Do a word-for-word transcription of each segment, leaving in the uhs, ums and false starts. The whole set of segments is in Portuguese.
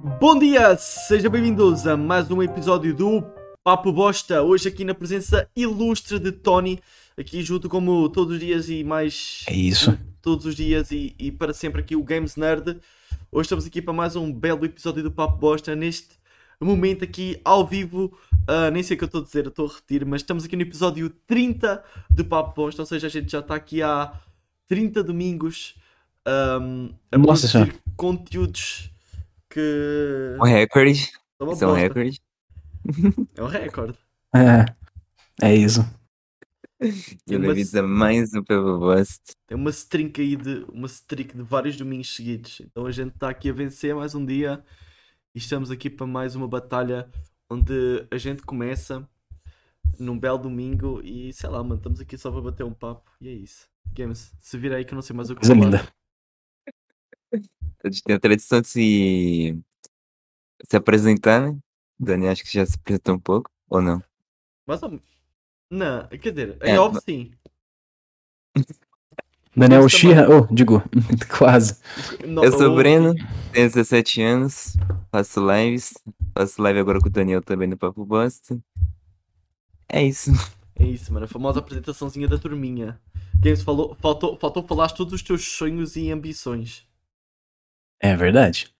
Bom dia, sejam bem-vindos a mais um episódio do Papo Bosta. Hoje aqui na presença ilustre de Tony, aqui junto como todos os dias e mais... É isso. Todos os dias e, e para sempre aqui o Games Nerd. Hoje estamos aqui para mais um belo episódio do Papo Bosta, neste momento aqui ao vivo. Uh, nem sei o que eu estou a dizer, eu estou a repetir, mas estamos aqui no episódio trinta do Papo Bosta, ou seja, a gente já está aqui há trinta domingos um, a Nossa produzir senhora. conteúdos que... Um recorde. é uma Isso é um bosta. recorde. É um recorde. É, é isso. Tem E uma, bem-vindos a mais um Papo Bosta. tem uma streak aí de uma streak de vários domingos seguidos. Então a gente está aqui a vencer mais um dia e estamos aqui para mais uma batalha onde a gente começa num belo domingo e sei lá, mano, estamos aqui só para bater um papo e é isso. Games, se vira aí que eu não sei mais o que Coisa falar. linda. A gente tem a tradição de se, se apresentar, né? O Dani acho que já se apresentou um pouco, ou não? Mas ó, não, quer dizer, em É, off mas- sim. Daniel Mas Shira, oh, digo, quase. No- Eu sou o ou- Breno, tenho dezessete anos, faço lives, faço live agora com o Daniel também no Papo Bosta. É isso. É isso, mano, a famosa apresentaçãozinha da turminha. Games, falou, faltou, faltou falar todos os teus sonhos e ambições. É verdade.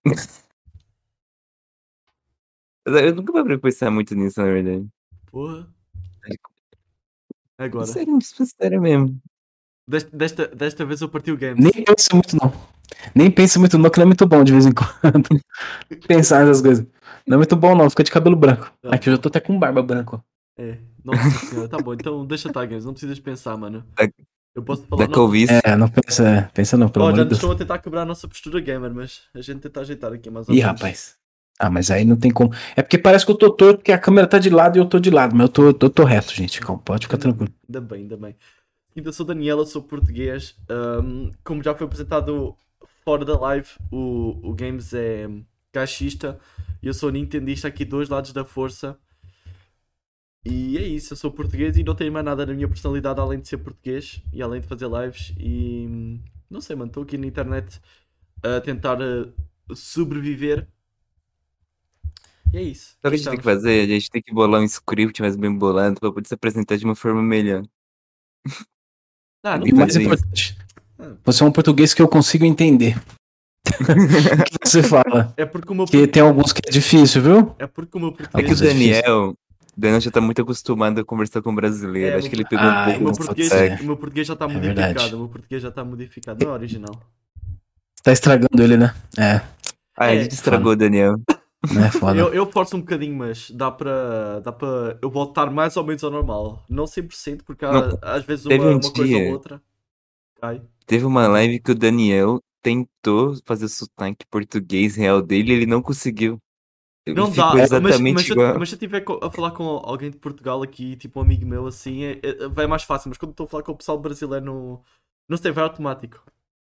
Eu nunca parei pra pensar muito nisso, na verdade. Porra. Agora. Sério, sério mesmo. Desta, desta, desta vez eu parti o Games. Nem pensa muito não. Nem pensa muito não, que não é muito bom de vez em quando. Pensar nessas coisas. Não é muito bom não, fica de cabelo branco. Tá Aqui eu já bom. tô até com barba branca. É, nossa senhora, tá bom, então deixa estar, Games, não precisas pensar, mano. Da, Eu posso falar. da calvície. É, não pensa, é, pensa não, pelo Oh, amor já de nos Deus. estão a tentar quebrar a nossa postura gamer, mas a gente tenta ajeitar aqui mais ou Ih, menos. rapaz. Ah, mas aí não tem como. É porque parece que eu tô torto, porque a câmera tá de lado e eu tô de lado. Mas eu tô, eu tô reto, gente. Calma, pode ficar Ainda, tranquilo. ainda bem, ainda bem. Então, eu sou Daniela, sou português. Um, como já foi apresentado fora da live, o, o Games é caixista e eu sou nintendista, aqui dois lados da força. E é isso, eu sou português e não tenho mais nada na minha personalidade além de ser português e além de fazer lives. E não sei, mano, estou aqui na internet a tentar uh, sobreviver. E é isso. Sabe o que a Aqui gente tem que estamos. fazer? A gente tem que bolar um script mais bem bolado pra poder se apresentar de uma forma melhor. Ah, não E mais Fazer isso. importante, você é um português que eu consigo entender. O que você fala? É porque o meu Porque tem alguns que é difícil, viu? É porque o meu É que o português Isso é difícil. Daniel, o Daniel já tá muito acostumado a conversar com brasileiro. É, Acho meu que ele por- pegou um Ah, pouco o meu do então pode português, sotaque. ser. o meu português já está É modificado. verdade. O meu português já está modificado, não é original. Tá estragando ele, né? É, Ah, a É. gente estragou o Daniel. não é foda. Eu, eu forço um bocadinho, mas dá para dá para eu voltar mais ou menos ao normal. Não cem por cento, porque há, Não, às vezes teve uma, um uma coisa ou dia- outra cai. Teve uma live que o Daniel tentou fazer o sotaque português real dele e ele não conseguiu. Ele Não ficou dá, mas, exatamente mas, se eu, igual. mas se eu estiver co- a falar com alguém de Portugal aqui, tipo um amigo meu assim, é, é- vai mais fácil. Mas quando estou a falar com o pessoal brasileiro, não, não sei, vai automático.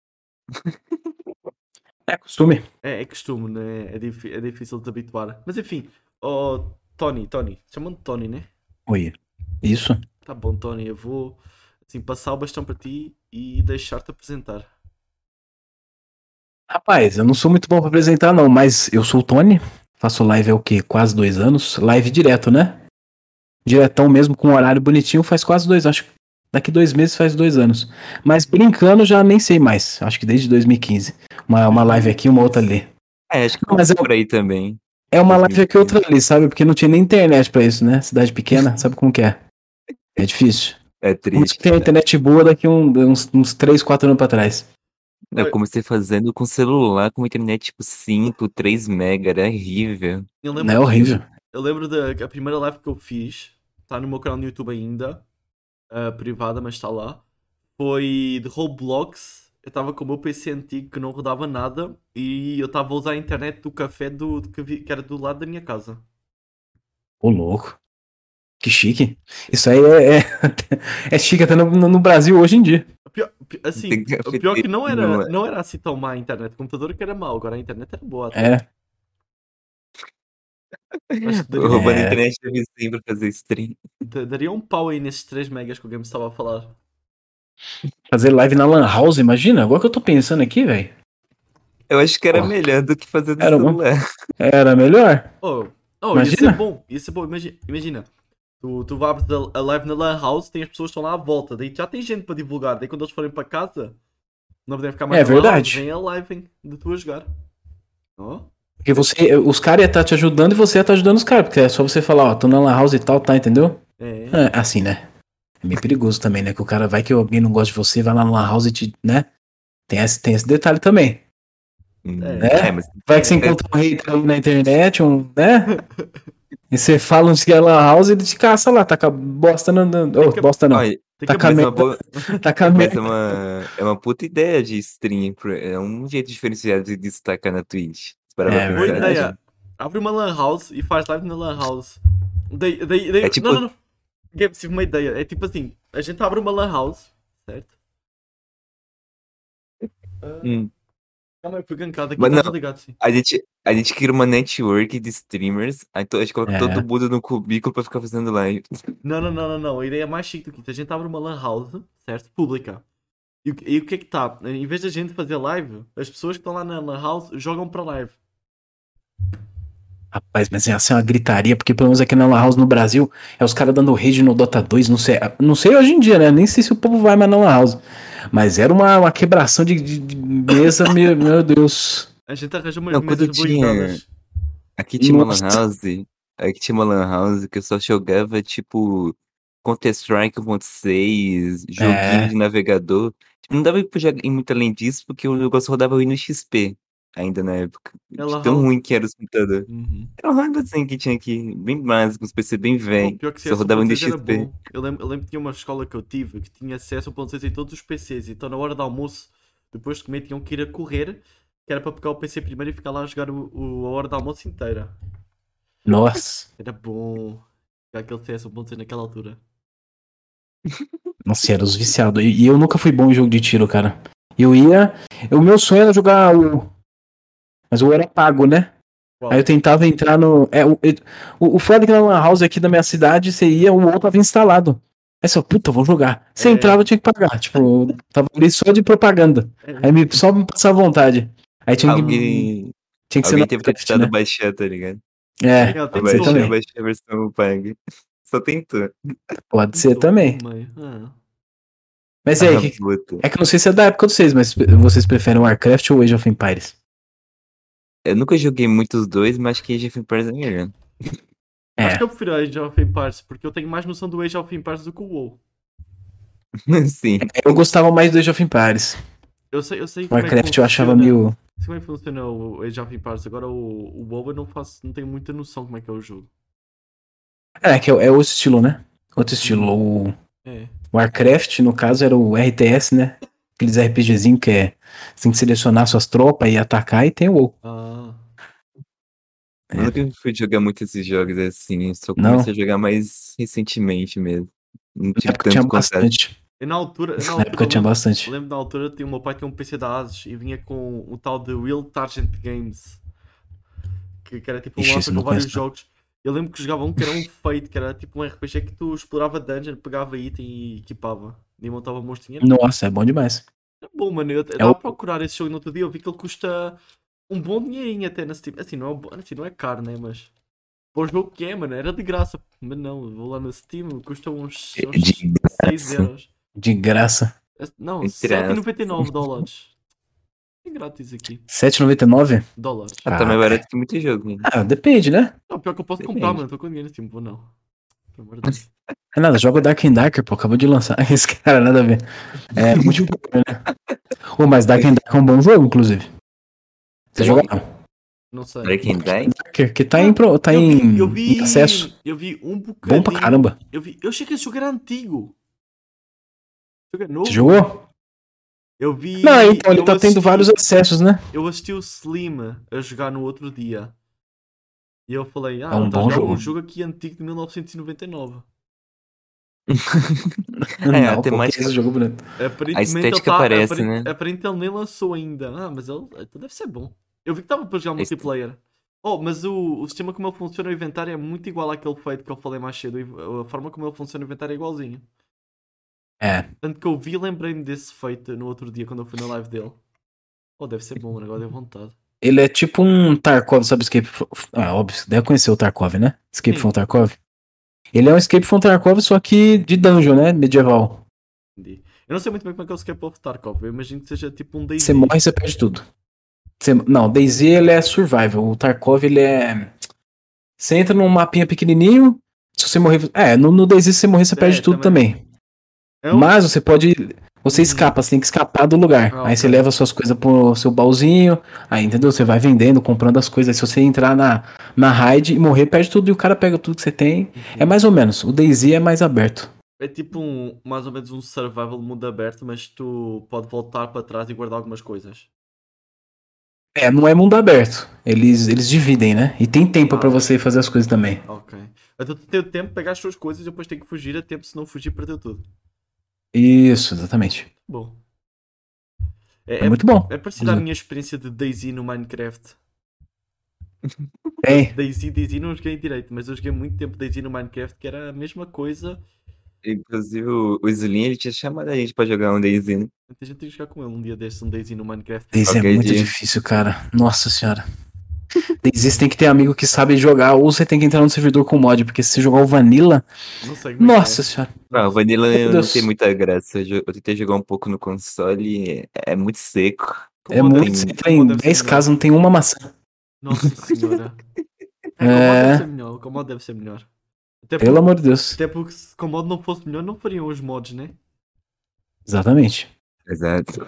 É costume. É, é costume, né? É, difí- é difícil de se habituar. Mas enfim, oh, Tony, Tony, chamam-te Tony, né? Oi. Isso? Tá bom, Tony, eu vou assim, passar o bastão para ti e deixar-te apresentar. Rapaz, eu não sou muito bom pra apresentar, não, mas eu sou o Tony. Faço live há o quê? Quase dois anos. Live direto, né? Diretão mesmo, com um horário bonitinho, faz quase dois anos. Acho que daqui dois meses faz dois anos. Mas brincando, já nem sei mais. Acho que desde dois mil e quinze. Uma, uma live aqui, uma outra ali. É, acho que Não, mas começou eu- por aí também. É uma dois mil live e aqui, outra ali, sabe? Porque não tinha nem internet pra isso, né? Cidade pequena, sabe como que é? É difícil. É Como triste. que tem a internet boa daqui um- uns, uns três, quatro anos pra trás. Eu comecei fazendo com celular, com internet tipo cinco, três mega, era horrível. Eu Não lembro, é horrível. eu lembro da a primeira live que eu fiz, está no meu canal no YouTube ainda, ah, privada, mas está lá. Foi de Roblox. Eu estava com o meu P C antigo que não rodava nada e eu estava a usar a internet do café do, que, vi- que era do lado da minha casa. Ô, louco. Que chique. Isso aí é, é, é chique até no, no- no Brasil hoje em dia. O Pior, pi- assim, Tem o pior que não era, cafeteria, não era assim tão má a internet. O computador que era mau, agora a internet era boa. até. É. Acho que daria, roubando É. internet de vizinho pra fazer stream. da- daria um pau aí nesses três megas que o game estava a falar. Fazer live na Lan House, imagina? Agora que eu tô pensando aqui, velho. Eu acho que era Ó, melhor do que fazer no era bom. celular. Era melhor. Oh, oh, ia ser Imagina. bom, ia ser bom, imagina, imagina. Tu, tu vais a live na LAN house, tem as pessoas que estão lá à volta, daí já tem gente para divulgar, daí quando eles forem para casa, não podem ficar mais É na LAN house, verdade. vem a live hein, de tu a jogar. Oh, Porque você, os caras iam estar te ajudando e você ia estar ajudando os caras. Porque é só você falar, ó, tô na lan house e tal, tá, entendeu? é. É, assim, né? É meio perigoso também, né? Que o cara vai que alguém não gosta de você, vai lá na lan house e te, né? Tem esse, tem esse detalhe também, Hum, É. É, né? mas Vai que você É. encontra um hater aí na internet, um, né? E você fala onde que é lan house e ele te caça lá, taca bosta no... no oh, que- bosta não. olha, Tem que Taca mas é uma merda, boa. taca Mas é merda. uma, é uma puta ideia de stream. pro- É um jeito diferenciado de destacar na Twitch. Se parar pra É Boa pensar. verdade. ideia. Abre uma LAN house e faz live na LAN house. Daí, daí, daí, É tipo- Não, não, não. Gabe, tive uma ideia. É tipo assim: a gente abre uma LAN house, certo? Ah, Hum. Calma aí, fui gankado aqui, Mas tá não. ligado sim. A gente, a gente cria uma network de streamers, aí to- a gente coloca É. todo mundo no cubículo pra ficar fazendo live. Não, não, não, não, não. A ideia é mais chique do que isso. A gente abre uma LAN house, certo? Pública. E, o que- e o que é que tá? Em vez da gente fazer live, as pessoas que estão lá na LAN house jogam para live. Rapaz, mas ia ser uma gritaria, porque pelo menos aqui na Lan House no Brasil, é os caras dando raid no Dota dois, não sei, não sei hoje em dia, né? Nem sei se o povo vai mais na Lan House. Mas era uma, uma quebração de, de- de mesa, meu, meu Deus. A gente arranja umas Não, quando mesas tinha. blindadas. Aqui tinha uma lan Nossa. house. Aqui tinha uma lan house que eu só jogava, tipo, Counter-Strike um ponto seis, joguinho É. de navegador. Tipo, não dava pra jogar em muito além disso, porque o negócio rodava o Windows X P ainda na época. É De lan tão house. ruim que era o computador. Uhum. Era um hardwarezinho que tinha aqui, bem básico, uns P C bem Pô, velho. pior que Só C S rodava o Windows um ponto seis era X P. bom. Eu lembro, eu lembro que tinha uma escola que eu tive que tinha C S um ponto seis em todos os P Cs. Então na hora do almoço, depois de comer, tinham que ir a correr, que era para pegar o P C primeiro e ficar lá a jogar o, o- a hora do almoço inteira. Nossa. Era bom. Jogar aquele C S um ponto seis naquela altura. Nossa, era os viciados. E, e eu nunca fui bom em jogo de tiro, cara. Eu ia. O meu sonho era jogar o. Mas o era pago, né? Qual? Aí eu tentava entrar no. É, o, o, o foda é que na Lan House aqui da minha cidade, você ia, o outro tava instalado. Aí você, puta, vou jogar. Você É. entrava, tinha que pagar. Tipo, tava ali só de propaganda. É. Aí me, só me passava vontade. Aí tinha que, Alguém, tinha que ser alguém no teve que ter Minecraft, tentado né? baixar, tá ligado? É, Ela pode ser tentou, Abaixar, também. abaixar a versão paga. Só tentou. Pode ser tentou, também. mãe. Ah. Mas e aí, Ah, que- puta. é que eu não sei se é da época de vocês, mas vocês preferem Warcraft ou Age of Empires? Eu nunca joguei muito os dois, mas acho que Age of Empires é melhor. Acho É, que eu prefiro Age of Empires, porque eu tenho mais noção do Age of Empires do que o WoW. Sim. eu gostava mais do Age of Empires. Eu sei, eu sei como é que Warcraft eu achava funciona. meio. Sei como é que funciona o Age of Empires. Agora o, o WoW eu não faço, não tenho muita noção como é que é o jogo. É, que é, é outro estilo, né? Outro estilo. O É. Warcraft, no caso, era o R T S, né? Aqueles RPGzinho que é. Você tem que selecionar suas tropas e atacar, e tem o WoW. Ah. Eu É. nunca fui jogar muito esses jogos assim. Só Não. comecei a jogar mais recentemente mesmo. Não Na tive época tinha tanto contato. bastante. E na altura, na Na altura época eu tinha lembro, bastante. lembro na altura tinha, o meu pai tinha um P C da Asus e vinha com o tal de Real Target Games. Que, que era tipo um Ixi, mapa esse com não vários conheço, não. jogos. Eu lembro que jogava um que era um feito, que era tipo um R P G que tu explorava dungeon, pegava item e equipava. E montava monstrinho. Era Nossa, é bom demais. era bom, mano. Eu eu É estava o- a procurar esse jogo no outro dia, eu vi que ele custa um bom dinheirinho até na Steam. Assim, não é, um bo- assim, não é caro, né? Mas. Para o jogo que é, mano, era de graça. Mas não, vou lá na Steam, custa uns, De uns seis graça. euros. De graça. É- Não, Entre sete e aspas. noventa e nove dólares. É grátis aqui. sete e noventa e nove? Dólares. Ah, tá mais Ah, barato que muito jogo, né? Ah, depende, né? Não, pior que eu posso Depende. comprar, mano. Estou com dinheiro no Steam, vou não. Pelo amor de Deus. É nada, joga o Dark and Darker, pô, acabou de lançar. Esse cara, nada a ver. É, multiplayer, né? Ô, mas Dark and Darker é um bom jogo, inclusive. Você Sim. joga não? Não sei. Dark and Die? Darker, que tá em, pro- tá eu em, vi, eu vi, em acesso. Eu vi um bocadinho. Bom pra caramba. Eu, vi, eu achei que esse jogo era antigo. Esse jogo é novo. Você jogou? Eu vi. Não, então ele eu tá tendo assisti- vários acessos, né? Eu assisti o Slim a jogar no outro dia. E eu falei, ah, É um ele tá a bom jogar jogo. um jogo aqui antigo de mil novecentos e noventa e nove. É, a não, qual que é temática- esse jogo bonito? Aparentemente A estética ele tá, parece, aparent- né? Aparentemente ele nem lançou ainda. Ah, mas ele então deve ser bom. Eu vi que estava para jogar Este- multiplayer. Oh, mas o, o sistema como ele funciona, o inventário é muito igual àquele feito que eu falei mais cedo. A forma como ele funciona, o inventário é igualzinho. É, Tanto que eu vi, lembrei-me desse feito no outro dia quando eu fui na live dele. Oh, deve ser bom, agora deu vontade. Ele é tipo um Tarkov, sabe Escape from... Ah, óbvio, você deve conhecer o Tarkov, né? Escape Sim. from Tarkov. Ele é um Escape from Tarkov, só que de dungeon, né? Medieval. Entendi. Eu não sei muito bem como é que é o Escape of Tarkov. Eu imagino que seja tipo um Você DayZ. morre e você perde tudo. Você... Não, DayZ ele é survival. O Tarkov ele é... Você entra num mapinha pequenininho, se você morrer... É, no, no DayZ se você morrer você É, perde tudo também. também. É um... Mas você pode... Você Uhum. escapa, você tem que escapar do lugar. Ah, Aí você ok. leva suas coisas pro seu baúzinho. Aí, entendeu? Você vai vendendo, comprando as coisas. Aí, se você entrar na, na raid e morrer, perde tudo. E o cara pega tudo que você tem. É Uhum. mais ou menos. O DayZ é mais aberto. É tipo um, mais ou menos um survival mundo aberto, mas tu pode voltar para trás e guardar algumas coisas. É, não é mundo aberto. Eles, eles dividem, né? E tem tempo pra Ah, você fazer as coisas também. ok. Então tu tem o tempo de pegar as tuas coisas e depois tem que fugir a tempo, se não fugir, perdeu tudo. Isso, exatamente. Bom. É É, é, muito bom. é parecido à minha experiência de DayZ no Minecraft. Tem. DayZ, DayZ não joguei direito, mas eu joguei muito tempo DayZ no Minecraft, que era a mesma coisa. Inclusive, o, o Zulin, ele tinha chamado a gente pra jogar um DayZ, né? Muita gente tem que jogar com ele um dia desses, um DayZ no Minecraft. DayZ é Qualquer muito dia. difícil, cara. Nossa senhora. DayZ você tem que ter amigo que sabe jogar, ou você tem que entrar no servidor com mod, porque se você jogar o Vanilla. Não sei como é que Nossa é. senhora. Ah, o Vanilla Meu não Deus. tem muita graça. Eu, jo- eu tentei jogar um pouco no console, é, é muito seco. Como É deve- muito. Você Tem- entra como em deve ser dez melhor. casas, não tem uma maçã. Nossa senhora. É, com mod deve ser É. melhor. Com mod deve ser melhor. Até Pelo porque, amor de Deus. até porque se com mod não fosse melhor, não fariam os mods, né? Exatamente. Exato.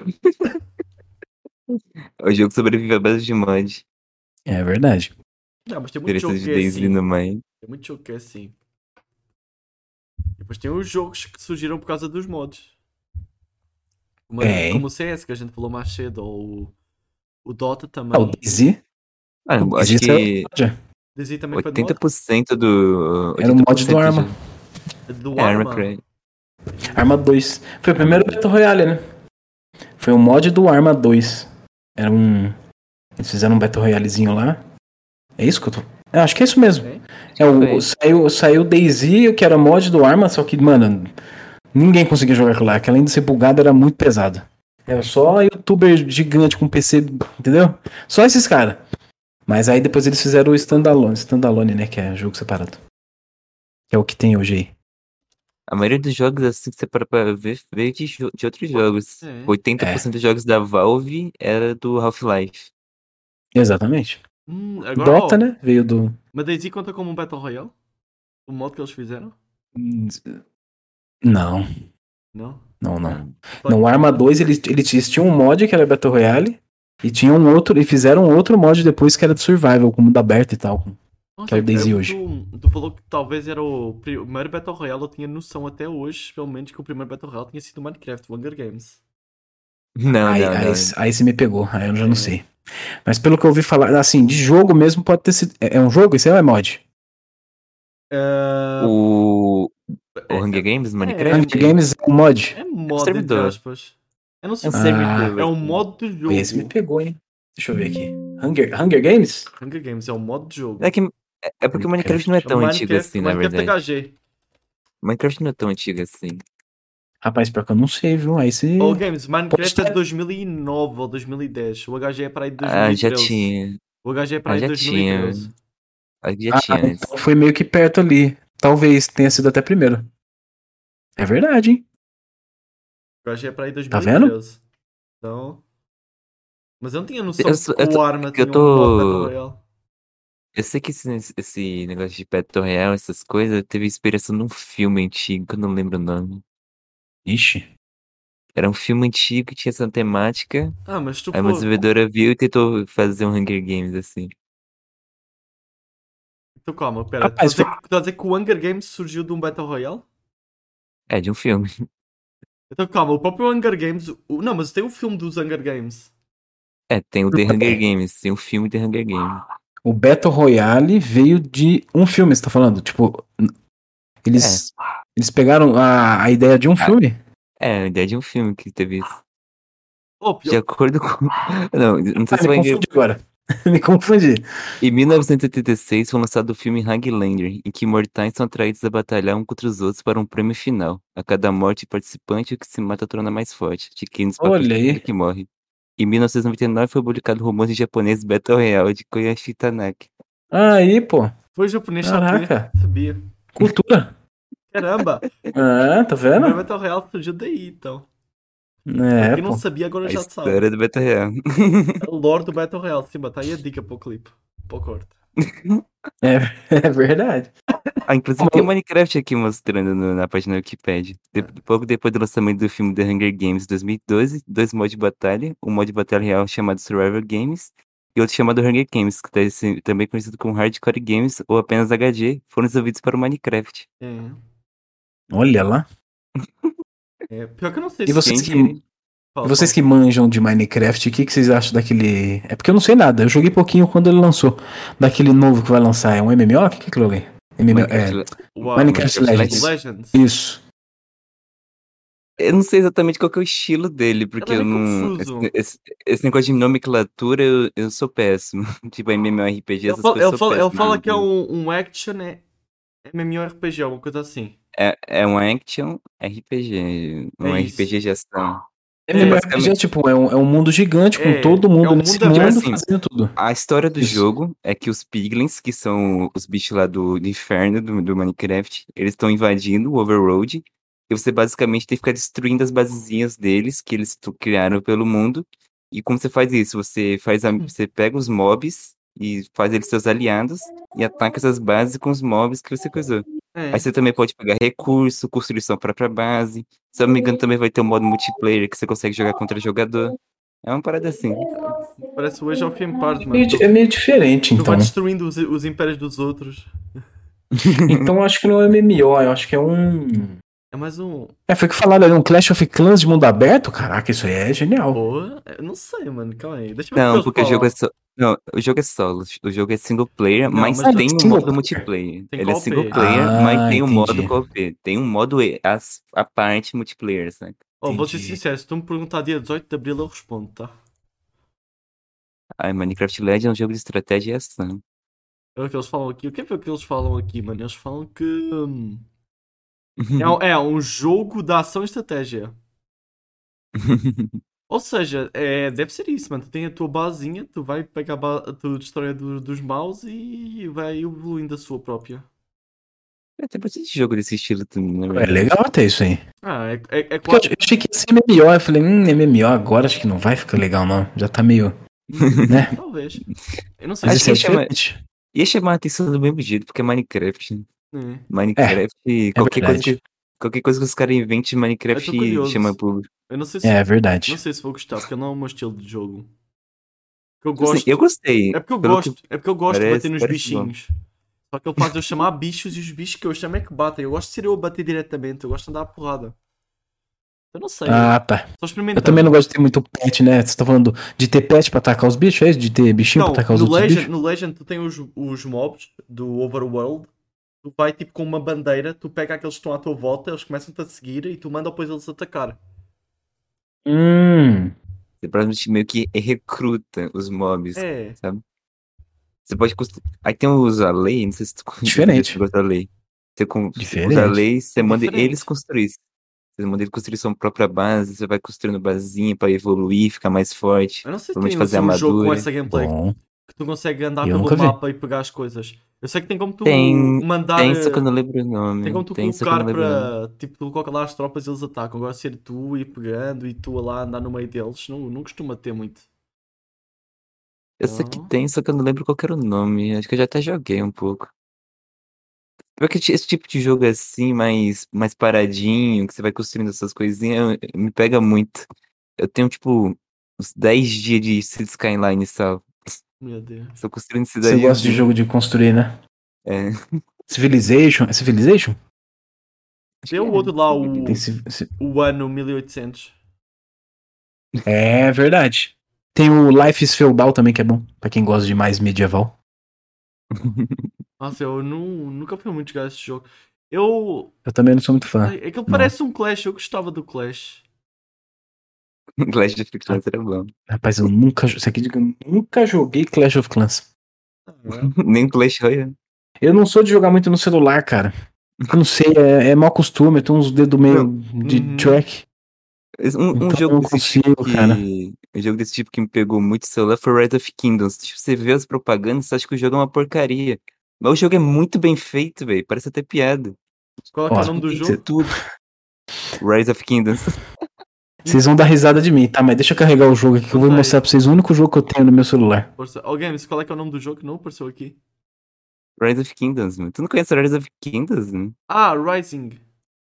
O jogo sobrevive à base de mod. É verdade. Não, mas tem muito Diferença jogo de que é DayZ assim. no Mine. Tem muito jogo que é assim. E depois tem os jogos que surgiram por causa dos mods. Como, É. como o C S, que a gente falou mais cedo, ou o, o Dota Ah, o também. DayZ? Ah, O eu DayZ acho saiu do que mod. DayZ também foi de mod? oitenta por cento do. Era o mod do oitenta por cento Arma. de- Do É, Arma Arma. Crash. Arma dois. Foi o primeiro Battle Royale, né? Foi o mod do Arma dois. Era um. Eles fizeram um Battle Royalezinho lá. É isso que eu tô. Eu acho que é isso mesmo. É? É, o, Foi. saiu, saiu o DayZ, que era mod do Arma, só que, mano, ninguém conseguia jogar aquilo lá, que além de ser bugado, era muito pesado. Era só youtuber gigante com P C, entendeu? Só esses caras. Mas aí depois eles fizeram o Standalone, Standalone, né, que é jogo separado. Que é o que tem hoje aí. A maioria dos jogos, assim, que você para pra ver, veio de, jo- de outros jogos. É. oitenta por cento dos jogos da Valve era do Half-Life. Exatamente. Hum, agora, Dota, ó, né, veio do... mas DayZ conta como um Battle Royale? O mod que eles fizeram? Não, Não? não, não. Hum. No Arma dois, eles, eles tinham um mod que era Battle Royale, e tinham um outro, e fizeram um outro mod depois que era de Survival, com mundo aberto e tal. Nossa, Que é o DayZ é, hoje. Tu, tu falou que talvez era o primeiro Battle Royale, eu tinha noção até hoje, pelo menos, que o primeiro Battle Royale tinha sido o Minecraft, o Hunger Games. Não, Aí, não, aí, não. aí você me pegou, aí eu já não É. sei. Mas pelo que eu ouvi falar, assim, de jogo mesmo pode ter sido. É é um jogo? Isso aí ou é mod? Ah, O, é, o Hunger Games, é, Minecraft? Hunger Games é um mod? é mod, entre servidor. aspas. Eu não sei É um se é, servidor. é um assim. modo de jogo. Esse me pegou, hein? Deixa eu ver aqui. Hunger, Hunger Games? Hunger Games é um modo de jogo. É, que, é, é porque o Minecraft não é É o tão antigo Minecraft, assim, na Minecraft verdade. H G. Minecraft não é tão antigo assim. Rapaz, pior que eu não sei, viu? Aí você. Oh, Games, Minecraft Pode é de ter- dois mil e nove ou dois mil e dez. O H G é para aí de Ah, já dois mil e treze. tinha. O H G é para Ah, aí de já dois mil e tinha. treze. Acho que já Ah, tinha antes. então foi meio que perto ali. Talvez tenha sido até primeiro. É verdade, hein? O H G é para aí de Tá dois mil e vendo? treze. Então. Mas eu não tinha noção Eu, que sou- eu, o tô, Arma eu tinha um modo Battle tô. Royale. Eu sei que esse, esse negócio de Battle Royale, essas coisas, teve inspiração num filme antigo, que eu não lembro o nome. Ixi. Era um filme antigo que tinha essa temática. Ah, mas se tu Aí uma for. desenvolvedora viu e tentou fazer um Hunger Games assim. Então calma, pera. Tu Rapaz, estás a dizer, tu estás a dizer que o Hunger Games surgiu de um Battle Royale? É, de um filme. Então calma, o próprio Hunger Games. O... Não, mas tem o filme dos Hunger Games. É, tem o The Hunger Games, tem o filme The Hunger Games. o Battle Royale veio de um filme, você tá falando? Tipo, eles, eles pegaram a, a ideia de um filme? É, a ideia de um filme que teve isso. Oh, De pior. acordo com. Não, não sei Ah, se me vai. confundi agora. me confundi. Em mil novecentos e oitenta e seis foi lançado o filme Highlander, em que mortais são atraídos a batalhar um contra os outros para um prêmio final. A cada morte participante, o que se mata torna mais forte. De quem nos Olha aí. que morre. Em mil novecentos e noventa e nove foi publicado o romance japonês Battle Royale de Koyashi Tanaka. Aí, pô. Foi japonês, sabe? Caraca. Sabia. Cultura. Caramba! Ah, tá O meu vendo? Battle Royale surgiu daí, então. É, Quem não pô. sabia, agora A já sabe. história do Battle Royale. A lore do Battle Royale. Sim, tá aí a dica para o clipe. Para o corte. É, é verdade. Ah, inclusive tem Minecraft aqui mostrando no- na página da Wikipedia. De- É. pouco depois do lançamento do filme The Hunger Games dois mil e doze, dois modos de batalha, um modo de batalha real chamado Survival Games e outro chamado Hunger Games, que tá esse- também conhecido como Hardcore Games ou apenas H G, foram desenvolvidos para o Minecraft. É. Olha lá. É. Pior que eu não sei E se. vocês Quem que, diria? Fala, vocês fala. que manjam de Minecraft, o que, que vocês acham daquele. É porque eu não sei nada, eu joguei pouquinho quando ele lançou. Daquele novo que vai lançar. É um M M O? O que, que é aquilo ali? M M O, Minecraft, é. Le- Uau, Minecraft Legends. Legends. Isso. Eu não sei exatamente qual que é o estilo dele, porque Ele é eu meio não. confuso. Esse, esse- esse negócio de nomenclatura eu, eu sou péssimo. Tipo, MMORPG, Ele essas fala, coisas ele eu sou fala, ele péssimo. fala que é um, um action é MMORPG, alguma coisa assim. É, é um action R P G, um É R P G isso. de ação. É, MMORPG é basicamente- tipo, é um, é um mundo gigante com É, todo mundo é um nesse mundo mundo, aberto, assim. fazendo tudo. A história do Isso. jogo é que os Piglins, que são os bichos lá do, do inferno do, do Minecraft, eles estão invadindo o Overworld e você basicamente tem que ficar destruindo as basezinhas deles que eles tu- criaram pelo mundo. E como você faz isso? Você faz a- você pega os mobs e faz eles seus aliados e ataca essas bases com os mobs que você coisou. É. Aí você também pode pegar recurso, construir sua própria base. Se eu não me engano, também vai ter um modo multiplayer que você consegue jogar contra jogador. É uma parada assim. Parece o Age of Empires, É mano. meio, Tu, di- é meio diferente, tu então. vai destruindo os, os impérios dos outros. Então eu acho que não é M M O, eu acho que é um. É mais um. É, foi que falaram ali, um Clash of Clans de mundo aberto? Caraca, isso aí é genial. Pô, eu não sei, mano. Calma aí. Deixa eu ver o que Não, eles porque o jogo é falam. só. Não, o jogo é solo. O jogo é single player, Não, mas, mas tem tá- um single modo player. multiplayer. Tem Ele é co-op. single player, Ah, mas tem um modo entendi. co-op. Tem um modo e- as, a parte multiplayer, sabe? Ó, vou ser Entendi. sincero, se tu me perguntar dia dezoito de abril, eu respondo, tá? Ah, Minecraft Legends é um jogo de estratégia e ação. É o que eles falam aqui. O que é que eles falam aqui, mano? Eles falam que. hum, É, um- é um jogo de ação e estratégia. Ou seja, é, deve ser isso, mano. Tu tem a tua basinha, tu vai pegar a, ba- a tua história do- dos maus e vai evoluindo a sua própria. É, tem bastante jogo desse estilo também, na É verdade. legal até isso aí. Ah, é, é, é Porque eu quase. achei que ia ser M M O, eu falei, hum, M M O agora acho que não vai ficar legal não. Já tá meio, né? Talvez. Eu não sei Mas Acho isso que é chama- diferente. Ia chamar a atenção do mesmo jeito, porque é Minecraft. né? É. Minecraft, qualquer, coisa verdade. que, qualquer coisa que os caras inventem de Eu Minecraft tô curioso. chama público. Eu não sei se. É verdade. Não sei se vou gostar, porque não é o meu estilo de jogo. Porque eu Assim, gosto. eu gostei. É porque eu pelo gosto. que É porque eu gosto de parece- bater nos parece bom. bichinhos. Só que ele faz eu chamar bichos e os bichos que eu chamo é que batem. Eu gosto de ser eu a bater diretamente. Eu gosto de andar a porrada. Eu não sei. Ah, tá. Só experimentando. Eu também não gosto de ter muito pet, né? Você tá falando de ter pet pra atacar os bichos, é isso? De ter bichinho Não, pra atacar os no outros Legend, bichos? no Legend tu tem os, os mobs do Overworld. Tu vai tipo com uma bandeira, tu pega aqueles que estão à tua volta, eles começam-te a seguir e tu manda depois eles atacar. Hum. Você praticamente meio que recruta os mobs, É. sabe? Você pode construir. Aí tem os Alei, não sei se tu Diferente. se tu gosta da lei. Você com Diferente. os Alei, você É manda diferente. eles construir. Você manda eles construir sua própria base, você vai construindo basezinha pra evoluir, ficar mais forte. Eu não sei se Provavelmente tem fazer assim, um jogo com armadura. essa gameplay. Bom. Que tu consegue andar Eu pelo nunca vi. mapa e pegar as coisas. Eu sei que tem como tu Tem, mandar. tem, só que eu eh, não lembro o nome. Tem como tu Tem, só que eu colocar não lembro o nome. para. Tipo, tu coloca lá as tropas e eles atacam. Agora ser tu ir pegando e tu a lá andar no meio deles. Não, não costuma ter muito. Eu sei que Não. tem, só que eu não lembro qual que era o nome. Acho que eu já até joguei um pouco. Porque esse tipo de jogo assim, mais, mais paradinho, que você vai construindo essas coisinhas, eu- me pega muito. Eu tenho, tipo, uns dez dias de Cities Skyline salvo. Meu Deus. Estou construindo Você cidade. gosta de jogo de construir, né? É. Civilization. É Civilization? Acho Tem que o é. outro lá, o, Tem ci- ci- o ano mil e oitocentos. É verdade. Tem o Life is Feudal também, que é bom. Pra quem gosta de mais medieval. Nossa, eu nu- nunca fui muito jogar esse jogo. Eu. Eu também não sou muito fã. É que ele parece um Clash. Eu gostava do Clash. Clash of Clans era bom. Rapaz, eu nunca. jo- Você acredita que eu nunca joguei Clash of Clans? Nem Clash Royale. Eu não sou de jogar muito no celular, cara. Eu não sei, é, é mau costume, eu tenho uns dedos meio de Uhum. track. Um, um Então, jogo eu desse consigo, tipo que, cara. Um jogo desse tipo que me pegou muito celular foi Rise of Kingdoms. Tipo, você vê as propagandas, você acha que o jogo é uma porcaria. Mas o jogo é muito bem feito, velho. Parece até piada. Qual é, que é Ó, o nome do Isso jogo? é tudo. Rise of Kingdoms. vocês vão dar risada de mim, tá? Mas deixa eu carregar o jogo aqui que eu vou Conta aí. mostrar pra vocês o único jogo que eu tenho no meu celular. Força. Ó, Games, qual é que é o nome do jogo que não apareceu aqui? Rise of Kingdoms, mano. Tu não conhece Rise of Kingdoms, mano? Ah, Rising.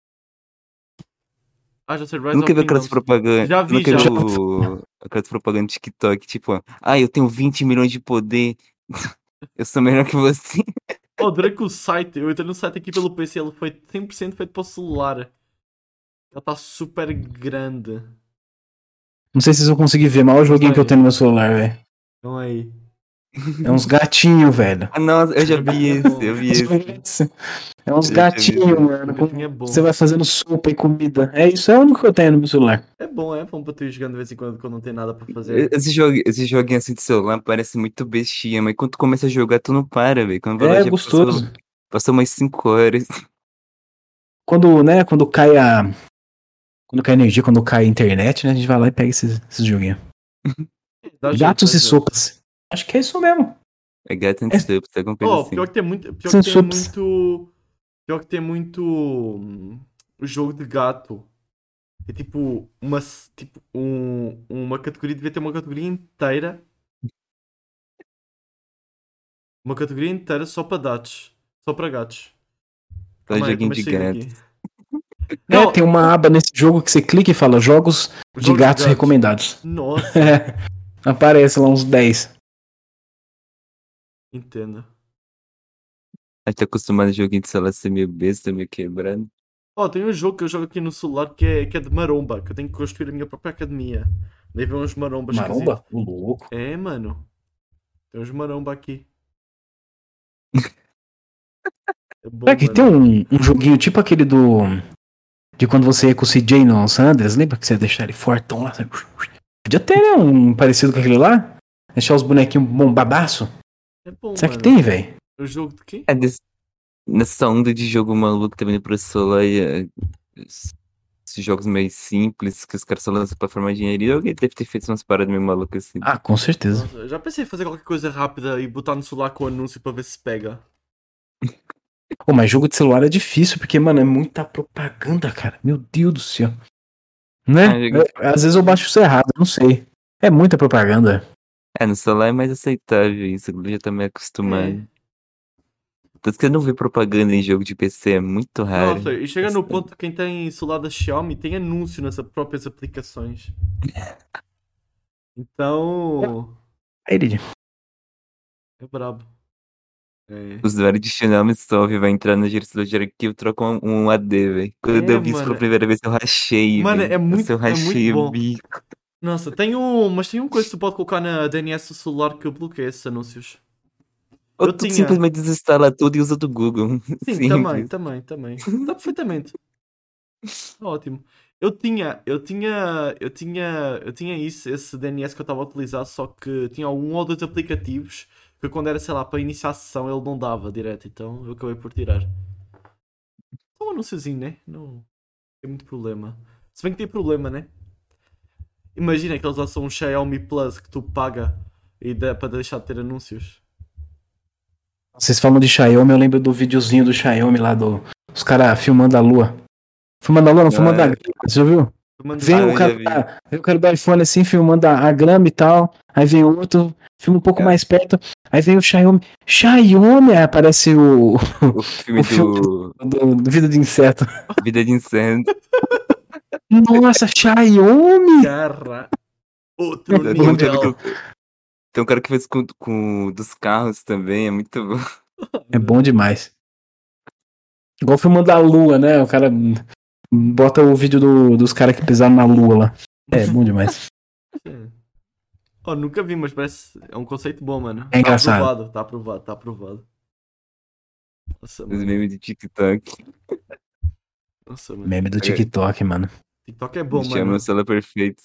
Ah, já sei, Tu Rise nunca of viu aquelas Kingdoms. propagandas. Já vi, Nunca já. viu aquelas propagandas no TikTok, tipo, ah, eu tenho vinte milhões de poder. Eu sou melhor que você. Oh, adorei que o site, eu entrei no site aqui pelo P C, ele foi cem por cento feito para o celular. Ele está super grande. Não sei se vocês vão conseguir ver, mas olha o joguinho que eu tenho no meu celular, velho. Então aí. É uns gatinhos, velho. Ah, nossa, eu já Joguinho vi é esse, bom. eu vi esse. É uns Eu já tinha gatinhos, visto. mano. O com- gatinho é bom. Você vai fazendo sopa e comida. É isso, é o único que eu tenho no meu celular. É bom, é bom para tu ir jogando de vez em quando quando não tem nada para fazer. Esse, jogo, esse joguinho assim de celular parece muito bestinha, mas quando tu começa a jogar, tu não para, velho. Quando vai lá, É já gostoso. passou, passou umas cinco horas. Quando, né, quando cai a. Quando cai a energia, quando cai a internet, né? A gente vai lá e pega esses, esses joguinhos. Dá jeito, Gatos dá e jeito. sopas. Acho que é isso mesmo. É Gat and É. Subs, alguma coisa Oh, assim. pior que tem muito. Pior Sem que tem subs. muito. Pior que tem muito. hum, jogo de gato. É tipo uma. Tipo, um, uma categoria. Devia ter uma categoria inteira. Uma categoria inteira só para gatos. Só para gatos. Só Calma aí, joguinho como é de que sair gato. daqui? É, Não, tem uma aba nesse jogo que você clica e fala jogos de jogos gatos recomendados. Nossa, É, aparece lá uns dez. entendo. A gente tá acostumado a joguinho de celular ser meio besta, meio quebrado. Oh, tem um jogo que eu jogo aqui no celular que é, que é de maromba, que eu tenho que construir a minha própria academia. Daí vem uns marombas Maromba? esquisitos. O louco. É, mano. Tem uns maromba aqui. É bom, Será que mano. tem um, um joguinho tipo aquele do. De quando você ia com o C J no San Andreas? Lembra que você ia deixar ele fortão lá? Sabe? Podia ter, né? Um parecido com aquele lá? Deixar os bonequinhos bombabaço? É bom, Será mano. que tem, velho? O jogo de quê? É desse, nessa onda de jogo maluco que tá vindo pro celular e é, esses jogos meio simples que os caras só lançam pra formar dinheiro. E alguém deve ter feito umas paradas meio malucas assim. Ah, com certeza. Nossa, eu já pensei em fazer qualquer coisa rápida e botar no celular com anúncio para ver se pega. Pô, mas jogo de celular é difícil, porque, mano, é muita propaganda, cara. Meu Deus do céu. Né? Ah, jogo- Eu- às vezes eu baixo isso errado, eu não sei. É muita propaganda. É, no celular é mais aceitável isso, eu já tá meio acostumado. É. Tanto que eu não vi propaganda em jogo de P C, é muito raro. Nossa, e chega no ponto que quem tem celular da Xiaomi tem anúncio nas próprias aplicações. Então. Aí, ele. É brabo. É. O usuário de Xiaomi Solve vai entrar no gerenciador de arquivo e troca um, um A D, velho. Quando É, eu vi isso mano. pela primeira vez, eu rachei, Mano, velho. é muito- Eu é muito rachei bom. o bico. Nossa, tem um. Mas tem uma coisa que tu pode colocar na D N S do celular que eu bloqueei esses anúncios. Ou Eu tu tinha. simplesmente desinstala tudo e usa do Google. Sim, Simples. também, também, também. Está perfeitamente. Ótimo. Eu tinha, eu tinha, eu tinha, eu tinha isso, esse D N S que eu estava a utilizar, só que tinha um ou dois aplicativos que quando era, sei lá, para iniciar a sessão ele não dava direto, então eu acabei por tirar. É um anúnciozinho, né? Não tem muito problema. Se bem que tem problema, né? Imagina que eles lançam um Xiaomi Plus que tu paga e dá para deixar de ter anúncios. Vocês falam de Xiaomi, eu lembro do videozinho do Xiaomi lá, do, os caras filmando a lua. Filmando a lua, não, filmando Ah, a grama, você já viu? Manda- Vem Ah, o eu cara, já vi. da- vem o cara do iPhone assim, filmando a, a grama e tal. Aí vem o outro, filma um pouco É. mais perto. Aí vem o Xiaomi. Xiaomi! Aí aparece o, O filme O filme do do, do Vida de Inseto. Vida de Inseto. Nossa, Xiaomi! Cara, outro Tem um cara nível. que- tem um cara que fez com, com dos carros também, é muito bom. É bom demais. Igual filmando a lua, né? O cara bota o vídeo do- dos caras que pisaram na lua lá. É bom demais. Oh, nunca vi, mas parece. É um conceito bom, mano. É engraçado. Tá aprovado, tá aprovado, tá aprovado. Nossa, Os mano. memes de TikTok. Nossa, mano. Meme do TikTok, mano. TikTok é bom, Chama mano. o celular perfeito.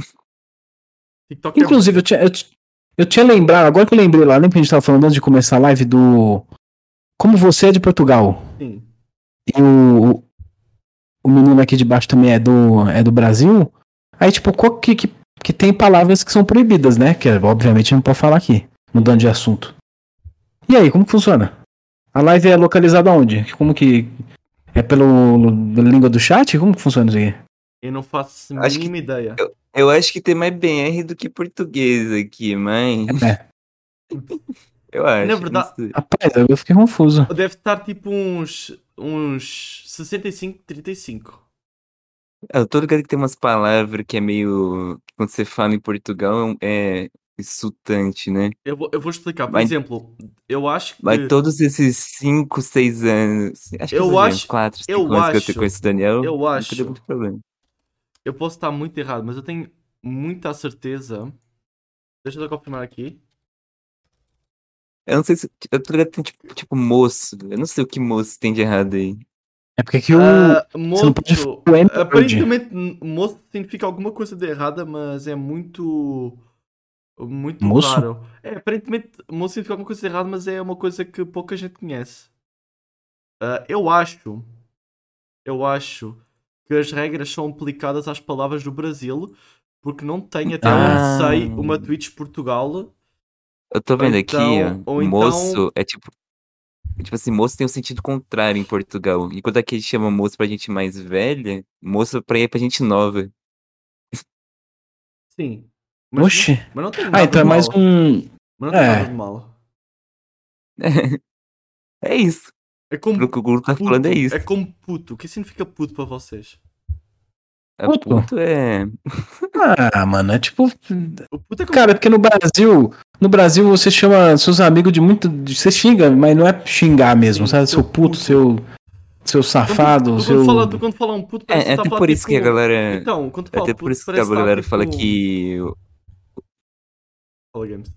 TikTok é Inclusive, eu tinha, eu, t- eu tinha lembrado, agora que eu lembrei lá, lembra que a gente tava falando antes de começar a live do. Como você é de Portugal? Sim. E o, o menino aqui de baixo também é do, é do Brasil. Aí, tipo, qual que, que, que tem palavras que são proibidas, né? Que obviamente não pode falar aqui, mudando de assunto. E aí, como que funciona? A live é localizada onde? Como que... É pelo pela língua do chat? Como que funciona isso aí? Eu não faço a Acho mínima que- ideia. Eu, eu acho que tem mais B R do que português aqui, mas. É. Eu acho. Na não verdade, sei. Rapaz, eu fiquei confuso. deve estar tipo uns, uns sessenta e cinco, trinta e cinco. Eu tô ligado que tem umas palavras que é meio. Quando você fala em Portugal, é insultante, né? Eu vou, eu vou explicar. Por Mas- exemplo, eu acho Mas que. todos esses cinco, seis anos. Acho que Eu exagerando, acho- quatro, eu cinco anos que eu acho- tenho com esse Daniel. eu nunca acho- deu muito problema. Eu posso estar muito errado, mas eu tenho muita certeza. Deixa eu confirmar aqui. Eu não sei se. Eu tô ligado que tem tipo, tipo moço. Eu não sei o que moço tem de errado aí. É porque aqui o... Ah, não pode moço. falar o N-word. Aparentemente, n- moço significa alguma coisa de errada, mas é muito. Muito Moço? raro. É, aparentemente, moço significa alguma coisa de errada, mas é uma coisa que pouca gente conhece. Ah, eu acho. Eu acho que as regras são aplicadas às palavras do Brasil, porque não tem, até Ah. onde sei, uma Twitch Portugal. Eu tô vendo aqui, então- ó. ou então- Moço é tipo. Tipo assim, moço tem um sentido contrário em Portugal. E quando aqui a gente chama moço pra gente mais velha, moço pra ir pra gente nova. Sim. Mas Oxi. Não, mas não tem nada Ah, então é de mais mal. um... Mas não tem é. nada de mal. É isso. É como O que o Google tá puto. falando é isso. É como puto. O que significa puto para vocês? A Puto? puto é. Ah, mano, é tipo... O puto é como... Cara, porque no Brasil... No Brasil você chama seus amigos de muito... de- Você xinga, mas não é xingar mesmo, Sim, sabe? seu Seu puto, puto. seu... Seu safado, tu, tu, seu... quando fala, tu quando fala um puto, parece É, é que tá até a falar por isso que a tipo- galera. Então, quando tu É fala até puto, por isso que a parece que tá, galera tipo... fala que. Fala, Games.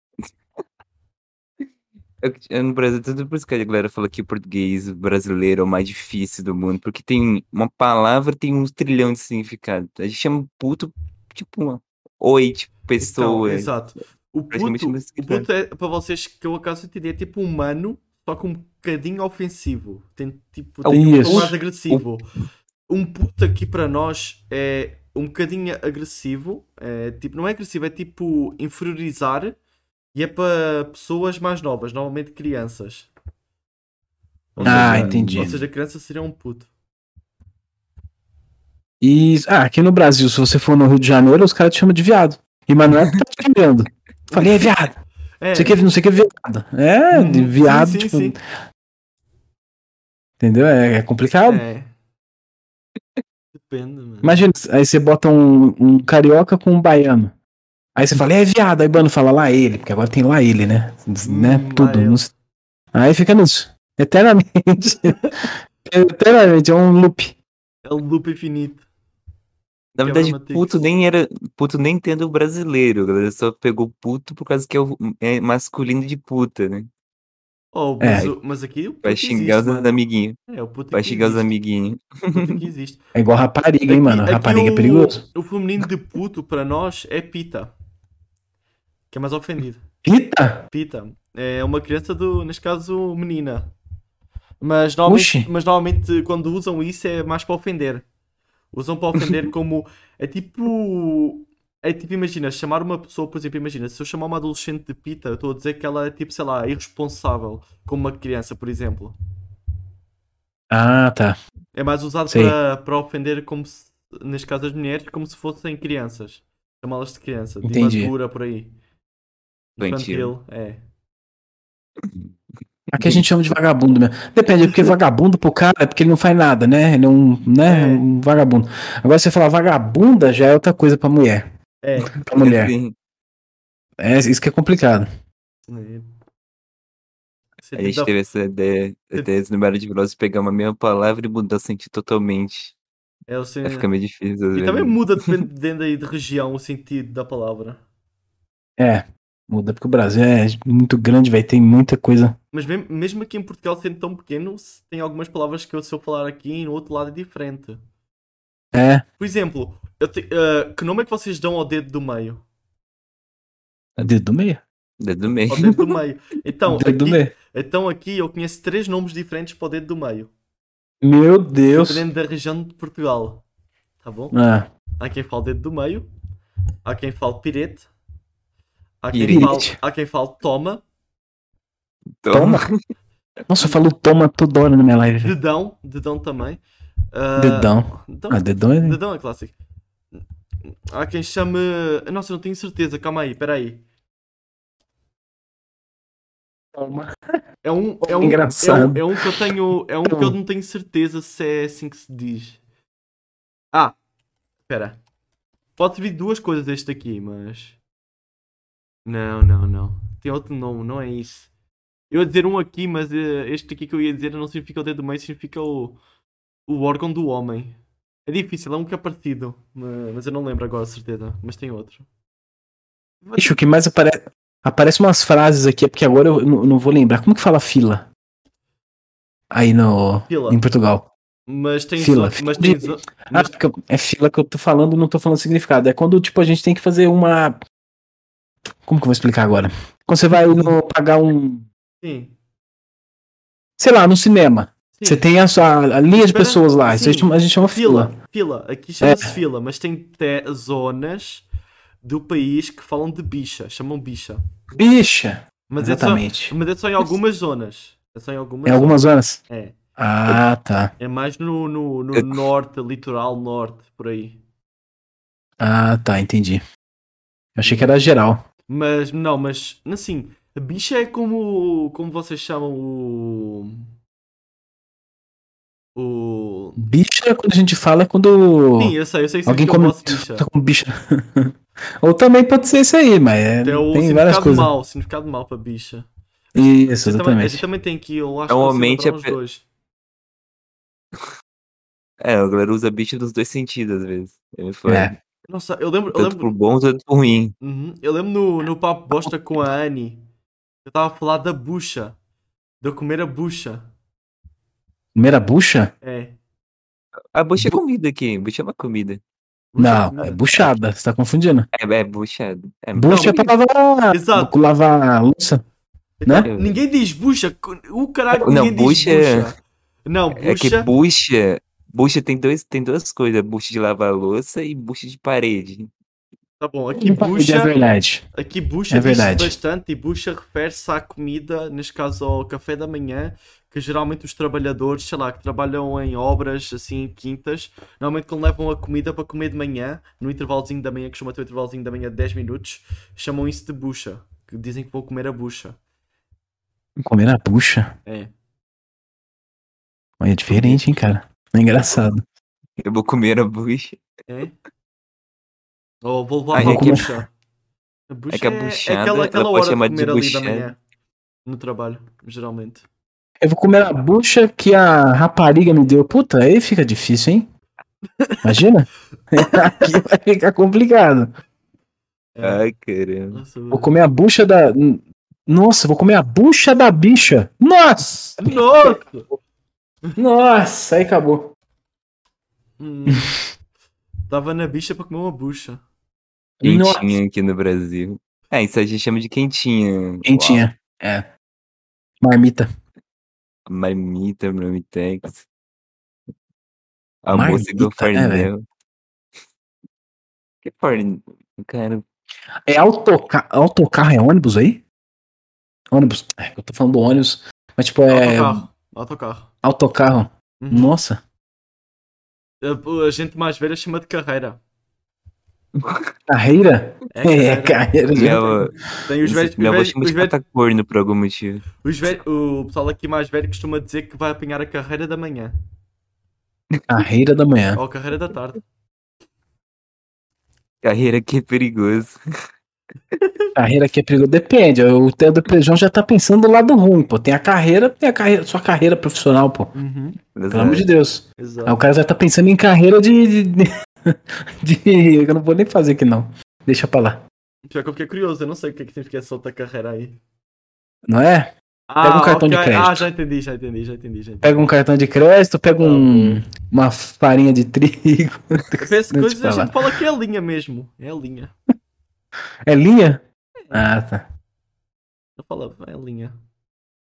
É que, é, no Brasil, tudo por isso que a galera fala que o português brasileiro é o mais difícil do mundo, porque tem uma palavra tem um trilhão de significado. A gente chama puto, tipo, uma oi, tipo, Então, pessoa. exato. O praticamente puto, não o significa. puto é, para vocês que eu acaso entendi, é tipo humano, só que um bocadinho ofensivo. Tem, tipo, É tem um tom isso. mais agressivo. Um puto aqui para nós é um bocadinho agressivo. É, tipo, não é agressivo, é tipo inferiorizar. E é para pessoas mais novas, normalmente crianças. Ou Ah, seja, entendi. Ou seja, criança seria um puto. E... Ah, aqui no Brasil, se você for no Rio de Janeiro, os caras te chamam de viado. E mas não é porque tá te xingando. Falei, é viado. É, Você quer, não sei o que é viado. É, de Uhum, viado, sim, sim, tipo... sim. Entendeu? É, é complicado. É. Depende, mano. Imagina, aí você bota um, um carioca com um baiano. Aí você fala, é viado, aí o Bano fala lá ele, porque agora tem lá ele, né? né? Hum, lá Tudo. ele. não s- Aí fica nisso. Eternamente. Eternamente, é um loop. É o loop infinito. Na verdade, Quebra puto Matrix. nem era. Puto nem entende o brasileiro. A galera só pegou puto por causa que é, o, é masculino de puta, né? Oh, É. mas, o- mas aqui o puto Vai xingar existe, os mano. amiguinhos. É, o puto Vai aqui xingar os existe. amiguinhos. O puto aqui existe. É igual rapariga, hein, Aqui- mano? aqui Rapariga o, é perigoso. O feminino de puto para nós é pita. Que é mais ofendido. Eita! Pita. É uma criança do, neste caso, menina. Mas normalmente, Oxi. mas normalmente quando usam isso é mais para ofender. Usam para ofender como. É tipo. É tipo, imagina, chamar uma pessoa, por exemplo, imagina, se eu chamar uma adolescente de pita, eu estou a dizer que ela é tipo, sei lá, irresponsável, como uma criança, por exemplo. Ah, tá. É mais usado Sei. para, para ofender, como se, neste caso, as mulheres, como se fossem crianças. Chamá-las de criança, de Entendi. imatura por aí. Infantil. Infantil, é. Aqui a gente chama de vagabundo mesmo. Depende, porque vagabundo pro cara é porque ele não faz nada, né? Ele é um, né? É. um vagabundo. Agora, você falar vagabunda já é outra coisa pra mulher. É. Pra mulher. Assim, É isso que é complicado. É. Você a tem gente da- teve essa ideia, até esse número de Velozes pegar uma mesma palavra e mudar o sentido totalmente. É o sen- Vai ficar meio difícil. às E também vezes. muda dependendo aí de região o sentido da palavra. É, muda porque o Brasil é muito grande, vai ter muita coisa. Mas mesmo, mesmo aqui em Portugal sendo tão pequeno, se- tem algumas palavras que eu, se eu falar aqui e no outro lado é diferente. É, Por exemplo, eu te- eh, que nome é que vocês dão ao dedo do meio? dedo do meio. Dedo do meio. Ao dedo do meio. Então, Dedo do aqui, meio. então aqui eu conheço três nomes diferentes para o dedo do meio. Meu Deus. Dependendo da região de Portugal. Tá bom? Ah, Há quem fale dedo do meio, Há quem fale pirete. Há quem Pirete. fale, há quem fale toma. Toma. Nossa, eu falo toma toda hora na minha live. velho. Dedão. Dedão também. Ah, Dedão. Dedão, Ah, dedão é. dedão é clássico. Há quem chame. Nossa, eu não tenho certeza. Calma aí, peraí. Toma. É um, é um, Engraçado. É um, é um que eu tenho. É um que eu não tenho certeza se é assim que se diz. Ah, espera. Pode vir duas coisas este aqui, mas. Não, não, não. Tem outro nome, não é isso. Eu ia dizer um aqui, mas eh, este aqui que eu ia dizer não significa o dedo do meio, significa o, o órgão do homem. É difícil, é um que é parecido, mas, mas eu não lembro agora, certeza. Mas tem outro. Ixi, o que mais aparece. Aparece umas frases aqui, é porque agora eu não não vou lembrar. Como que fala fila? Aí no. Fila. Em Portugal. Mas tem Fila. zo- mas Fila tem de- zo- Ah, mas- porque é fila que eu tô falando, não tô falando significado. É quando, tipo, a gente tem que fazer uma. Como que eu vou explicar agora? Quando você vai no, pagar um. Sim, Sei lá, no cinema. sim. Você tem a, sua, a linha de Espera- pessoas lá. Isso a sim, gente, a gente chama fila. fila. Fila. Aqui chama-se É. fila, mas tem até zonas do país que falam de bicha, chamam bicha. Bicha. Mas é, Exatamente. só, mas é só em algumas zonas. É só em algumas Em algumas zonas? É. Ah, tá. É mais no, no, no Eu- norte, litoral norte, por aí. Ah, tá, entendi. Eu achei que era geral. Mas, não, mas, assim, a bicha é como, como vocês chamam o... O... Bicha, quando a gente fala, é quando Sim, eu sei, eu sei que alguém significa o come. vosso bicha. Tá com bicha. Ou também pode ser isso aí, mas é- Tem o tem várias significado coisas. mau, significado mau para bicha. Isso, A gente, também, a exatamente. gente também tem aqui, eu acho que Normalmente consigo é lembrar uns pe- dois. É, a galera usa bicho dos dois sentidos, às vezes. É foda. É. Nossa, eu lembro, eu Tanto lembro, pro bom, tanto pro ruim. Uhum, eu lembro no, no papo bosta com a Annie, eu estava a falar da bucha, de eu comer a bucha. Primeira bucha? É, A bucha é comida aqui. Bucha é uma comida. bucha Não, comida. é buchada, você tá confundindo. É, é buchado. É, Bucha é Não, pra lavar, exato. lavar louça. Então, né? ninguém diz bucha, o caralho, Não, ninguém bucha diz é- bucha. Não, é que bucha, bucha. Bucha tem, dois, tem duas coisas: bucha de lavar louça e bucha de parede. tá bom, aqui É bucha, verdade. aqui bucha É diz-se verdade. bastante e bucha refere-se à comida, neste caso ao café da manhã, que geralmente os trabalhadores, sei lá, que trabalham em obras, assim, quintas, normalmente quando levam a comida para comer de manhã, no intervalozinho da manhã, que costuma ter um intervalozinho da manhã de dez minutos, chamam isso de bucha, que dizem que vou comer a bucha. Comer a bucha? É. Olha, é diferente, hein, cara. É engraçado. Eu vou comer a bucha. É? Ou vou levar Ah, para é a que- bucha. A bucha É que a é, é buchada, aquela, ela aquela pode hora de chamar de comer ali da buchada. manhã. No trabalho, geralmente. Eu vou comer a bucha que a rapariga me deu. Puta, aí fica difícil, hein? Imagina? Aqui vai ficar complicado. É. Ai, caramba. Nossa, Vou comer a bucha da. Nossa, vou comer a bucha da bicha. Nossa! Nossa! Nossa, aí acabou. Hum. Tava na bicha para comer uma bucha. Nossa. Quentinha aqui no Brasil. É, isso a gente chama de quentinha. Quentinha. É. Marmita. Uau, marmita, marmitex. Almoço Marmita, igual né, velho? farnel. Que farnel? Cara, É autoca... autocarro, é ônibus aí? Ônibus. É, eu tô falando do ônibus. Mas tipo, é. Autocarro. Autocarro. Autocarro. Uhum. Nossa. A, a gente mais velha chama de carreira. Carreira? É É, carreira. gente. minha, Tem os velhos. Os minha avó velhos, chama os de velhos, catacorno por algum motivo. os velhos- o pessoal aqui mais velho costuma dizer que vai apanhar a carreira da manhã. Carreira da manhã. Ou a carreira da tarde. Carreira que é perigoso. Carreira que é perigoso. Depende. O Theo do Prejão já tá pensando do lado ruim, pô. Tem a carreira, tem a carreira, sua carreira profissional, pô. Uhum. Pelo amor de Deus. Aí o Exato. cara já tá pensando em carreira de. de, de- eu não vou nem fazer aqui, não. Deixa pra lá. Pior que eu fiquei curioso, eu não sei o que é que significa essa outra carreira aí. Não é? Ah, um cartão de ok. crédito. Ah, já entendi, já entendi, já entendi, já entendi. Pega um cartão de crédito, pega um, uma farinha de trigo. Essas Deixa coisas pra a lá. gente fala que é linha mesmo. É linha. É linha? Ah, tá. Eu falo, é linha.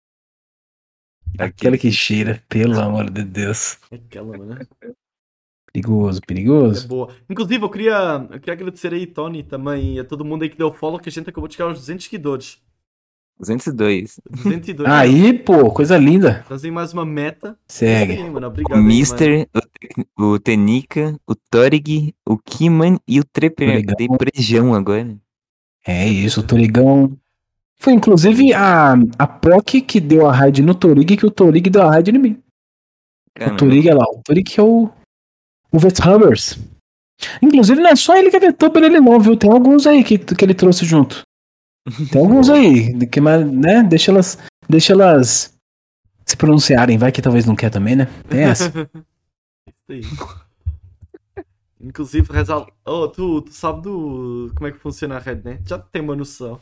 Aquela que cheira, pelo amor de Deus. É aquela, mano. Perigoso, É perigoso. boa. Inclusive, eu queria, eu queria agradecer aí, Tony, também, e a todo mundo aí que deu follow, que a gente acabou de chegar aos duzentos seguidores. duzentos e dois. duzentos e dois. Aí, pô, coisa linda. Estamos em mais uma meta. Segue. Sim, mano. O Obrigado aí, mano. Mister, o, Te- o Tenica, o Torig, o Kiman e o Trepe- Torigão. Deprejão agora. É isso, o Torigão. Foi inclusive a, a Pock que deu a raid no Torig que o Torig deu a raid em mim. O Caramba. Torig é lá, o Torig que é o. O Vethammers. Inclusive, não é só ele que é Vethammers, ele não, viu? Tem alguns aí que, que ele trouxe junto. Tem alguns aí, que, mas, né? Deixa elas, deixa elas se pronunciarem, vai que talvez não quer também, né? Tem essa. Isso aí. Inclusive, Rezal. Oh, tu, tu sabe do. Como é que funciona a rede, né? Já tem uma noção.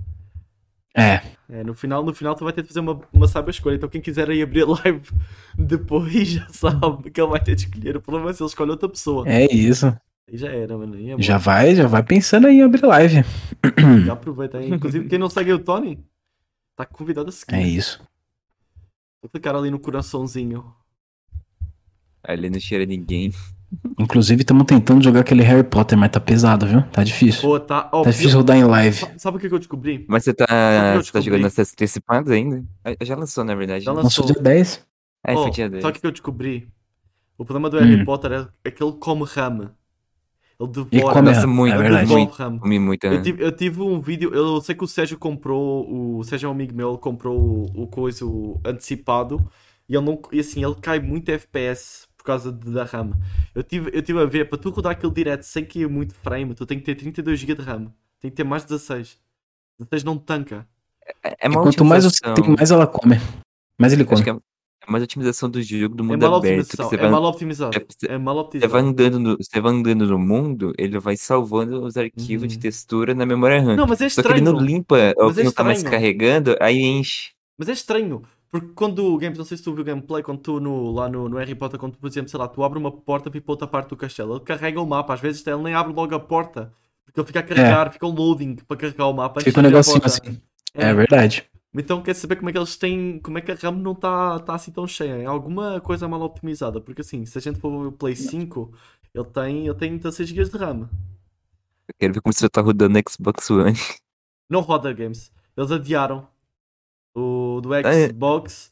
É, É, no final, no final tu vai ter de fazer uma, uma sábia escolha. Então quem quiser aí abrir a live depois já sabe que ele vai ter de escolher. O problema é se ele escolhe outra pessoa. é isso. Aí já era, mano. Aí é bom. Já vai, já vai pensando aí em abrir live. Já aproveita aí. Inclusive, quem não segue o Tony, tá convidado a seguir. É isso. Vou clicar ali no coraçãozinho. Ali não cheira ninguém. Inclusive, estamos tentando jogar aquele Harry Potter, mas tá pesado, viu? Tá difícil. Pô, tá. Ó, Tá difícil rodar em live. Sabe, sabe o que, que eu descobri? Mas você tá, Sabe o que eu você tá descobri? jogando acesso antecipado ainda? Ah, já lançou, na verdade. Já né? lançou. Lançou dia dez. Ah, Oh, foi dia dez. sabe o que, que eu descobri? O problema do Harry Hum. Potter é, é que ele come RAM. Ele E devora. come Nossa, RAM, muito, é ele verdade. devolve muito. RAM. Comi muito. Eu né? tive, eu tive um vídeo, eu sei que o Sérgio comprou, o Sérgio é um amigo meu, ele comprou o, o coisa o antecipado e ele não, e assim, ele cai muito F P S por causa de- da RAM. Eu tive, eu tive a ver, para tu rodar aquele direto sem cair muito frame, tu tem que ter trinta e dois gigas de RAM. Tem que ter mais dezasseis. dezasseis não tanca. É, é E uma quanto mais você otimização. tem, mais ela come. Mais ele Acho come. que é, é mais otimização do jogo do É mundo mal aberto. Que optimização, você é vai, mal optimizado. você- É mal você vai optimizado. andando no, você vai andando no mundo, ele vai salvando os arquivos de Uhum. textura na memória RAM. Não, mas é Só que ele não estranho. limpa, ou Mas que é não tá mais estranho. carregando, aí enche. Mas é estranho, porque quando o gameplay, não sei se tu viu o gameplay, quando tu no, lá no, no Harry Potter, quando tu, por exemplo, sei lá, tu abre uma porta para ir para outra parte do castelo, ele carrega o mapa, às vezes até ele nem abre logo a porta, porque ele fica a carregar, fica um loading para carregar o mapa. antes Fica um de abrir a negocinho porta. assim. É verdade. Então quer saber como é que eles têm, como é que a RAM não está tá assim tão cheia? É alguma coisa mal optimizada, porque assim, se a gente for ver o Play cinco, ele tem, ele tem dezasseis gigas de RAM. Eu quero ver como você tá rodando no Xbox One. Não roda games. Eles adiaram o do é. Xbox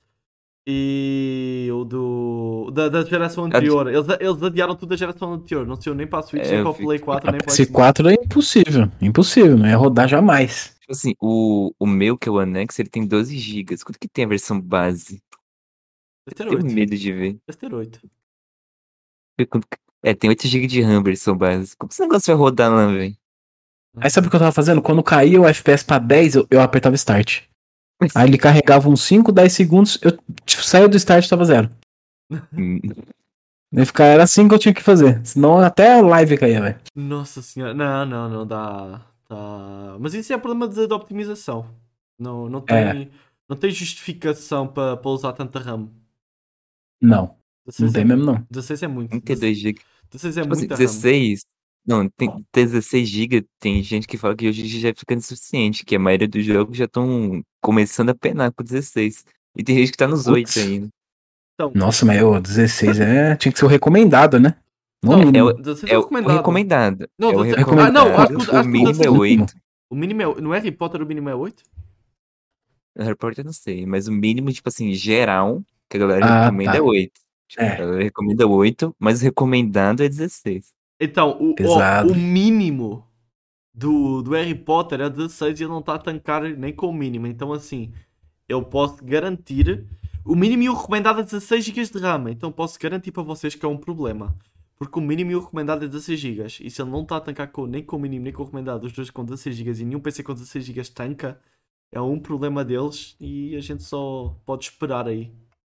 e o do da, da geração anterior. Eles, eles adiaram tudo da geração anterior. Não saiu nem para a Switch, É, nem eu para o vi Play que- quatro, A nem para o P S Xbox. quatro é impossível. Impossível, não ia rodar jamais. Tipo assim, o, o meu, que é o Anex, ele tem doze gigas. Quanto que tem a versão base? Deve ter Tenho oito. medo de ver. Deve ter oito. Ver quanto que- É, tem oito gigas de RAM, versão base. Como esse negócio vai rodar lá, velho? Aí sabe o que eu tava fazendo? Quando caía o F P S pra dez, eu, eu apertava Start. Aí ele carregava uns cinco, dez segundos, eu tipo, saía do Start e tava zero. Hum. Ia ficar, era assim que eu tinha que fazer. Senão até a live caía, velho. Nossa senhora. Não, não, não dá. Tá. Mas isso é problema de, de optimização. Não, não tem, não tem justificação para para usar tanta RAM. Não, não dezasseis tem é, mesmo não. dezasseis é muito. trinta e dois gigas. dezasseis é Tipo assim, muita RAM. dezesseis. Não, tem tem dezesseis gigas. Tem gente que fala que hoje já fica insuficiente, que a maioria dos jogos já estão começando a penar com dezesseis. E tem gente que tá nos oito Putz. ainda. Então, Nossa, mas o dezesseis é... tinha que ser o recomendado, né? No Não, mínimo. É o, dezasseis é é o recomendado. recomendado. Não, é o dezasseis recomendado. Ah, não, acho que- acho que o mínimo é dezasseis oito. O mínimo é. No Harry Potter o mínimo é oito? No Harry Potter eu não sei, mas o mínimo, tipo assim, geral, que a galera Ah, recomenda tá. é oito. Tipo, É. a galera recomenda oito, mas o recomendado é dezesseis. Então, o, ó, Pesado. o mínimo do, do Harry Potter é dezasseis e ele não está a tancar nem com o mínimo. Então, assim, eu posso garantir. O mínimo e o recomendado é dezasseis gigas de RAM. Então, posso garantir para vocês que é um problema. Porque o mínimo e o recomendado é dezasseis gigas. E se ele não está a tancar com, nem com o mínimo nem com o recomendado, os dois com dezasseis gigas e nenhum P C com dezasseis gigas tanca, é um problema deles e a gente só pode esperar aí.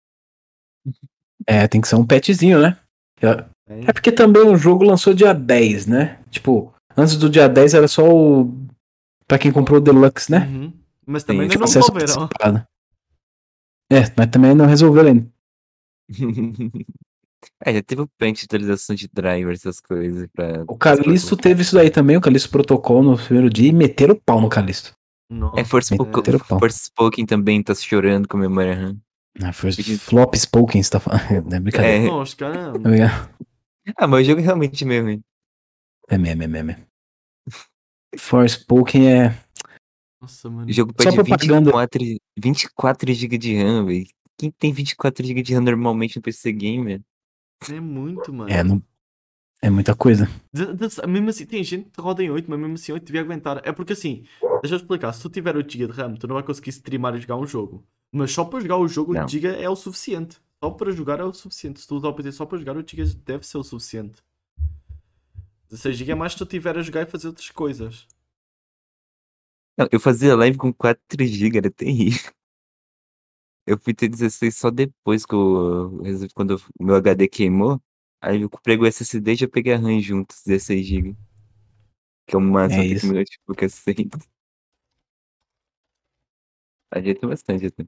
É, tem que ser um patchzinho, né? É. É porque também o jogo lançou dia dez, né? Tipo, antes do dia dez era só o... Pra quem comprou o Deluxe, né? Uhum. Mas também Sim, ainda não Acesso resolveram. antecipado. É, mas também não resolveram ainda. É, já teve o patch de atualização de drivers, essas coisas. Pra... O Callisto teve isso daí também, o Callisto Protocol no primeiro dia e meteram o pau no Callisto. Nossa, É, Force é. Meteram o pau. Spoken também tá chorando com a memória RAM. Ah, foi Flop Spoken, você tá falando. É brincadeira. É, Nossa, caramba. Tá ligado? Ah, mas o jogo é realmente meio ruim. É meme, é meme. Forspoken é Nossa, O mano. jogo só pede propaganda. vinte e quatro gigas de RAM, velho. Quem tem vinte e quatro gigas de RAM normalmente no P C Gamer? É muito, É, mano. não, é muita coisa. De- de- mesmo assim, tem gente que roda em oito, mas mesmo assim oito devia aguentar. É porque assim, deixa eu explicar, se tu tiver oito gigas de RAM, tu não vai conseguir streamar e jogar um jogo. Mas só para jogar o jogo oito Não. gigas é o suficiente. Só para jogar é o suficiente. Se tu usar o P C só para jogar oito gigas deve ser o suficiente. dezesseis gigas é mais se tu tiver a jogar e fazer outras coisas. Não, eu fazia live com quatro gigas, era terrível. Eu fui ter dezesseis só depois que eu resolvi, quando eu- o meu H D queimou. Aí eu comprei o S S D e já peguei a RAM junto, dezesseis gigas. Que é o máximo É até que isso. meu notebook aceita. Ajeita bastante até.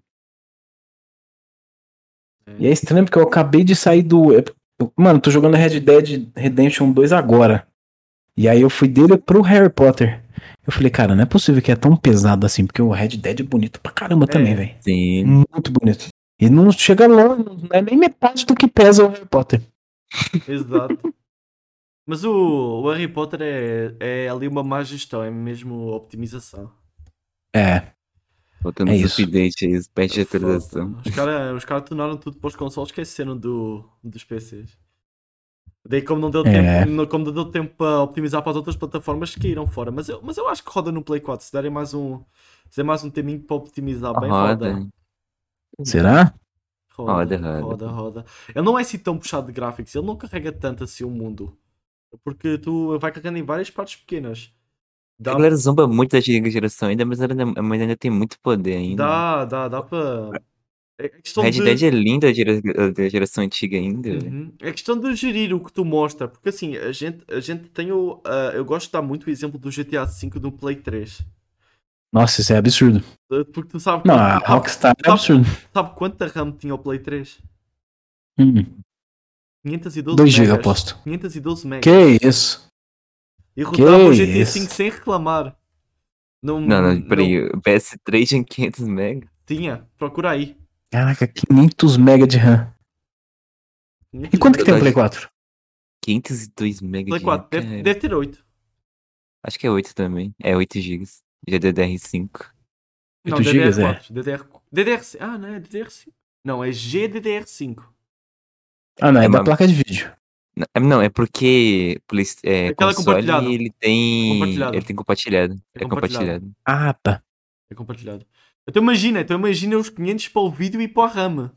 E é É. estranho porque eu acabei de sair do. eu- Mano, tô jogando Red Dead Redemption dois agora. E aí eu fui dele pro Harry Potter. Eu falei, cara, não é possível que é tão pesado assim, porque o Red Dead é bonito pra caramba também, É, velho. Sim. Muito bonito. E não chega longe, não é nem metade do que pesa o Harry Potter. exato. Mas o, o Harry Potter é, é ali uma má gestão, é mesmo optimização. É, Botando é os isso. updates aí, os patch É de foda. atualização. Os caras os cara tornaram tudo para os consoles, esqueceram do, dos P Cs. Daí como não deu tempo, É. não- como não deu tempo para optimizar para as outras plataformas, caíram fora. Mas eu, mas eu acho que roda no Play quatro. Se derem mais um, se der mais um teminho para optimizar bem, roda. Roda. Será? Roda, Roda, roda. roda, roda. Ele não é assim tão puxado de gráficos, ele não carrega tanto assim o mundo. Porque tu vai carregando em várias partes pequenas. A Dá, galera zomba muito da antiga geração ainda, mas ela ainda, mas ainda tem muito poder ainda. dá, dá, dá para. É questão Red Dead de. é linda da gera- da geração antiga ainda, velho. Uhum. É questão de gerir o que tu mostra, porque assim, a gente, a gente tem o. ah, eu gosto de dar muito o exemplo do G T A V no Play três. Nossa, isso é absurdo. Uh, Porque tu sabes Não, quanto, a tu sabe, Rockstar tu é sabe, absurdo. sabe quanta RAM tinha o Play três? Hum, quinhentos e doze dois gigas, megas. aposto. quinhentos e doze Que megas. isso? E Que rodava o G T A V isso? sem reclamar. Não, Não, não, não peraí. O P S três tinha quinhentos mega. tinha. Procura aí. Caraca, quinhentos mega de RAM. E 500 quanto que tem o megas. Play quatro? quinhentos e dois mega Play de RAM, quatro. Deve, cara. deve ter oito. Acho que é oito também. É oito gigas. G D D R cinco. Não, oito gigas, é. D D R quatro. D D R... D D R... Ah, não é D D R cinco. Não, é G D D R cinco. Ah, não, é, É da uma... placa de vídeo. Não, é- não, é porque Play... é, Aquela é console compartilhado. ele É tem. compartilhado. Ele tem compartilhado. É É compartilhado. compartilhado. Ah, tá. É compartilhado. Então imagina, então imagina os quinhentos para o vídeo e para a RAM.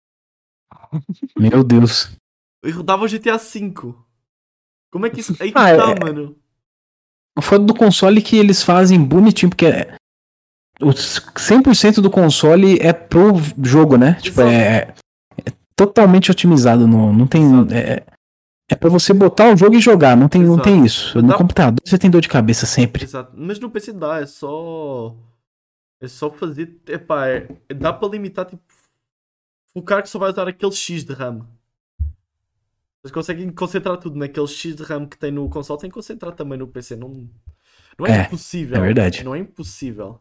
Meu Deus. E rodava o G T A V. Como é que isso. Aí que Ah, está, é, mano. o foda do console é que eles fazem bonitinho, porque é- os cem por cento do console é pro jogo, né? Tipo, Exato. é, é totalmente otimizado. Não, não tem. Exato. É, é pra você botar o jogo e jogar, não tem, não Exato. tem isso. Mas No dá- computador você tem dor de cabeça sempre. Exato. Mas no P C dá, é só. É só fazer. Epá, é... dá para limitar, tipo. Focar que só vai usar aquele X de RAM. Eles conseguem concentrar tudo naquele X de RAM que tem no console, tem que concentrar também no P C. Não, não é, É, impossível. é verdade. Não é impossível.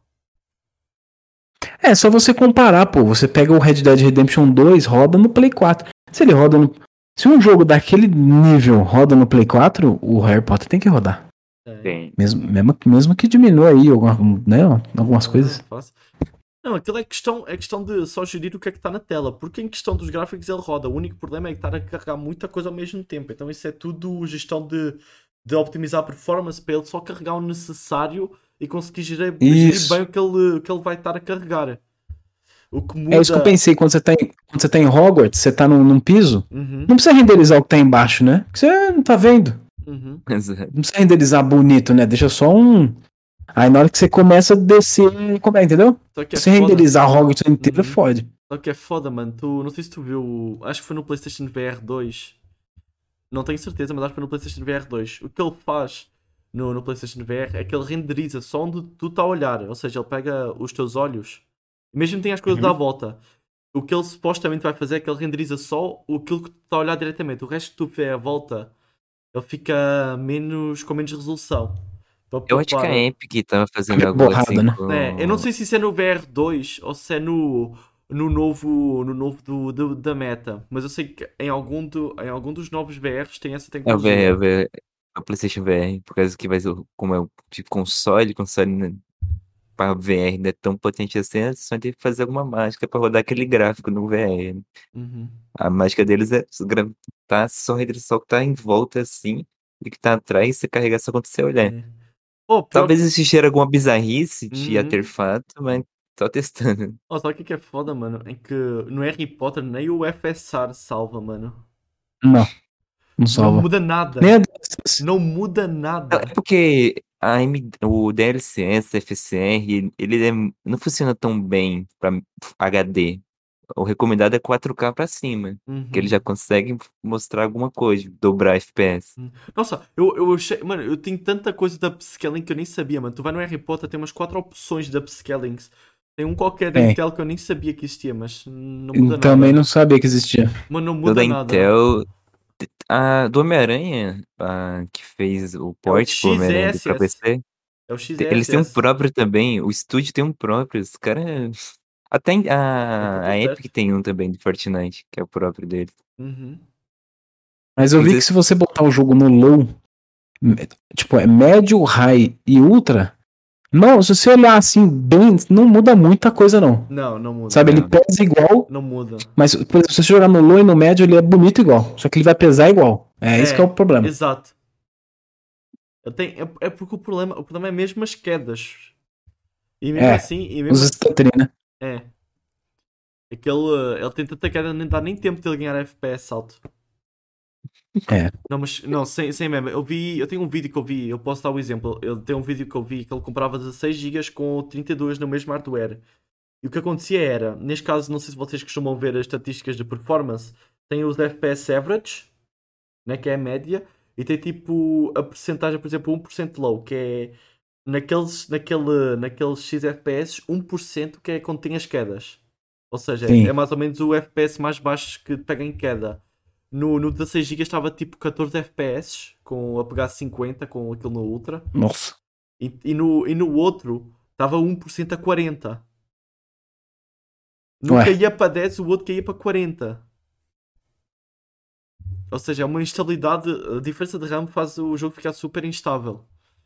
É só você comparar, pô. Você pega o Red Dead Redemption dois, roda no Play quatro. Se ele roda no. Se um jogo daquele nível roda no Play quatro, o Harry Potter tem que rodar. É. Tem. Mesmo, mesmo, mesmo que diminua aí alguma, né, algumas Não, coisas. não, fácil. Não, aquilo é questão, é questão de só gerir o que é que está na tela. Porque em questão dos gráficos ele roda. O único problema é que estar a carregar muita coisa ao mesmo tempo. Então isso é tudo gestão de, de optimizar a performance para ele só carregar o necessário e conseguir gerir, gerir Isso. bem o que ele, o que ele vai estar a carregar. O que muda. É isso que eu pensei, quando você tá em, quando você tá em Hogwarts, você tá num, num piso, Uhum, não precisa renderizar o que tá embaixo, né? Porque você não tá vendo. uhum. Exato. Não precisa renderizar bonito, né? Deixa só um. Aí na hora que você começa a descer, como é, entendeu? Só que é Se você foda. renderizar o Hogwarts inteiro, Uhum. fode. Só que é foda, mano. Tu, não sei se tu viu. Acho que foi no PlayStation V R dois. Não tenho certeza, mas acho que foi no PlayStation V R dois. O que ele faz no, no PlayStation V R é que ele renderiza só onde tu está a olhar. Ou seja, ele pega os teus olhos. Mesmo que tenha as coisas Uhum. à volta. O que ele supostamente vai fazer é que ele renderiza só aquilo que tu está a olhar diretamente. O resto que tu vê à volta, ele fica menos, com menos resolução. Para Eu acho que poupar. a Epic tava fazendo algo Borrado, assim né? com. É, eu não sei se isso é no V R dois ou se é no, no novo, no novo do, do- da Meta. Mas eu sei que em algum, do, em algum dos novos V Rs tem essa É o V R, é tecnologia. o V R, é o PlayStation V R, por causa que vai ser, como é o tipo console, console né, para V R não é tão potente assim, é só tem que fazer alguma mágica pra rodar aquele gráfico no V R. Né? Uhum. A mágica deles é os gra- tá só só que tá em volta assim, e que tá atrás, você carregar só quando você olhar. É. Oh, pior Talvez que. existir alguma bizarrice de Uhum. artefato, mas tô testando. Oh, sabe o que é que é foda, mano? É que no Harry Potter nem o F S R salva, mano. Não, não Não salva. muda Nem a nada. D L C. Não muda Não, é nada. porque a M, o D L C S, F C R, ele é- não funciona tão bem para H D. O recomendado é quatro K pra cima, que ele já Uhum. consegue mostrar alguma coisa, dobrar F P S. Hum. Nossa, eu, eu achei. Mano, eu tenho tanta coisa da upscaling que eu nem sabia, mano. Tu vai no Harry Potter, tem umas quatro opções de upscaling. Tem um qualquer da Tem. Intel que eu nem sabia que existia, mas não muda Também nada. não sabia que existia. Mano, não Eu muda da nada. Intel, a do Homem-Aranha, a, que fez o É o port pro Homem-Aranha do- pra X E S S. P C, É o te- eles têm um X E S S. próprio também, o estúdio tem um próprio, os caras... Até É, tá a, a tudo Epic certo. tem um também de Fortnite, que é o próprio deles. Uhum. Mas eu Não vi sei que se se você botar o jogo no low, me- tipo, é médio, high e ultra, não, se você olhar assim bem, não muda muita coisa não. Não, não muda. Sabe, ele não. pesa igual, Não muda. mas por exemplo, se você jogar no low e no médio, ele é bonito igual. Só que ele vai pesar igual. É isso que é o É, problema. exato. Eu tenho, é, é porque o problema, o problema é mesmo as quedas. E mesmo É, assim, e os mesmo assim, stuttering, né? é. Aquele, ele tem tanta queda, nem dá nem tempo de ele ganhar F P S alto. É. Não, mas não, sem, sem mesmo. Eu vi, eu tenho um vídeo que eu vi, eu posso dar o exemplo. Eu tenho um vídeo que eu vi que ele comprava dezasseis gigas com trinta e dois no mesmo hardware. E o que acontecia era, neste caso, não sei se vocês costumam ver as estatísticas de performance, tem os F P S average, né, que é a média, e tem tipo a percentagem, por exemplo, um por cento low, que é naqueles, naquele, naqueles X F P S, um por cento que é quando tem as quedas. Ou seja, é, é Sim. mais ou menos o F P S mais baixo que pega em queda. No, no dezasseis gigas estava tipo catorze F P S, com a pegar cinquenta com aquilo no Ultra. Nossa. E, e, no, e no outro estava um por cento a quarenta. No Ué. caía para dez, o outro caía para quarenta. Ou seja, é uma instabilidade. A diferença de RAM faz o jogo ficar super instável.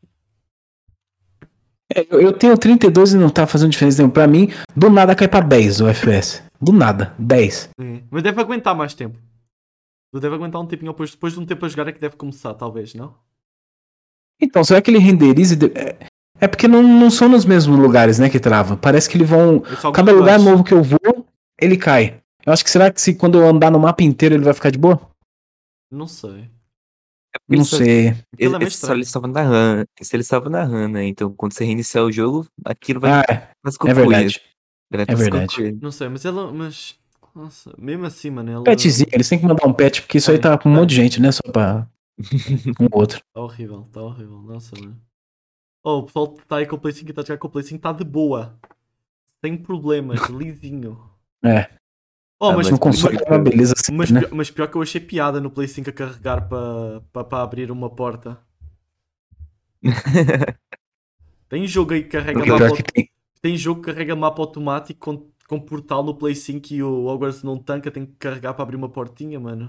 É, eu, eu tenho trinta e dois e não tá fazendo diferença nenhuma. Pra mim, do nada cai pra dez o F P S. Do nada. dez. É. Mas deve aguentar mais tempo. Deve aguentar um tempinho depois, depois de um tempo a jogar é que deve começar, talvez, não? Então, será que ele renderiza? de- É, é porque não, não são nos mesmos lugares, né, que trava. Parece que eles vão. É só alguns Cada lugar lugares. novo que eu vou, ele cai. Eu acho que será que se quando eu andar no mapa inteiro ele vai ficar de boa? Não sei. É porque Não ele só, sei. Aquilo é meio esse só estranho. ele salva na RAM. Esse ele salva na RAM, né? Então quando você reiniciar o jogo, aquilo vai Ah, é. pras É cucuias. verdade. Vai É pras verdade. cucuias. Não sei, mas ela. Mas. Nossa, mesmo assim, mano, Petzinho, ela. eles têm que mandar um pet, porque isso aí Tem, tá com um monte de tem. gente, né? Só pra um outro. Tá horrível, tá horrível. Nossa, mano. Oh, o pessoal que tá aí com o Play cinco e tá a jogar com o Play cinco tá de boa. Sem problemas, lisinho. É. Oh, Ah, mas, No mas por console isso é uma beleza mas, sempre, né? pior, mas pior que eu achei piada no Play cinco a carregar para pa, pa abrir uma porta. Tem jogo aí que carrega E mapa. pior que tem. Tem jogo que carrega mapa automático com, com portal no Play cinco e o Hogwarts não tanca, tem que carregar para abrir uma portinha, mano.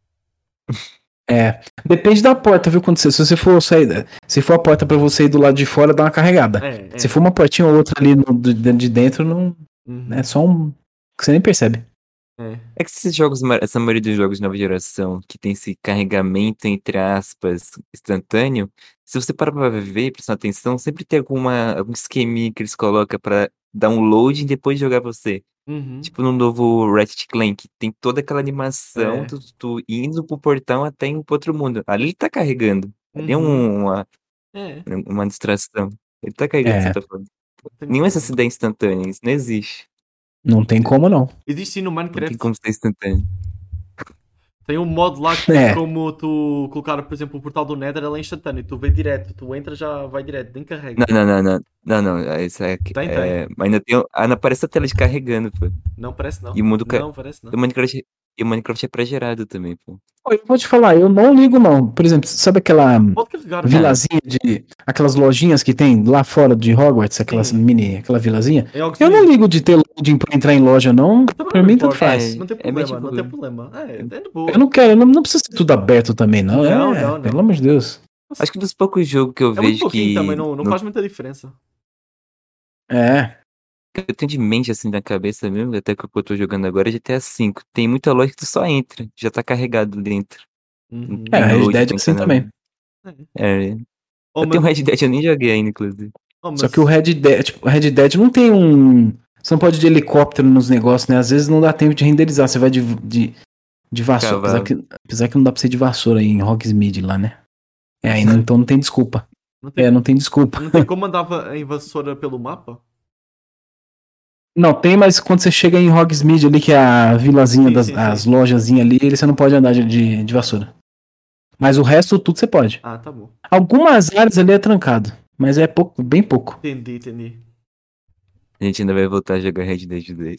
É. Depende da porta, viu? Quando você, se você for sair. Se for a porta pra você ir do lado de fora, dá uma carregada. É, é. Se for uma portinha ou outra ali no, do- de dentro, não. Uhum. É só um. Que você nem percebe. É. É que esses jogos, ma- essa maioria dos jogos de nova geração, que tem esse carregamento, entre aspas, instantâneo, se você parar pra ver, prestar atenção, sempre tem alguma, algum esqueminha que eles colocam pra dar um load e depois jogar você. Uhum. Tipo no novo Ratchet Clank, tem toda aquela animação, É. tu, tu indo pro portão até ir pro outro mundo. Ali ele tá carregando. Ali é Uhum. um- uma, É. uma distração. Ele tá carregando, você É. tá falando. Tem Nenhuma como. S S D é instantânea, isso não existe. Não tem como, não. Existe sim no Não tem Minecraft. como ser instantâneo. Tem um mod lá que É. como tu colocar, por exemplo, o portal do Nether, ele é instantâneo. Tu vê direto, tu entra já vai direto, nem carrega. Não, não, não, não. Não, não. é- Isso é, Tem, é, mas ainda tem. Ainda aparece a tela de carregando, pô. Não parece não. E o mundo. ca- Não parece não. O Minecraft, E o Minecraft é pré-gerado também, pô. Pô, eu vou te falar, eu não ligo não. Por exemplo, sabe aquela Pode carregar, vilazinha de... Aquelas lojinhas que tem lá fora de Hogwarts, aquelas Sim. mini... Aquela vilazinha? É algo Eu não assim. ligo de ter loading pra entrar em loja, não. Também Pra não mim, me tanto importa. faz. Não tem É, é meio problema, não tem tipo- problema. É, é de boa. Eu não quero, não, não precisa ser tudo aberto também, não. Não, é, não, não. Pelo amor de Deus. Acho que dos poucos jogos que eu É muito vejo pouquinho que. também, não, não no- faz muita diferença. É. que eu tenho de mente assim na cabeça mesmo, até que eu tô jogando agora, é G T A V. Tem muita loja que tu só entra, já tá carregado dentro. Não Uhum. É, tem Red load Dead pra é assim entrar na- também. É. Oh, Eu tenho mas, Red Dead, eu nem joguei ainda, inclusive. oh, mas... Só que o Red Dead, tipo, o Red Dead não tem um. Você não pode ir de helicóptero nos negócios, né? Às vezes não dá tempo de renderizar. Você vai de, de, de vassoura. Apesar Cavalo. que, apesar que não dá pra ser de vassoura aí em Hogsmeade lá, né? É, aí não, então não tem desculpa. Não tem, É, não tem desculpa. não tem como andar va- em vassoura pelo mapa? Não, tem, mas quando você chega em Hogsmeade ali, que é a vilazinha Sim, das sim, as sim. lojazinhas ali, você não pode andar de, de, de vassoura. Mas o resto, tudo você pode. Ah, tá bom. Algumas áreas ali é trancado, mas é pouco, bem pouco. Entendi, entendi. A gente ainda vai voltar a jogar Red Dead dois.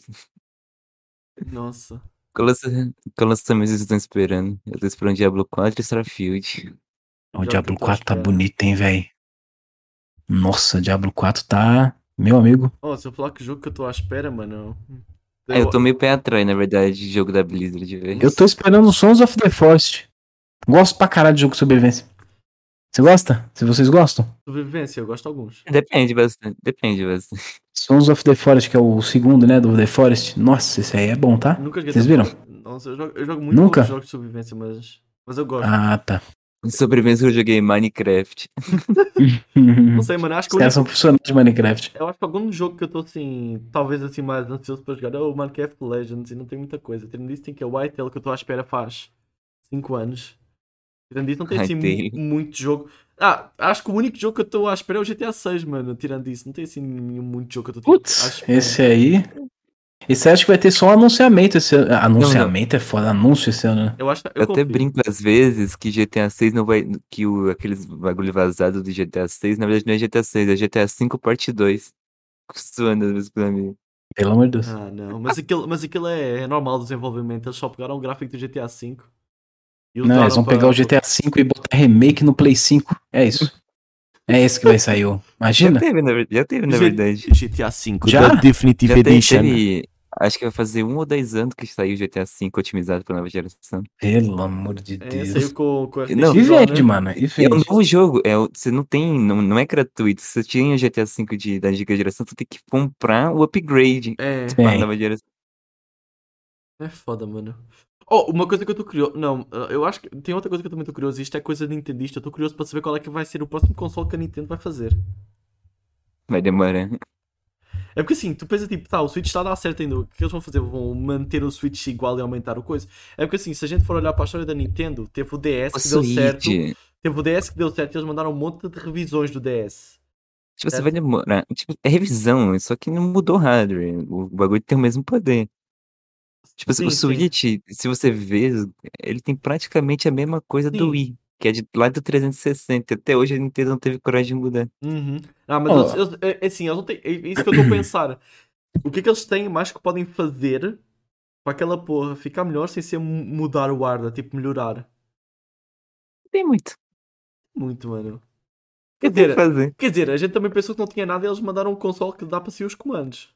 Nossa. Qual lança- qual lançamento vocês estão esperando? Eu tô esperando Diablo quatro e Starfield. O Jogo Diablo que eu tô à quatro tá espera. bonito, hein, velho? Nossa, Diablo quatro tá. Meu amigo. Oh, se eu falar que o jogo que eu tô à espera, mano. Ah, eu tô meio pé atrás, na verdade, de jogo da Blizzard, velho. Eu tô esperando Sons of the Forest. Gosto pra caralho de jogo de sobrevivência. Você gosta? Se vocês gostam? Sobrevivência, eu gosto de alguns. Depende bastante, depende bastante. Sons of the Forest, que é o segundo, né, do The Forest. Nossa, esse aí é bom, tá? Nunca joguei Vocês The viram? Forest. Nossa, eu jogo, eu jogo muito Nunca? poucos jogos de sobrevivência, mas, mas eu gosto. Ah, tá. Em sobrevivência eu joguei Minecraft. Não sei, mano. Acho que Os o caras são único, profissionais de Minecraft. eu acho que algum jogo que eu tô assim, talvez assim mais ansioso para jogar é o Minecraft Legends e não tem muita coisa. Tirando isso, tem que é o Whitetail que eu tô à espera faz cinco anos. Tirando isso, não tem assim mu- Hytale. muito jogo. Ah, acho que o único jogo que eu estou à espera é o G T A seis, mano. Tirando isso, não tem assim nenhum muito jogo que eu estou à Putz, espera. esse aí. Esse acho que vai ter só um anunciamento esse ano. Anunciamento é foda, anúncio esse ano, né? Eu acho que Eu eu até confio. brinco às vezes que G T A seis não vai. Que o, aqueles bagulho vazado do G T A seis, na verdade não é G T A seis, é G T A cinco parte dois. Suando às vezes pra mim. Pelo amor de Deus. Ah, não. Mas aquilo, mas aquilo é, é normal do desenvolvimento. Eles só pegaram o gráfico do G T A cinco e Não, eles vão para- pegar o G T A cinco e botar remake no Play cinco. É isso. É esse que vai sair. ó. Já Imagina? teve, na, ver- já teve, na G- verdade. G T A cinco, Já? da Definitive Já teve, Edition. teve- Acho que vai fazer um ou dois anos que saiu o G T A cinco otimizado pra nova geração. Pelo amor de É, Deus. saiu com, com Não, E R T X vende, né? mano. E E é um vende. novo jogo, é, o- você não tem, não, não é gratuito. Se você tinha o G T A cinco de, da antiga geração, tu tem que comprar o upgrade É, pra Tem. nova geração. é foda, mano. Oh, uma coisa que eu tô curioso. Não, eu acho que tem outra coisa que eu também tô curioso. Isto é coisa de Nintendista. Eu tô curioso para saber qual é que vai ser o próximo console que a Nintendo vai fazer. Vai demorar. É porque assim, tu pensa tipo, tá, o Switch está a dar certo ainda. O que eles vão fazer? Vão manter o Switch igual e aumentar o coisa? É porque assim, se a gente for olhar para a história da Nintendo, teve o D S O que deu certo. Switch, Teve o D S que deu certo e eles mandaram um monte de revisões do D S. tipo, você certo? vai demorar. Tipo, é revisão, só que não mudou o hardware. O bagulho tem o mesmo poder. Tipo, Sim, o sim. Switch, se você ver, ele tem praticamente a mesma coisa do Sim. Wii, que é de lá do trezentos e sessenta. Até hoje a Nintendo não teve coragem de mudar. Uhum. Ah, mas Oh. eles, eles- é, é assim, eles não têm. É isso que eu estou a pensar. O que é que eles têm mais que podem fazer para aquela porra ficar melhor sem ser mu- mudar o hardware, tipo melhorar? Tem muito. Muito, mano. O Quer que tem que dizer, fazer? quer dizer, a gente também pensou que não tinha nada e eles mandaram um console que dá para ser os comandos.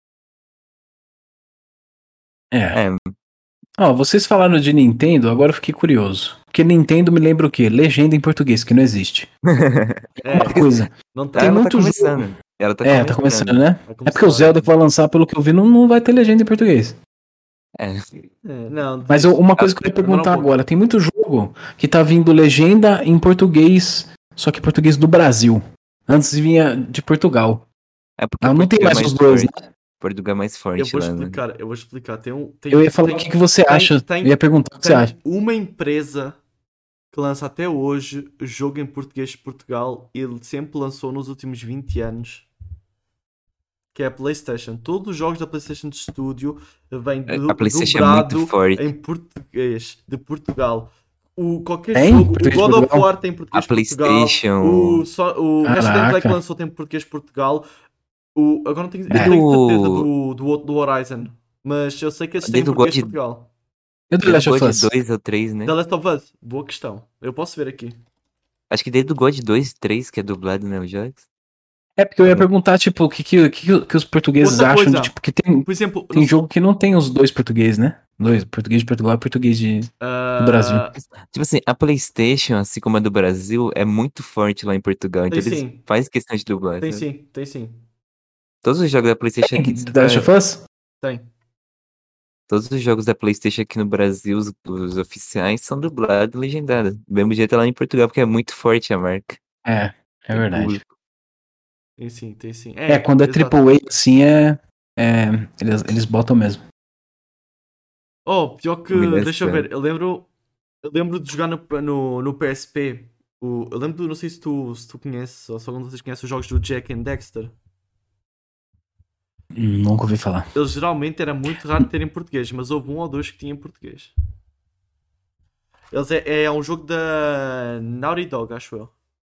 É. É, Ó, vocês falaram de Nintendo, agora eu fiquei curioso. Porque Nintendo me lembra o quê? Legenda em português, que não existe. É, Uma coisa. não tá, tem. ela muito tá começando. Ela tá é, tá começando, né? Vai É porque o começar. Zelda que vai lançar, pelo que eu vi, não, não vai ter legenda em português. É. É, não, Mas eu- uma coisa que eu ia Demora um perguntar pouco. agora, tem muito jogo que tá vindo legenda em português, só que português do Brasil. Antes vinha de Portugal. É porque Ah, não tem Portugal é mais os dois, forte. Portugal é mais eu forte vou lá, né? explicar, eu vou explicar. Tem um, tem, Eu ia falar tem, o que, que você tem- acha. tem- eu ia perguntar o que você tem acha. uma empresa que lança até hoje jogo em português de Portugal e ele sempre lançou nos últimos vinte anos. Que é a PlayStation. Todos os jogos da PlayStation Studio vêm do, A PlayStation é muito dobrado forte. em português de Portugal. O, qualquer Tem jogo, o português de God of Portugal? War tem português A de Portugal. PlayStation. O, só, o Ratchet and Clank Caraca. lançou tem português de Portugal. O, agora não tenho, eu É. tenho certeza Do- do, do, do Horizon. Mas eu sei que esses têm Desde o português de God- Portugal. E o The Desde Last o of God Us? dois ou três, né? The Last of Us, boa questão. Eu posso ver aqui. Acho que desde o God dois, três, que é dublado, né, os jogos. É porque eu ia Tá bom. perguntar, tipo, o que, que, que, que os portugueses Outra acham de, coisa, tipo, que tem, por exemplo, tem no- jogo que não tem os dois portugueses, né? Dois, português de Portugal e português de, do Brasil. ah, Tipo assim, a PlayStation, assim como a do Brasil, é muito forte lá em Portugal. Então tem eles sim, fazem questão de dublar, tem sabe? sim, tem sim, Todos os jogos da PlayStation aqui, Tem The Last of Us? tem. todos os jogos da PlayStation aqui no Brasil, os, os oficiais, são dublados e legendados. Do mesmo jeito é lá em Portugal, porque é muito forte a marca. É, é Tem verdade. público. Tem sim, tem sim. É, É, quando é exato. Triple A assim, é, é eles, eles botam mesmo. Oh, pior que, Humilhação. deixa eu ver, eu lembro, eu lembro de jogar no, no, no P S P. O, eu lembro, não sei se tu, se tu conheces, ou se algum de vocês conhece os jogos do Jack and Dexter. Hum, Nunca ouvi falar. Eles geralmente era muito raro terem português, mas houve um ou dois que tinham português. Eles é, é um jogo da Naughty Dog, acho eu.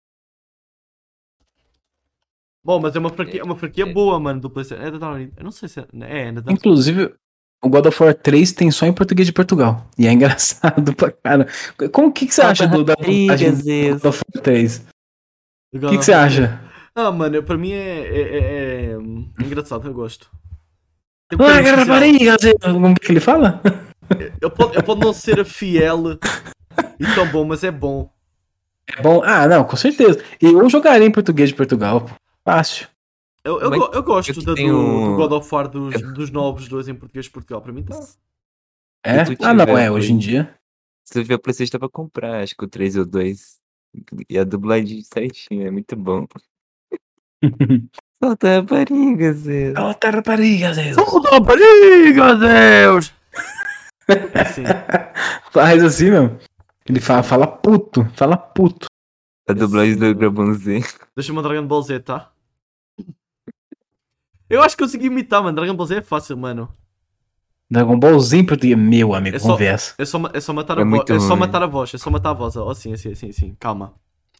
Bom, mas é uma franquia, é uma franquia boa, mano, do PlayStation. É da Naughty, eu não sei se é, é, é da Inclusive, o God of War três tem só em português de Portugal. E é engraçado pra cara. Como que, que você acha do, da dublagem do God of War três? O que, que você acha? Ah, mano, para mim é, é, é- é, hum, engraçado, eu gosto. Tem um Ah, bocadinho cara, especial. rapariga! Como que ele fala? Eu pode, eu pode não ser fiel e tão bom, mas é bom. É bom. Ah, não, com certeza. E eu jogaria em português de Portugal. Fácil. Eu, eu, Mas go- eu gosto eu que da- tenho- do, do God of War dos, dos novos dois em português de Portugal. Para mim tá. É? Se tu Ah, não, tiver é, hoje em Play- dia. Se tu tiver o PlayStation, dá pra comprar, acho que o três ou o dois. E a dublagem certinho, é muito bom. Solta a rapariga, Zé. Solta rapariga, Deus. Rapariga, Deus! Sim. Faz assim, meu. Ele fala, fala puto, fala puto. A dublagem do Esse- Dragon Z. Deixa-me um Dragon Ball Z, tá? Eu acho que consegui imitar, mano. Dragon Ball Z é fácil, mano. Dragon Ballzinho pro dia. Meu amigo, É só, conversa. é só, ma- é só matar É a voz. muito É só ruim. matar a voz. É só matar a voz. Ó, assim, assim, assim, assim. Calma.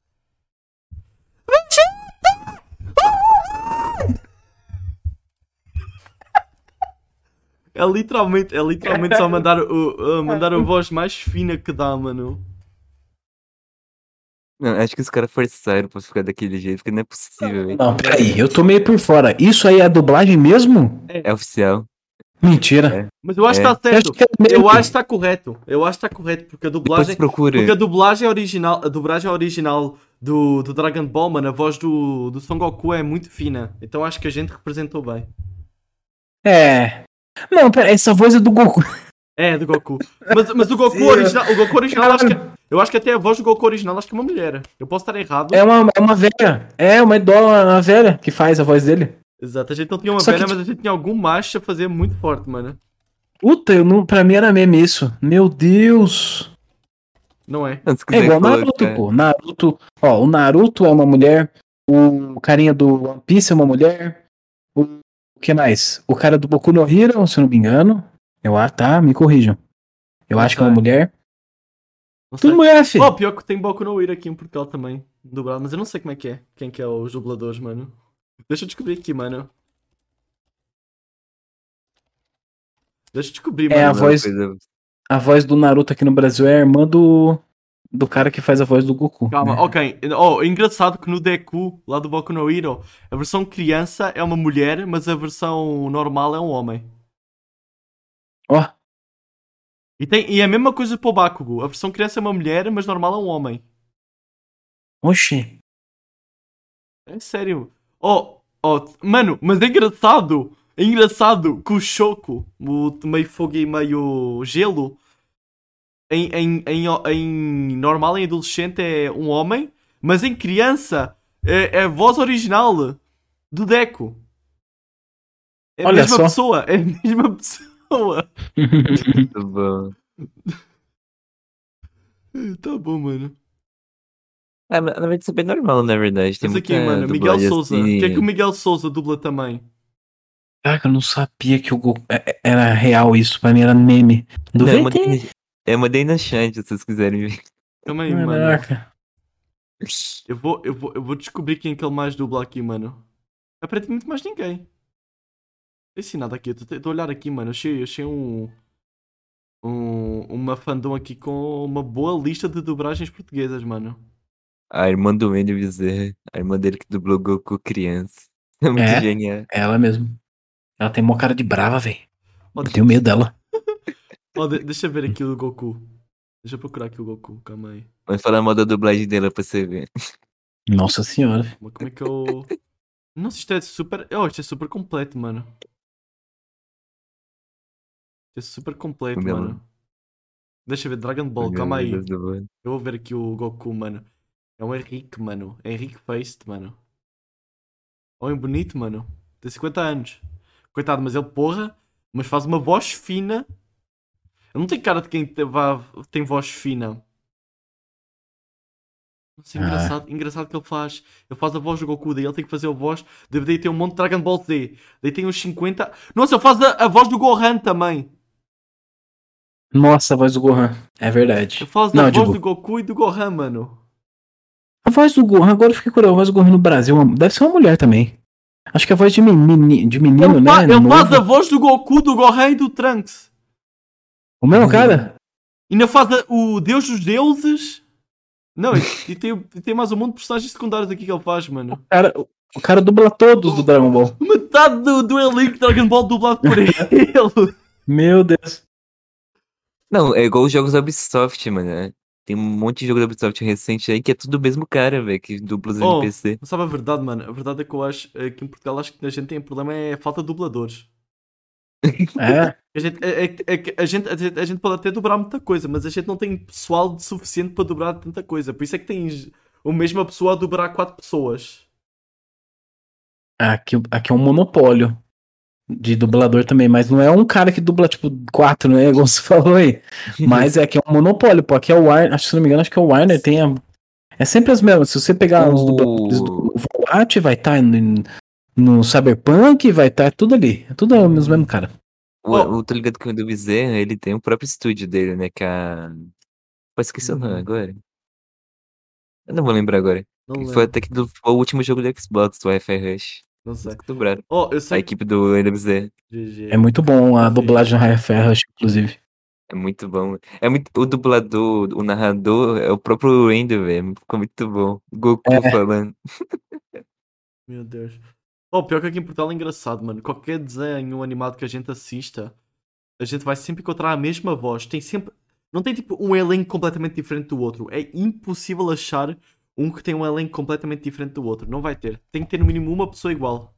É literalmente, é literalmente só mandar, o, uh, mandar a voz mais fina que dá, mano. Não, acho que os caras forçaram pra ficar daquele jeito, porque não é possível, velho. Não, peraí, eu tô meio por fora. Isso aí é a dublagem mesmo? É oficial. Mentira. Mas eu acho É. que está Eu certo. acho que é meme. Eu acho que está correto. Eu acho que está correto, porque a Depois dublagem. procura. Porque a dublagem original, a dublagem original do, do Dragon Ball, mano, a voz do, do Son Goku é muito fina. Então acho que a gente representou bem. É. Não, pera, essa voz é do Goku. É, do Goku. Mas, mas o Goku Sim. original, o Goku original acho que, Caralho. eu acho que até a voz do Goku original acho que é uma mulher. Eu posso estar errado. É uma, é uma velha. É uma idola, uma velha que faz a voz dele. Exato, a gente não tinha uma Só que, velha, tipo- mas a gente tinha algum macho a fazer muito forte, mano. Puta, eu não, pra mim era meme isso. Meu Deus. Não é? Não, se É quiser igual Naruto, colocar- pô. Naruto. Ó, o Naruto é uma mulher. O carinha do One Piece é uma mulher. O, o que mais? O cara do Boku no Hero, se eu não me engano. Eu acho, tá? Me corrijam. Eu Não acho que é uma sei. mulher. Não sei. Tudo mulher, filho. Oh, pior que tem Boku no Hero aqui em Portugal também, dublado, mas eu não sei como é que é. Quem que é os dubladores, mano. Deixa eu descobrir aqui, mano. Deixa eu descobrir, É, mano. a voz- coisa- A voz do Naruto aqui no Brasil é a irmã do. Do cara que faz a voz do Goku. Calma, né? ok. Oh, é engraçado que no Deku, lá do Boku no Hero, a versão criança é uma mulher, mas a versão normal é um homem. Ó, E, tem, e é a mesma coisa para o Bakugo. A versão criança é uma mulher, mas normal é um homem. oxi. É sério. Oh, oh, mano, mas é engraçado. É engraçado que o Shoko, o meio fogo e meio gelo, em, em, em, em normal, em adolescente é um homem, mas em criança é, é a voz original do Deku. É a Olha mesma só. pessoa. É a mesma pessoa. Muito bom. Tá bom, mano. É, mas, na verdade, isso é bem normal, na verdade. Tem Mas aqui, muita mano, Miguel dublagem Souza. O assim. que é que o Miguel Souza dubla também? Caraca, eu não sabia que o Goku. é- Era real isso. Pra mim era meme. Do Não, eu V mandei, T. eu mandei no chat, se vocês quiserem ver. Calma aí, mano. Caraca. Eu vou, eu, vou, eu vou descobrir quem é que ele mais dubla aqui, mano. Aparentemente mais ninguém. Não tem assim nada aqui. Eu tô, tô a olhar aqui, mano. Eu achei, eu achei um, um. uma fandom aqui com uma boa lista de dobragens portuguesas, mano. A irmã do Wendel Bezerra, a irmã dele que dublou Goku criança. É muito É. genial. Ela mesmo. Ela tem mó cara de brava, velho. Ó, Eu tenho medo dela. ó, de- deixa eu ver aqui o Goku. Deixa eu procurar aqui o Goku, calma aí. Vai falar mal da dublagem dela pra você ver. Nossa senhora. Mas como é que eu. Nossa, isto é super. Oh, isto é super completo, mano. Isto é super completo, Meu mano. Deixa eu ver, Dragon Ball, Meu calma aí. Deus do céu. Eu vou ver aqui o Goku, mano. É um Henrique, mano. É Henrique Faced, mano. Homem bonito, mano. Tem cinquenta anos. Coitado, mas ele, porra, mas faz uma voz fina. Ele não tem cara de quem te- vá- tem voz fina. Nossa, Ah. engraçado, engraçado que ele faz. Ele faz a voz do Goku, daí ele tem que fazer a voz. Daí tem um monte de Dragon Ball Z. Daí tem uns cinquenta. Nossa, ele faz a, a voz do Gohan também. Nossa, a voz do Gohan. É verdade. Ele faz Não, a eu voz digo, do Goku e do Gohan, mano. a voz do Gohan, agora eu fiquei curioso. A voz do Gohan no Brasil uma- deve ser uma mulher também. Acho que a voz de, meni, de menino, Ele, né? fa- ele novo. faz a voz do Goku, do Gohan e do Trunks. O mesmo cara? E ainda faz a- o Deus dos Deuses. Não, e, e tem, e tem mais um monte de personagens secundários aqui que ele faz, mano. O cara, o cara dubla todos do Dragon Ball. Metade do, do elenco de Dragon Ball dublado por ele. Meu Deus. Não, é igual os jogos da Ubisoft, mano. Né? Tem um monte de jogo da Ubisoft recente aí que é tudo o mesmo cara, velho, que dubla os Oh, N P C. não sabe a verdade, mano? A verdade é que eu acho é que em Portugal acho que a gente tem um problema é a falta de dubladores. É. A gente, é, é- é que a, gente, a, gente, a gente pode até dobrar muita coisa, mas a gente não tem pessoal de suficiente para dobrar tanta coisa. Por isso é que tens a mesma pessoa a dobrar quatro pessoas. Aqui, aqui é um monopólio de dublador também, mas não é um cara que dubla, tipo, quatro, né? Igual você falou aí. Mas é que é um monopólio, pô. Aqui é o Warner, acho que se não me engano, acho que é o Warner, tem a... É sempre as mesmas. Se você pegar os dubladores do Volat, vai estar no, no Cyberpunk, vai estar tudo ali. É tudo os mesmos cara. O, Oh. o tô ligado que o do Bezerra, ele tem o próprio estúdio dele, né? Que é a. Pô, esqueci o nome Uhum. agora. Eu não vou lembrar agora. Não Que lembro. foi até que do, foi o último jogo do Xbox, o Wi-Fi Rush. Não sei. Eles que dobraram. Oh, eu A sei. equipe do Ender Bezerra. G G. É muito bom a Sim. dublagem Raia Ferro, inclusive. É muito bom. É muito, o dublador, o narrador é o próprio Ender, velho. Ficou muito bom. Goku É. falando. Meu Deus. Oh, pior que aqui em Portugal é engraçado, mano. Qualquer desenho animado que a gente assista, a gente vai sempre encontrar a mesma voz. Tem sempre. Não tem tipo um elenco completamente diferente do outro. É impossível achar um que tem um elenco completamente diferente do outro. Não vai ter. Tem que ter no mínimo uma pessoa igual.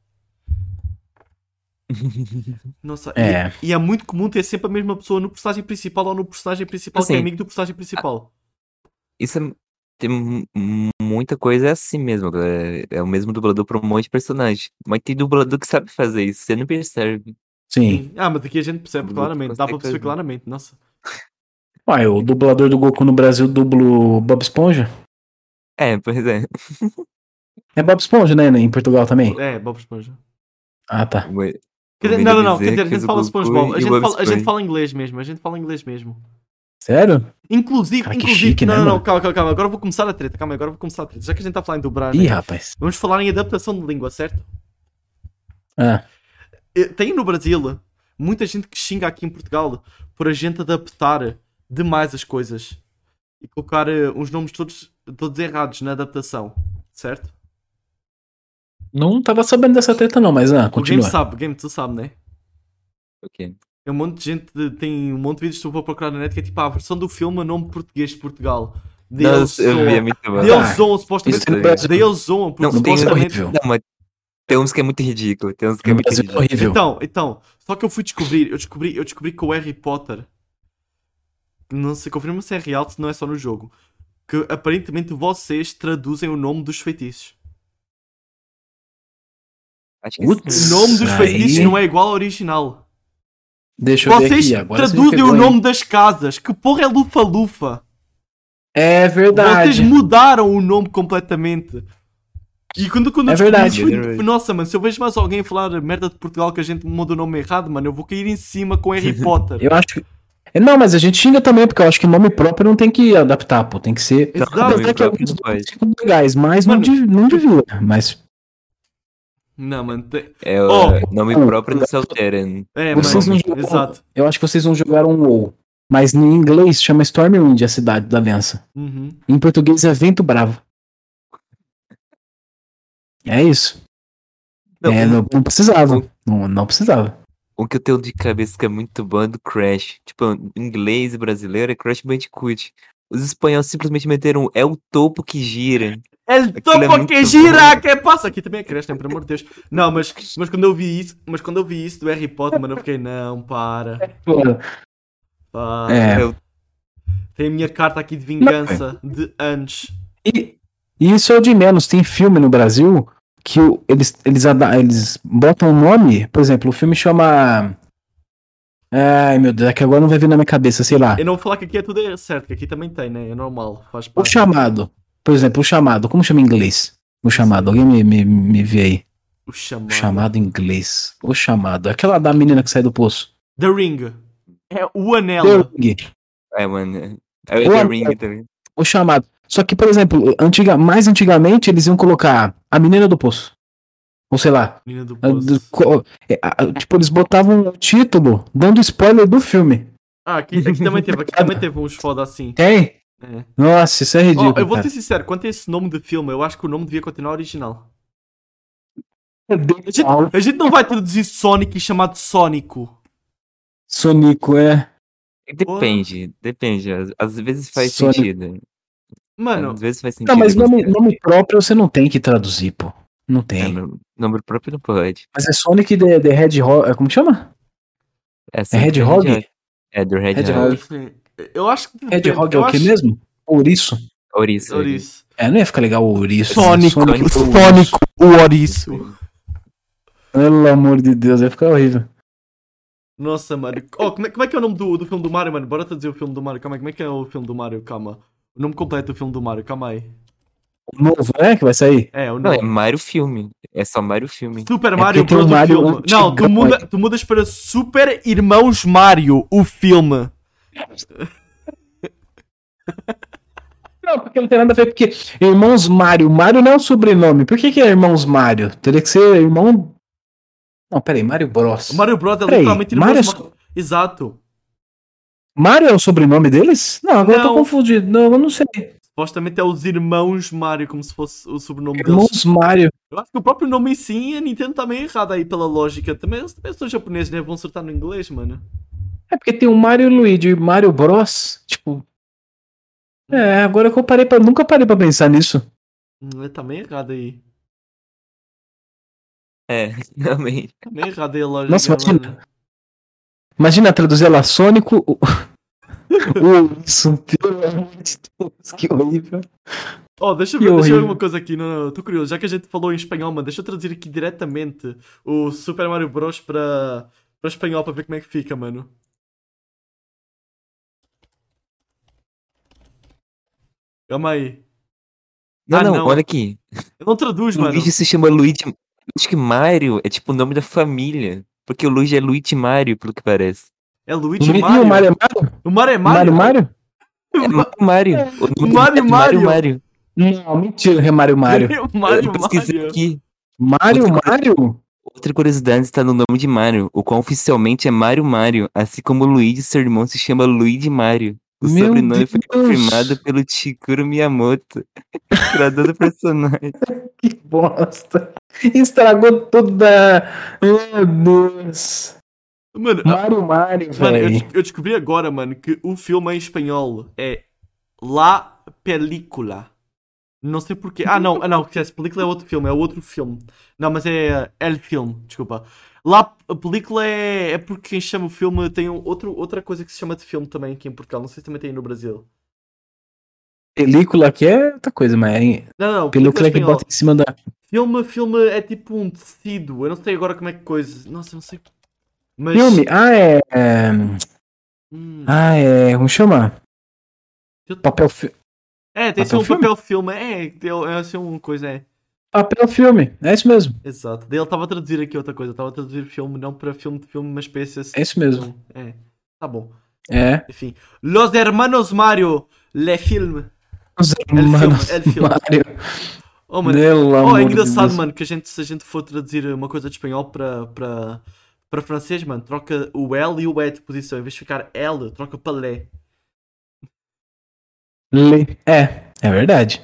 Nossa, e- É. e, é muito comum ter sempre a mesma pessoa no personagem principal ou no personagem principal que é Assim, amigo do personagem principal. Isso é, tem mu- mu- muita coisa é assim mesmo, galera. É o mesmo dublador pra um monte de personagem. Mas tem dublador que sabe fazer isso, você não percebe. Sim. Ah, mas aqui a gente percebe O claramente. Goku Dá para consegue perceber fazer. claramente. Nossa. Uai, o dublador do Goku no Brasil dubla o Bob Esponja? É, pois é. É Bob Esponja, né? Em Portugal também? É, Bob Esponja. Ah, tá. O- Quer o dizer, Wendel não, não, não. Quer Bezerra dizer, a que gente fez o fala Goku SpongeBob. A e o gente Bob fala, a gente Esponja. fala inglês mesmo. A gente fala inglês mesmo. Sério? Inclusive, Cara, que inclusive. chique, não, né, não, não. mano? Calma, calma, calma. Agora eu vou começar a treta. Calma, agora eu vou começar a treta. Já que a gente está a falar em dobragem, Ih, rapaz. vamos falar em adaptação de língua, certo? Ah, Eh, Tem no Brasil muita gente que xinga aqui em Portugal por a gente adaptar demais as coisas e colocar eh, uns nomes todos, todos errados na adaptação, certo? não tava sabendo dessa treta não, mas ah, O Game continua. sabe, o Game tu sabe, né? O quê? É um monte de gente, de- tem um monte de vídeos que eu vou procurar na net que é tipo a versão do filme a nome português de Portugal. Daí eles Nossa, eu vi, é zoam, muito bom. daí eles Ah, zoam supostamente, isso no Brasil. daí eles zoam porque Não, tem- supostamente... horrível. Não, mas tem uns que é muito ridículo. Tem uns que é No muito Brasil é ridículo. horrível. Então, então, só que eu fui descobrir, eu descobri, eu descobri que o Harry Potter, não sei, confirma se é real, se não é só no jogo, que aparentemente vocês traduzem o nome dos feitiços. Acho que Putz. sim. O nome dos Aí- feitiços não é igual ao original. Deixa eu ver Vocês aqui agora. você me traduzem pegou, o hein? nome das casas. Que porra é Lufa-Lufa? É verdade. Vocês mudaram o nome completamente. E quando, quando eu É descobri verdade. isso, foi- nossa, mano, se eu vejo mais alguém falar merda de Portugal que a gente muda o nome errado, mano, eu vou cair em cima com Harry Potter. Eu acho que... Não, mas a gente xinga também, porque eu acho que nome próprio não tem que adaptar, pô. Tem que ser... Exato. Apesar Nome que próprio alguns não pode. ficam legais, mas não, Mano, dev- não devia. Mas Não, mano, tem... É o Oh. nome Oh. próprio não se altera. né? é, vocês mano, não jogaram... exato. Eu acho que vocês não jogaram o WoW. Mas em inglês chama Stormwind a cidade da aliança. Uhum. Em português é Vento Bravo. É isso. Não, é, um, não, não precisava. um- Não, não precisava. um que eu tenho de cabeça que é muito bom é do Crash. Tipo, em inglês e brasileiro é Crash Bandicoot. Os espanhóis simplesmente meteram é o topo que gira. El Aquilo é topo muito que gira, bom. que passa! Aqui também é Crash, né? Pelo amor de Deus. Não, mas, mas quando eu vi isso, mas quando eu vi isso do Harry Potter, mano, eu fiquei, não, para. Para. É. Eu- Tem a minha carta aqui de vingança de anos. E, e isso é o de menos. Tem filme no Brasil que o- eles, eles, ada- eles botam um nome. Por exemplo, o filme chama. Ai, meu Deus, é que agora não vai vir na minha cabeça, sei lá. Eu não vou falar que aqui é tudo certo, que aqui também tem, né? É normal, faz O parte. chamado. Por exemplo, o chamado. Como chama em inglês? O chamado. Alguém me, me, me vê aí. O chamado. O chamado em inglês. O chamado. Aquela da menina que sai do poço. The Ring. É o anel. The Ring. É, mano. É o Ou The a- Ring também. O chamado. Só que, por exemplo, antiga, mais antigamente eles iam colocar a menina do poço. Ou sei lá. Menina do a- do- Poço. co- é, a- Tipo, eles botavam o título dando spoiler do filme. Ah, aqui, aqui também teve, aqui também teve uns foda assim. Tem? É. Nossa, isso é Ó, ridículo. eu vou cara. ser sincero, quanto a esse nome de filme, eu acho que o nome devia continuar original. É A gente, a gente não vai traduzir Sonic chamado Sônico. Sonico, é. Depende, depende. Às, às vezes faz Sonic. sentido. Mano, Às vezes faz sentido. Não, mas nome, gostar. nome próprio você não tem que traduzir, pô. Não É, tem. no- nome próprio não pode. Mas é Sonic the, the Hedgehog. Como chama? É, É sempre Hedgehog? Hedgehog. É, do Hedgehog. Hedgehog. assim, eu acho que depende, Hedgehog é eu o que acho- mesmo? Ouriço? Ouriço. Ouriço. É, não ia ficar legal o ouriço. Sônico, né? Sonic Sônico, o Ouriço. Pelo amor de Deus, ia ficar horrível. Nossa, mano. Oh, como, é, como é que é o nome do, do filme do Mario, mano? Bora traduzir o filme do Mario. Calma aí, como é que é o filme do Mario? Calma. O nome completo do filme do Mario, calma aí. O novo, né? Que vai sair. É, o Não, é nome. Mario Filme. É só Mario Filme. Super É Mario porque tem Bros. um o Mario filme. Não, tu, antigão muda, aí. tu mudas para Super Irmãos Mario, o filme. Não, porque não tem nada a ver, porque Irmãos Mário. Mário não é o sobrenome. Por que, que é Irmãos Mário? Teria que ser irmão. Não, peraí, Mário Bros. O Mario Bros é Peraí, literalmente Mario Irmãos é Ma- Exato. Mário é o sobrenome deles? Não, agora eu tô Não. confundido. Não, eu não sei. Supostamente é os Irmãos Mario, como se fosse o sobrenome deles. Irmãos Mário. Eu acho que o próprio nome em si, a Nintendo tá meio errado aí pela lógica. Também, eles também são japoneses, né? Vão acertar no inglês, mano. É porque tem o Mario e o Luigi. Mario Bros. Tipo. É, agora que eu parei pra. Nunca parei pra pensar nisso. Hum, Tá meio errado aí. É, realmente. Tá meio errado aí a lógica, Nossa, imagina. mano. Imagina traduzir lá Sônico. O... o... Isso, pelo amor de Deus, que horrível. Oh, deixa eu Que ver, deixa eu ver horrível. uma coisa aqui. Não, não, tô curioso. Já que a gente falou em espanhol, mano, deixa eu traduzir aqui diretamente o Super Mario Bros. para para espanhol para ver como é que fica, mano. Calma aí. Não, Ah, não, não. olha aqui. Eu não traduz, mano. Luigi se chama Luigi. Acho que Mario é tipo o nome da família. Porque o Luigi é Luigi Mario, pelo que parece. É Luigi E Mario. o Mario é Mario? O Mario é Mario Mario? Mario? É Mario Mario. O nome Mario é Mario. Mario. Não, mentira, é Mario Mario. Mario Eu pesquisei Mario. aqui. Mario Outra coisa- Mario? Outra curiosidade está no nome de Mario, o qual oficialmente é Mario Mario, assim como Luigi, seu irmão, se chama Luigi Mario. O Meu sobrenome foi Deus. confirmado pelo Shigeru Miyamoto, criador do personagem. Que bosta. Estragou toda. Meu Deus. Mano, Mario Mario, mano eu, velho. des- eu descobri agora, mano, que o filme em espanhol é La Película. Não sei porquê. Ah, não, ah, não, porque essa película é outro filme, é outro filme. Não, mas é El Filme, desculpa. Lá, a película é, é porque quem chama o filme tem um- outro, outra coisa que se chama de filme também aqui em Portugal. Não sei se também tem aí no Brasil. Película aqui é outra coisa, mas é Não, não, película é que espanhol. bota em cima da. Filme, filme é tipo um tecido. Eu não sei agora como é que coisa. Nossa, eu não sei. Mas. Filme? Ah, é. é... Hum, Ah, é. Como chama? eu- Papel filme. É, tem assim papel um filme? papel filme. É, tem- é assim uma coisa, é. Papel filme. É isso mesmo. Exato. Daí ele estava a traduzir aqui outra coisa. Estava a traduzir filme, não para filme de filme, mas para esse. É isso mesmo. filme. É. Tá bom. É. Enfim. Los Hermanos Mario, le film. Os filme, irmãos é filme. Mario. Oh, mano. Pelo Oh, amor é de engraçado, Deus. mano, que a gente, se a gente for traduzir uma coisa de espanhol para para para francês, mano, troca o L e o E de posição. Em vez de ficar L, troca para Lé. Le- É, é verdade.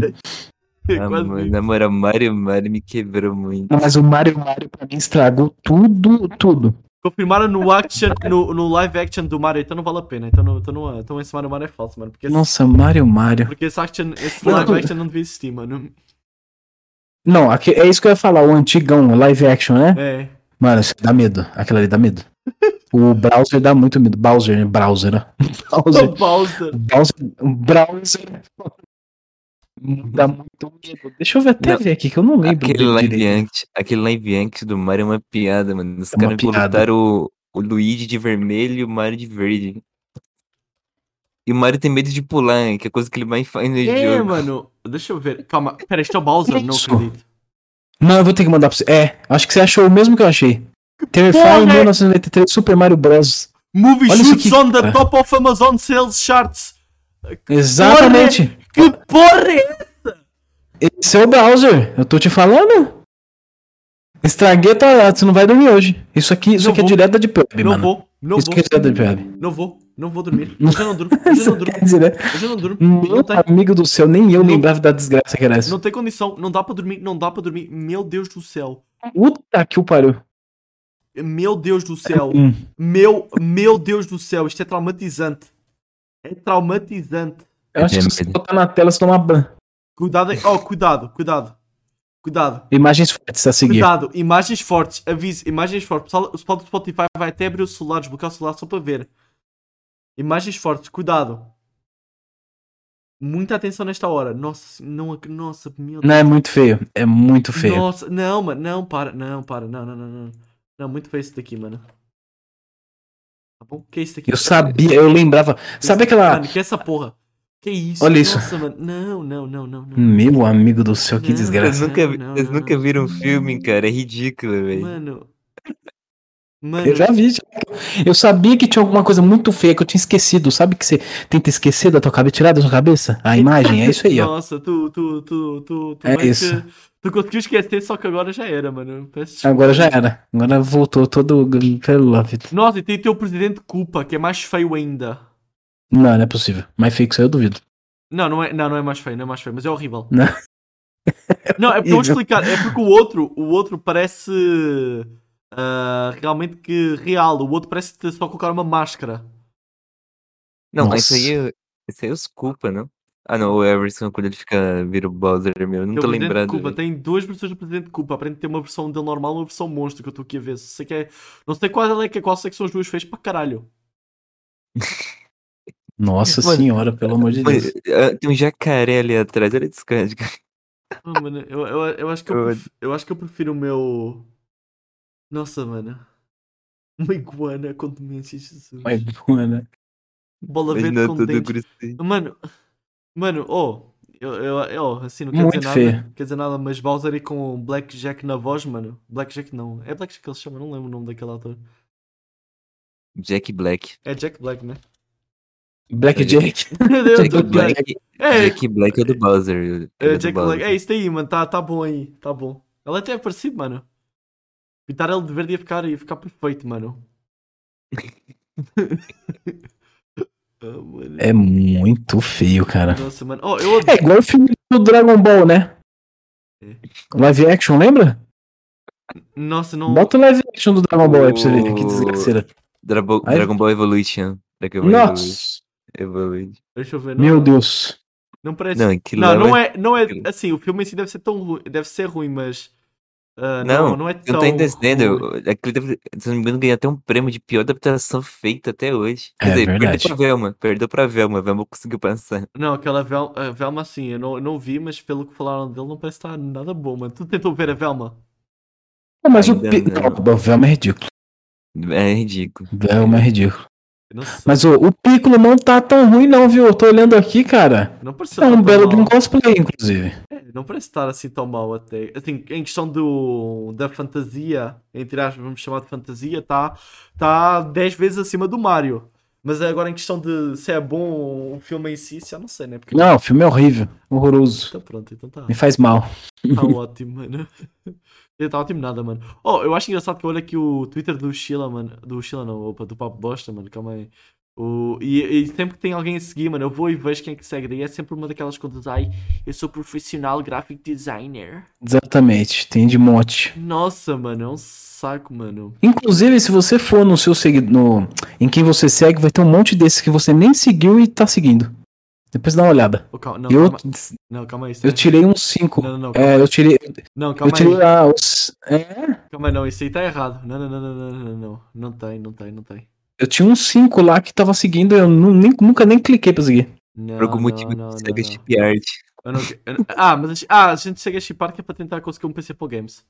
É Ah, quase mano, isso. na moral, Mario Mario me quebrou muito. Mas o Mario Mario pra mim estragou tudo, tudo. Confirmaram no action, no, no live action do Mario, então não vale a pena. Então, não, então, não, então esse Mario Mario é falso, mano. Porque esse, Nossa, Mario Mario. porque esse, action, esse Não. live action não devia existir, mano. Não, aqui, é isso que eu ia falar, o antigão, o live action, né? É. Mano, isso dá medo. Aquilo ali dá medo. O browser dá muito medo. Bowser, né? Browser, né? O Bowser. Bowser. Bowser. O browser. Dá muito medo. Deixa eu ver até Não, ver aqui, que eu não lembro Aquele dele live direito. action, aquele live action do Mario é uma piada, mano. Os É uma caras piada. botaram o, o Luigi de vermelho e o Mario de verde. E o Mario tem medo de pular, hein, que é a coisa que ele mais faz no É, jogo. mano. Deixa eu ver. Calma. Pera, este é o Bowser? Não Isso. acredito. Não, eu vou ter que mandar pra você. É, acho que você achou o mesmo que eu achei. Terrifying porra é- mil novecentos e noventa e três Super Mario Bros. Movie Olha isso shoots aqui, on the cara. top of Amazon sales charts. Exatamente. Que porra é? Esse é o browser. Eu tô te falando. Estraguei a tua data, você não vai dormir hoje. Isso aqui, isso Não aqui é vou. direto da Deep Web, Não mano. vou. Não Isso vou. aqui é direto da Deep Web. Não vou. Não vou dormir. Eu já não durmo. Eu já Isso não durmo. quer dizer, né? Eu já não durmo. Meu Não tem, amigo do céu, nem eu Não- lembrava da desgraça que era essa. não tem condição. Não dá pra dormir. Não dá pra dormir. Meu Deus do céu. Puta que o pariu. Meu Deus do céu. Hum. Meu, meu Deus do céu. Isto é traumatizante. É traumatizante. Eu acho que se você botar na tela, você toma ban. Cuidado aí. Oh, cuidado, cuidado. Cuidado. Imagens fortes a seguir. Cuidado. Imagens fortes. Avise. Imagens fortes. O pessoal do Spotify vai até abrir o celular, desbloquear o celular só para ver. Imagens fortes. Cuidado. Muita atenção nesta hora. Nossa, não, ac- nossa, meu Deus. Não, é muito feio. É muito feio. Nossa, não, mano, não, para, não, para, não, não, não, não. Não, muito feio isso daqui, mano. Tá bom? Que é isso daqui? Eu sabia, eu lembrava. Sabe aquela. Mano, que é essa porra? Que isso? Olha isso. Nossa, mano, não, não, não, não, não. Meu amigo do céu, que Não. Vocês desgraça. nunca, Não, não, vocês não, nunca não. viram um filme, cara. É ridículo, velho. Mano. Mano. Eu já vi. já- Eu sabia que tinha alguma coisa muito feia que eu tinha esquecido. Sabe que você tenta esquecer da tua cabeça, tirar da sua cabeça? A imagem, é isso aí, ó. Nossa, tu, tu, tu, tu, tu, É vais isso. que- tu conseguiu esquecer, só que agora já era, mano. Peço desculpa. Agora já era. Agora voltou todo pelo vida. Nossa, e tem o teu presidente culpa, que é mais feio ainda. Não, não é possível. Mais feio que isso aí, eu duvido. Não, não é, não, não é mais feio, não é mais feio, mas é horrível. Não. Não, é porque eu vou horrível. explicar. É porque o outro, o outro parece ah, realmente que real. O outro parece ter só colocar uma máscara. Não, Nossa. esse aí, é- esse aí é os culpa, não? Ah, não, o Everson, quando ele fica, vira o Bowser, meu. Não Que é o tô presidente de lembrado. Cuba. velho. Tem duas versões do presidente de Cuba. Aparentemente tem uma versão dele normal e uma versão monstro que eu estou aqui a ver. Sei que é... Não sei qual é que é, qual é que são as duas feias para caralho. Nossa Mano, senhora, pelo amor de Mano, Deus. ah, tem um jacaré ali atrás, olha esse cara. Ah, mano, eu, eu, eu, acho que eu, Eu- prefiro, eu acho que eu prefiro o meu. Nossa, mano. Uma iguana com demência, Jesus. Mas, mano, Bola verde Imagina com tudo dentes. grosseiro. Mano, mano, oh, eu, eu, eu assim, não quer Muito dizer nada, feio. quer dizer nada, mas Bowser aí com Blackjack na voz, mano. Blackjack não, é Blackjack que ele chama, não lembro o nome daquele ator. Jack Black. É Jack Black, né? Blackjack. Meu Deus, Jack Jack Black. Black, É, Jack Black é do Bowser. ele é do Jack Bowser. Black, é isso aí, mano, tá, tá bom aí, tá bom. Ele até é parecido, mano. Pintar ele de verde ia ficar, ia ficar perfeito, mano. Ah, mano. É muito feio, cara. Nossa, mano. Oh, eu É igual o filme do Dragon Ball, né? É. Live action, lembra? Nossa, não. Bota o live action do Dragon Ball aí pra você ver. Que O- desgraceira. Dragon, Aí- Dragon Ball Evolution. Dragon Ball Evolution. Nossa, Evolution. Deixa eu ver. Não, meu Deus. Não parece. Não, Não, aquilo não, lá não vai- é, não é. aquilo- Assim, o filme em si deve ser tão ruim. Deve ser ruim, mas. ah, Não, não, não é eu tão. não tô entendendo. ruim. Aquilo deve, se não me engano, ganhou até um prêmio de pior adaptação feita até hoje. Quer É dizer, verdade. perdeu pra Velma. Perdeu pra Velma. A Velma conseguiu passar. Não, aquela Vel a Velma, assim, eu não, eu não vi, mas pelo que falaram dele, não parece estar nada bom, mano. Tu tentou ver a Velma? Pô, mas o Ainda Pi... não. Não, o Velma é ridículo. É ridículo. Velma é ridículo. Eu não sei. Mas o, o Piccolo não tá tão ruim não, viu? Eu tô olhando aqui, cara. Não parece É um tão belo de um mal. cosplay, inclusive. É, não parece estar assim tão mal até. Assim, em questão do, da fantasia, entre aspas, vamos chamar de fantasia, tá, tá dez vezes acima do Mario. Mas agora em questão de se é bom o filme em si, já não sei, né? Porque... Não, o filme é horrível, horroroso. Então pronto, então tá. Me faz mal. Tá ótimo, mano. Ele tá ótimo nada, mano. Oh, eu acho engraçado que eu olho aqui o Twitter do Sheila, mano. Do Sheila não, opa, do Papo Bosta, mano. Calma aí. O... E, e sempre que tem alguém a seguir, mano, eu vou e vejo quem é que segue. Daí é sempre uma daquelas contas. Ai, eu sou profissional graphic designer. Exatamente, tem de monte. Nossa, mano, é um saco, mano. Inclusive, se você for no seu seguidor, em quem você segue, vai ter um monte desses que você nem seguiu e tá seguindo. Depois dá uma olhada. Oh, calma, não, eu, calma. Não, calma aí. Isso eu é... tirei uns cinco. Não, não, não, calma é, aí. eu tirei. Não, Eu calma tirei aí. lá os. É, Calma aí, não, isso aí tá errado. Não, não, não, não, não, não, não. Não tem, não tem, não tem. eu tinha uns cinco lá que tava seguindo, eu nu- nem- nunca nem cliquei pra seguir. Não, Por algum não, motivo não, que não, segue a não. chip art. Eu não... eu não- Ah, mas a gente... ah, a gente segue a chipar que é para tentar conseguir um P C para o Games.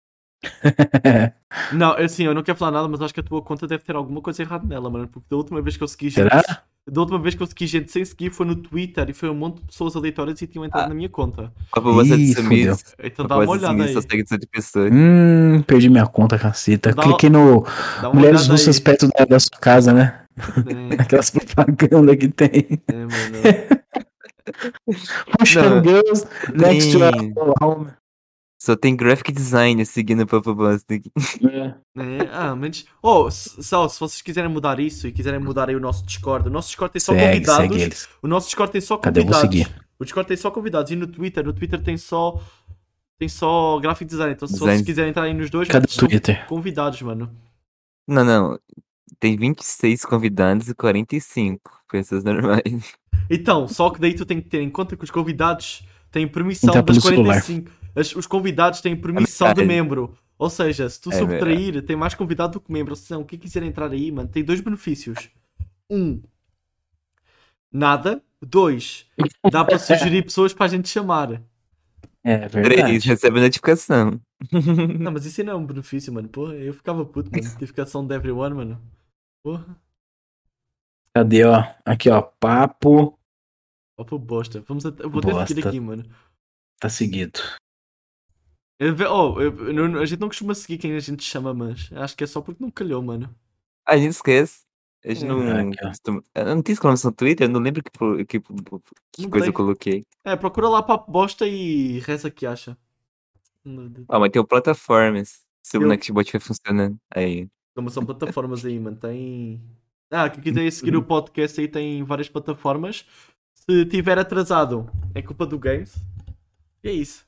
Não, assim, eu não quero falar nada, mas acho que a tua conta deve ter alguma coisa errada nela, mano. Porque da última vez que eu segui gente. Será? Da última vez que eu segui gente sem seguir foi no Twitter e foi um monte de pessoas aleatórias e tinham entrado Ah. na minha conta. Quando você Ih, sumir, Então dá uma olhada aí. só segue de pessoas. Hum, perdi minha conta, caceta. Dá- Cliquei no Dá uma Mulheres olhada Russas aí. perto da, da sua casa, né? É, Aquelas propagandas que tem. é, mano. Puxa, Não, girls, next to tem- our home. Só tem graphic design seguindo o Papo Bosta aqui. É. É, ah, mas. Oh, s- só, se vocês quiserem mudar isso e quiserem mudar aí o nosso Discord, o nosso Discord tem só Segue, convidados. segue eles. O nosso Discord tem só Cadê? Eu vou convidados. seguir. O Discord tem só convidados. E no Twitter, no Twitter tem só. Tem só graphic design. Então se Design. vocês quiserem entrar aí nos dois, Cadê vocês o são Twitter? convidados, mano. Não, não. Tem vinte e seis convidados e quarenta e cinco pessoas normais. Então, só que daí tu tem que ter em conta que os convidados têm permissão Entrar das pelo celular. quarenta e cinco. As- os convidados têm permissão de metade. membro. Ou seja, se tu É subtrair, tem mais convidado do que membro. Ou seja, quem quiser entrar aí, mano, tem dois benefícios. Um, nada. Dois, dá para sugerir pessoas para a gente chamar. É Três, verdade. recebe notificação. Não, mas isso aí não é um benefício, mano. Porra, eu ficava puto, mano. Notificação de everyone, mano. Porra. Cadê, ó? Aqui, ó. Papo Opa, bosta. Vamos a... Eu vou até seguir Bosta. aqui, mano. tá seguido. Eu ve- Oh, eu- eu não- a gente não costuma seguir quem a gente chama, mas acho que é só porque não calhou, mano. A gente esquece. A gente É. não Aqui, ó. costuma... Eu não tenho exclamação no Twitter, eu não lembro que, que, que Não coisa tem. eu coloquei. É, procura lá papo bosta e reza que acha. Ah, mas tem o plataformas. Se o Eu- Nextbot vai funcionando. Aí. Como são plataformas aí, mano. Tem. Ah, quem quiser seguir o podcast aí tem várias plataformas. Se tiver atrasado, é culpa do Games. E é isso.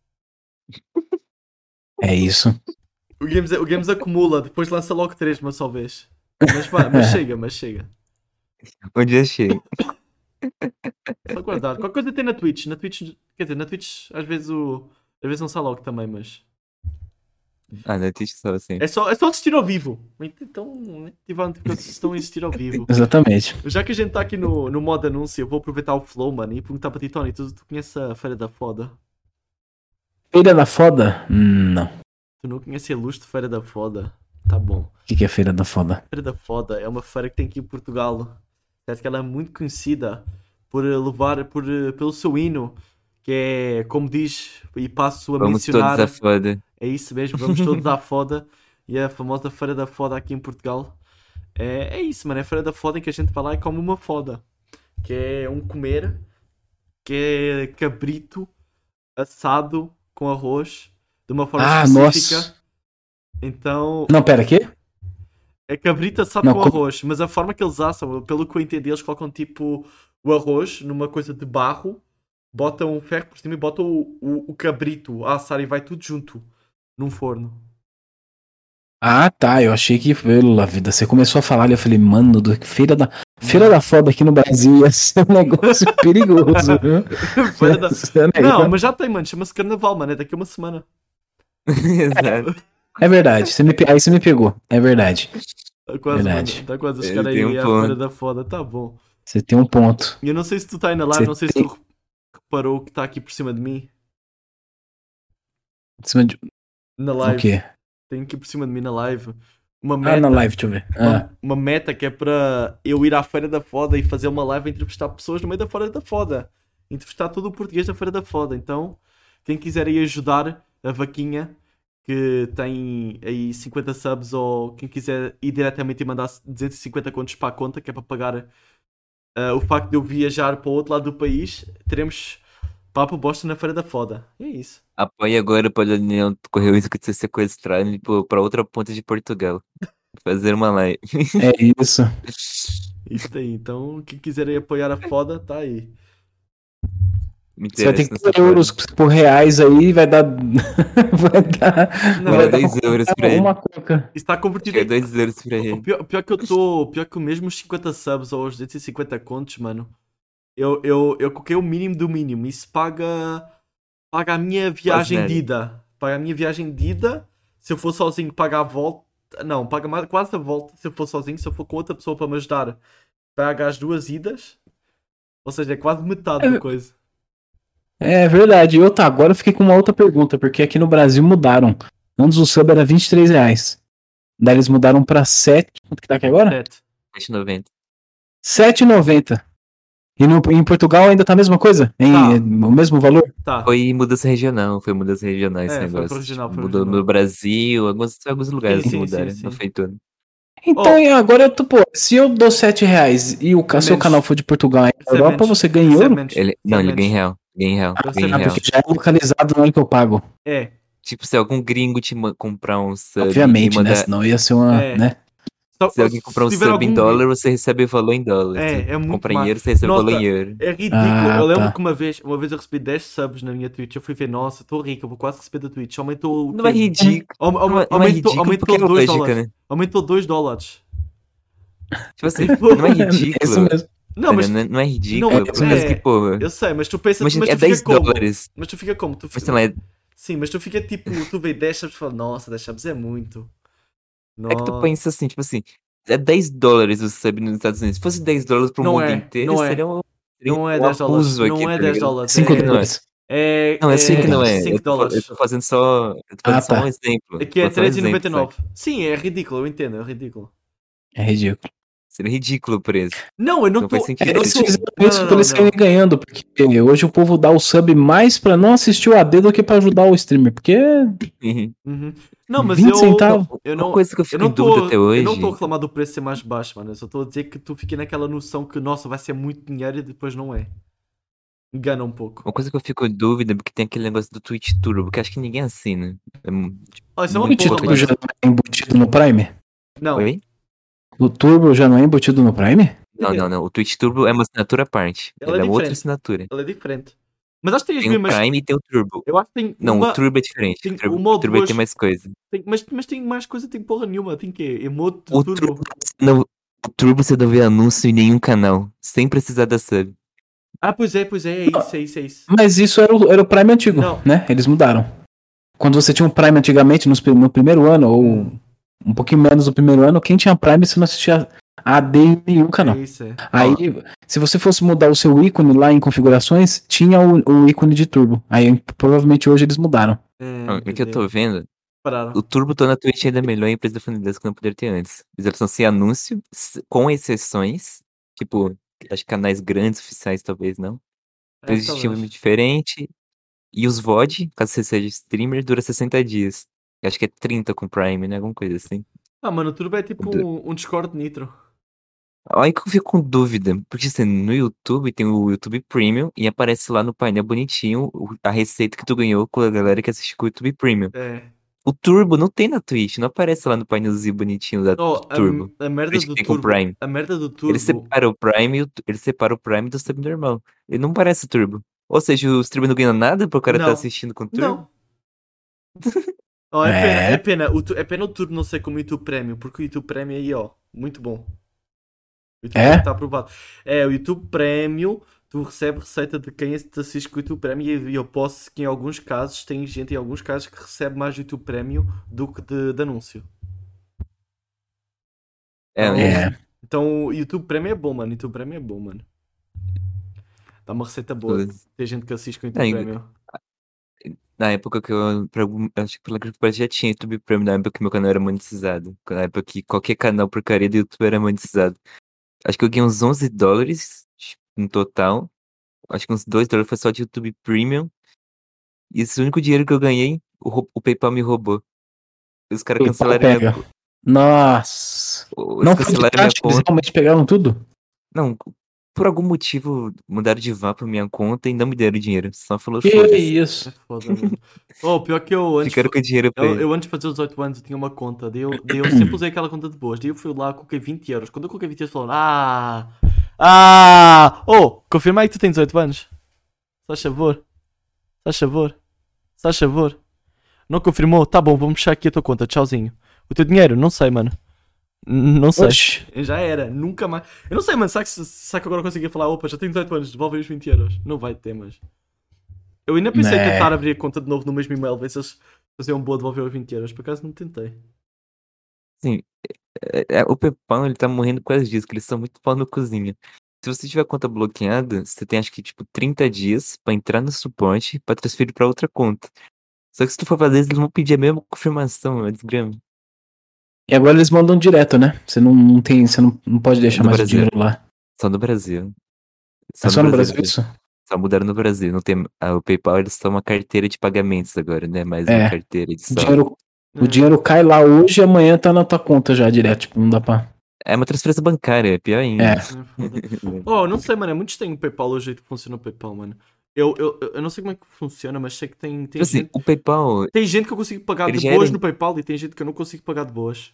É isso. O Games, o Games acumula, depois lança logo três, mas só vez. Mas, vá, mas chega, mas chega. Um dia chega. Só guardar. Qualquer coisa tem na Twitch. Na Twitch, quer dizer, na Twitch às vezes o. Às vezes não sai logo também, mas. Ah, na Twitch só assim. É só, é só assistir ao vivo. Então, tiveram que estão a assistir ao vivo. Exatamente. Já que a gente tá aqui no, no modo anúncio, eu vou aproveitar o flow, mano, e perguntar para ti, Tony, tu, tu conheces a Feira da Foda? Feira da Foda? Hum, Não. Tu não conheces a Ilustre Feira da Foda? Tá bom. O que, que é Feira da Foda? Feira da Foda é uma feira que tem aqui em Portugal. Certo que ela é muito conhecida por eh, levar, por, eh, pelo seu hino, que é, como diz, e passo a Vamos mencionar, todos a foda. é isso mesmo, vamos todos à Foda, e a famosa Feira da Foda aqui em Portugal. É, é isso, mano, é a Feira da Foda em que a gente vai lá e come uma foda, que é um comer, que é cabrito assado com arroz, de uma forma Ah, específica. nossa. Então, Não, pera, quê? é cabrito assado Não, com co- arroz, mas a forma que eles assam, pelo que eu entendi, eles colocam tipo o arroz numa coisa de barro, botam um ferro por cima e botam o, o, o cabrito a assar e vai tudo junto num forno. Ah, tá. Eu achei que, pela vida, você começou a falar e eu falei, mano, do... Feira da Feira da Foda aqui no Brasil ia ser um negócio perigoso, viu? Feira da- Esse negócio- Não, mas já tem, mano, chama-se carnaval, mano, é daqui a uma semana. Exato. É verdade. Você me... pe- Aí você me pegou. É verdade. Tá quase, Verdade. mano, tá quase a Ele chegar aí tem um à ponto. Feira da Foda, tá bom. Você tem um ponto. E eu não sei se tu tá aí na live, Você não sei tem- se tu reparou que tá aqui por cima de mim. Em cima de... Na O live. quê? Tem aqui por cima de mim na live. Uma meta. Ah, na live, deixa eu ver. Ah, uma, uma meta que é para eu ir à Feira da Foda e fazer uma live a entrevistar pessoas no meio da Feira da Foda. Entrevistar todo o português da Feira da Foda. Então, quem quiser aí ajudar a vaquinha, que tem aí cinquenta subs ou quem quiser ir diretamente e mandar duzentos e cinquenta contos para a conta, que é para pagar uh, o facto de eu viajar para o outro lado do país, teremos papo bosta na Feira da Foda. E é isso. Apoie agora para o Daniel correr o risco de ser sequestrado e ir para outra ponta de Portugal. Fazer uma live. É isso. Isso aí. Então, quem quiser aí apoiar a Foda, tá aí. Me Você vai ter interessa que nessa ter euros parte. por reais aí, vai dar. vai dar. Não, vai Era dar dois euros pra ele. uma coca. está convertido É em... dois euros pra O ele. pior, pior que eu tô. Pior que mesmo os cinquenta subs ou os duzentos e cinquenta contos, mano. Eu, eu, eu coloquei o mínimo do mínimo. Isso paga. Paga a minha viagem nada. de ida. Paga a minha viagem de ida. Se eu for sozinho, paga a volta. Não, paga mais, quase a volta. Se eu for sozinho, se eu for com outra pessoa para me ajudar, paga as duas idas. Ou seja, é quase metade da coisa. É verdade. Eu tá, agora eu fiquei com uma outra pergunta, porque aqui no Brasil mudaram. Antes o sub era vinte e três reais. Daí eles mudaram pra sete. Quanto que tá aqui agora? Sete. sete e noventa. sete e noventa. E no, em Portugal ainda tá a mesma coisa? Em, Tá. O mesmo valor? Tá. Foi mudança regional, foi mudança regional esse É, foi pro negócio. regional, Tipo, foi mudou regional. no Brasil, alguns, alguns lugares sim, que mudaram, sim, não sim. foi tudo. Então Oh. agora eu tô, pô, se eu dou sete reais e o ca- É seu menos. canal for de Portugal e Isso é Europa, menos. você ganha em Isso é euro? menos. Ele, Isso não, é ele ganha em menos. real, ganha em real, Deve ser ganha em Ah, menos. real. porque já é localizado no ano que eu pago. É. Tipo, se algum gringo te ma- comprar um sub e Obviamente, né? mandar... Senão ia ser uma, É. né? Só- Se alguém comprar um se tiver sub em algum. dólar, você recebe o valor em dólar. Se É, é muito comprar em mais. euro, você recebe o valor em Nossa, euro. é ridículo. Ah, eu lembro tá. que uma vez, uma vez eu recebi dez subs na minha Twitch. Eu fui ver, nossa, estou rico, eu vou quase receber da Twitch. Aumentou o Não é quê? ridículo. Aum- aum- Não é, não é aumentou ridículo aumentou porque é dois lógica, dólares. né? Aumentou dois dólares. Tipo assim, Tipo, não é É ridículo. isso mesmo. não, mas. Não, é- não é Não, ridículo, mas. É isso por causa que, É, pô, eu sei, mas tu pensa. imagina, Mas é tu fica dez como? dólares. Mas tu fica como? Tu Mas fica... sei lá, é Sim, mas tu fica tipo. Tu vê dez subs e fala, nossa, dez subs é muito. é que tu Nossa. pensa assim, tipo assim, é dez dólares o sub nos Estados Unidos. Se fosse dez dólares pro Não mundo é, inteiro, não é. seria um, seria Não é um dez dólares. abuso Não aqui, é tá dez ligado? dólares. cinco Sei que não é. dólares. É. Não, eu sei que É, não é é. Eu cinco tô, fa- eu dólares. tô fazendo só. Eu tô fazendo Ah, só um tá. exemplo. Aqui é Tô só um três e exemplo, noventa e nove. sabe? Sim, é ridículo, eu entendo, é ridículo. É ridículo. Seria ridículo o preço. Não, eu não Não faz tô. sentido. Eu É, não eles tô. fizeram Não, isso não, pra não, eles saírem não. ganhando, porque hoje o povo dá o sub mais pra não assistir o A D do que pra ajudar o streamer, porque Uhum. Não, mas vinte eu. centavos. Eu Uma não. coisa que eu Eu fico não em dúvida até tô. Eu não tô a hoje. reclamar do preço ser mais baixo, mano. Eu só tô a dizer que tu fiquei naquela noção que, nossa, vai ser muito dinheiro e depois não é. Engana um pouco. Uma coisa que eu fico em dúvida é porque tem aquele negócio do Twitch Turbo, que acho que ninguém assina. É mu- tipo, Olha, isso é uma muito O porra, pouca título já mano. gente. não é embutido no Prime? Não. Oi? O Turbo já não é embutido no Prime? Não, não, não. O Twitch Turbo é uma assinatura à parte. Ela Ele é é uma outra diferente. assinatura. Ela é diferente. Mas acho que tem as Tem o mesmas. Prime e tem o Turbo. Eu acho que tem Não, o uma. Turbo é diferente. Tem O Turbo, uma o ou Turbo aí duas. tem mais coisa. Tem- mas, mas tem mais coisa, tem porra nenhuma. Tem quê? Emote O turbo. Turbo, você não, o Turbo você não vê anúncio em nenhum canal, sem precisar da sub. Ah, pois é, pois é, é isso, é isso, é isso. Mas isso era o, era o Prime antigo, Não. né? Eles mudaram. Quando você tinha um Prime antigamente, nos, pri- no primeiro ano, ou Hum, um pouquinho menos no primeiro ano, quem tinha Prime você não assistia A D em nenhum canal. é isso, é. Aí, se você fosse mudar o seu ícone lá em configurações, tinha o, o ícone de turbo. Aí, provavelmente hoje eles mudaram. É, Ó, o que eu tô entendeu? vendo, Pararam. o Turbo tô na Twitch ainda é melhor em preço da funilidade que não poderia ter antes. Eles opção sem anúncio, s- com exceções, tipo, acho que canais grandes, oficiais talvez não. É, Preço de time talvez. diferente. E os V O D, caso você seja streamer, dura sessenta dias. Eu acho que é trinta com Prime, né? Alguma coisa assim. Ah, mano, o turbo é tipo um, um Discord Nitro. Aí que eu fico com dúvida, porque assim, no YouTube tem o YouTube Premium e aparece lá no painel bonitinho o- a receita que tu ganhou com a galera que assiste com o YouTube Premium. É. O Turbo não tem na Twitch, não aparece lá no painelzinho bonitinho da, Oh, do Turbo. a, a merda Twitch que do tem com o turbo. Prime. A merda do Ele turbo. separa o Prime, e o- ele separa o Prime do sub normal. Ele não parece o Turbo. Ou seja, o streamer não ganha nada pro cara tá Não. assistindo com o Turbo. Não. Oh, é, pena, É. é pena. O, tu- é pena o turbo não ser como o YouTube Premium, porque o YouTube Premium aí, ó, muito bom. O YouTube É? Premium está aprovado. É, o YouTube Premium, tu recebes receita de quem te assiste com o YouTube Premium e eu posso que em alguns casos, tem gente em alguns casos que recebe mais do YouTube Premium do que de, de anúncio. É, Então, É. então o YouTube Premium é bom, mano. O YouTube Premium é bom, mano. Dá uma receita boa. Tem gente que assiste com o YouTube Não, Premium. na época que eu, pra algum- acho que pela que eu já tinha YouTube Premium, na época que meu canal era monetizado. Na época que qualquer canal porcaria do YouTube era monetizado. Acho que eu ganhei uns onze dólares no total. Acho que uns dois dólares foi só de YouTube Premium. E esse único dinheiro que eu ganhei, o, rou- o PayPal me roubou. Os caras O cancelaram minha pega. conta. Nossa. Os Não foi de cancelaram minha taxa, eles conta. realmente pegaram tudo? Não, por algum motivo mudaram de V A P pra minha conta e não me deram dinheiro. Só falou, Que foda-se. É isso? foda, mano. Oh, pior que eu antes, Ficaram com o dinheiro pra eu, ele. eu antes de fazer os dezoito anos eu tinha uma conta, daí eu, daí eu sempre usei aquela conta de boas, daí eu fui lá, coloquei vinte euros. Quando eu coloquei vinte euros, falaram: Ah! Ah! Oh! Confirma aí que tu tens dezoito anos. Faz favor. Faz favor. Faz favor. Não confirmou? Tá bom, vamos fechar aqui a tua conta. Tchauzinho. O teu dinheiro? Não sei, mano. N- Não sei. Oxi. Já era. Nunca mais. Eu não sei, mano. Será que, será que agora eu conseguia falar: Opa, já tenho dezoito anos, devolve aí os vinte euros? Não vai ter, mas. Eu ainda pensei em Né. tentar abrir a conta de novo no mesmo e-mail, ver se eles faziam boa devolver os vinte euros. Por acaso não tentei. Sim, é- é- o PayPal, ele tá morrendo por causa disso, que eles são muito pau no cozinha. Se você tiver a conta bloqueada, você tem acho que tipo trinta dias pra entrar no suporte pra transferir pra outra conta. Só que se tu for fazer isso, eles vão pedir a mesma confirmação, é desgrama. E agora eles mandam direto, né? Você não, não tem. Você não, não pode deixar No mais o Brasil. dinheiro lá. Só no Brasil. É só no Brasil mesmo. isso? Só mudaram no Brasil. Não tem, ah, o PayPal, eles são uma carteira de pagamentos agora, né? Mais uma É. carteira de O saldo. dinheiro, o É. dinheiro cai lá hoje e amanhã tá na tua conta já direto. Tipo, não dá pra. É uma transferência bancária, é pior ainda. É. É foda. Oh, não sei, mano. É muito estranho o PayPal, o jeito que funciona o PayPal, mano. Eu, eu, eu não sei como é que funciona, mas sei que tem, tem, Tipo assim, gente, o PayPal, tem gente que eu consigo pagar ele de já boas era- no PayPal e tem gente que eu não consigo pagar de boas.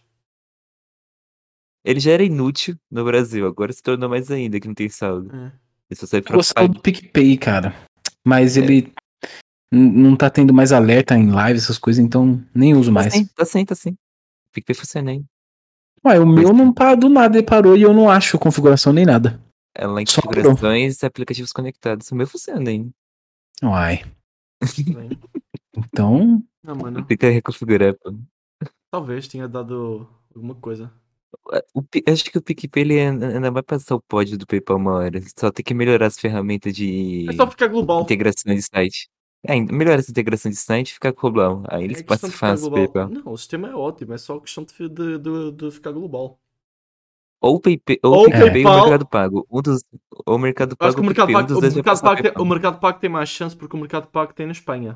ele já era inútil no Brasil, agora se tornou mais ainda, que não tem saldo. É. Ele só serve Eu pra gostava pagar. do PicPay, cara. Mas É. ele n- não tá tendo mais alerta em live, essas coisas, então nem uso Tá mais. sim, tá sim, tá sim. O PicPay funciona aí. Ué, o meu Pois não tá do nada, ele parou e eu não acho configuração nem nada. é lá em Só parou. configurações e aplicativos conectados. O meu funciona ainda. Uai. Estranho. Então, Ah, mano. Tem que reconfigurar, pô. Talvez tenha dado alguma coisa. O, Pi- acho que o PicPay ele ainda ainda vai passar o pódio do PayPal uma hora. Só tem que melhorar as ferramentas É só de ficar global. integração de site. É, ainda- melhorar essa integração de site e ficar global. Aí É eles questão passam de ficar fácil o global. PayPal. Não, o sistema é ótimo, é só questão de, fi- de, de, de ficar global. Ou o PayPay, ou o Ou o PicPay ou o PayPal. Mercado Pago. Um dos, ou o Mercado Eu acho Pago que ou o o Mercado PicPay. Um Pago, dos o dois vai Mercado passar o Pago, tem, o PayPal. Mercado Pago tem mais chance porque o Mercado Pago tem na Espanha.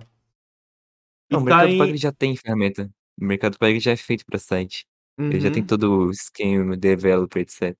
E Não, o Mercado Pago tem. ele já tem ferramenta. O Mercado Pago ele já é feito para site. Ele já tem Uhum. todo o esquema, developer, etcétera.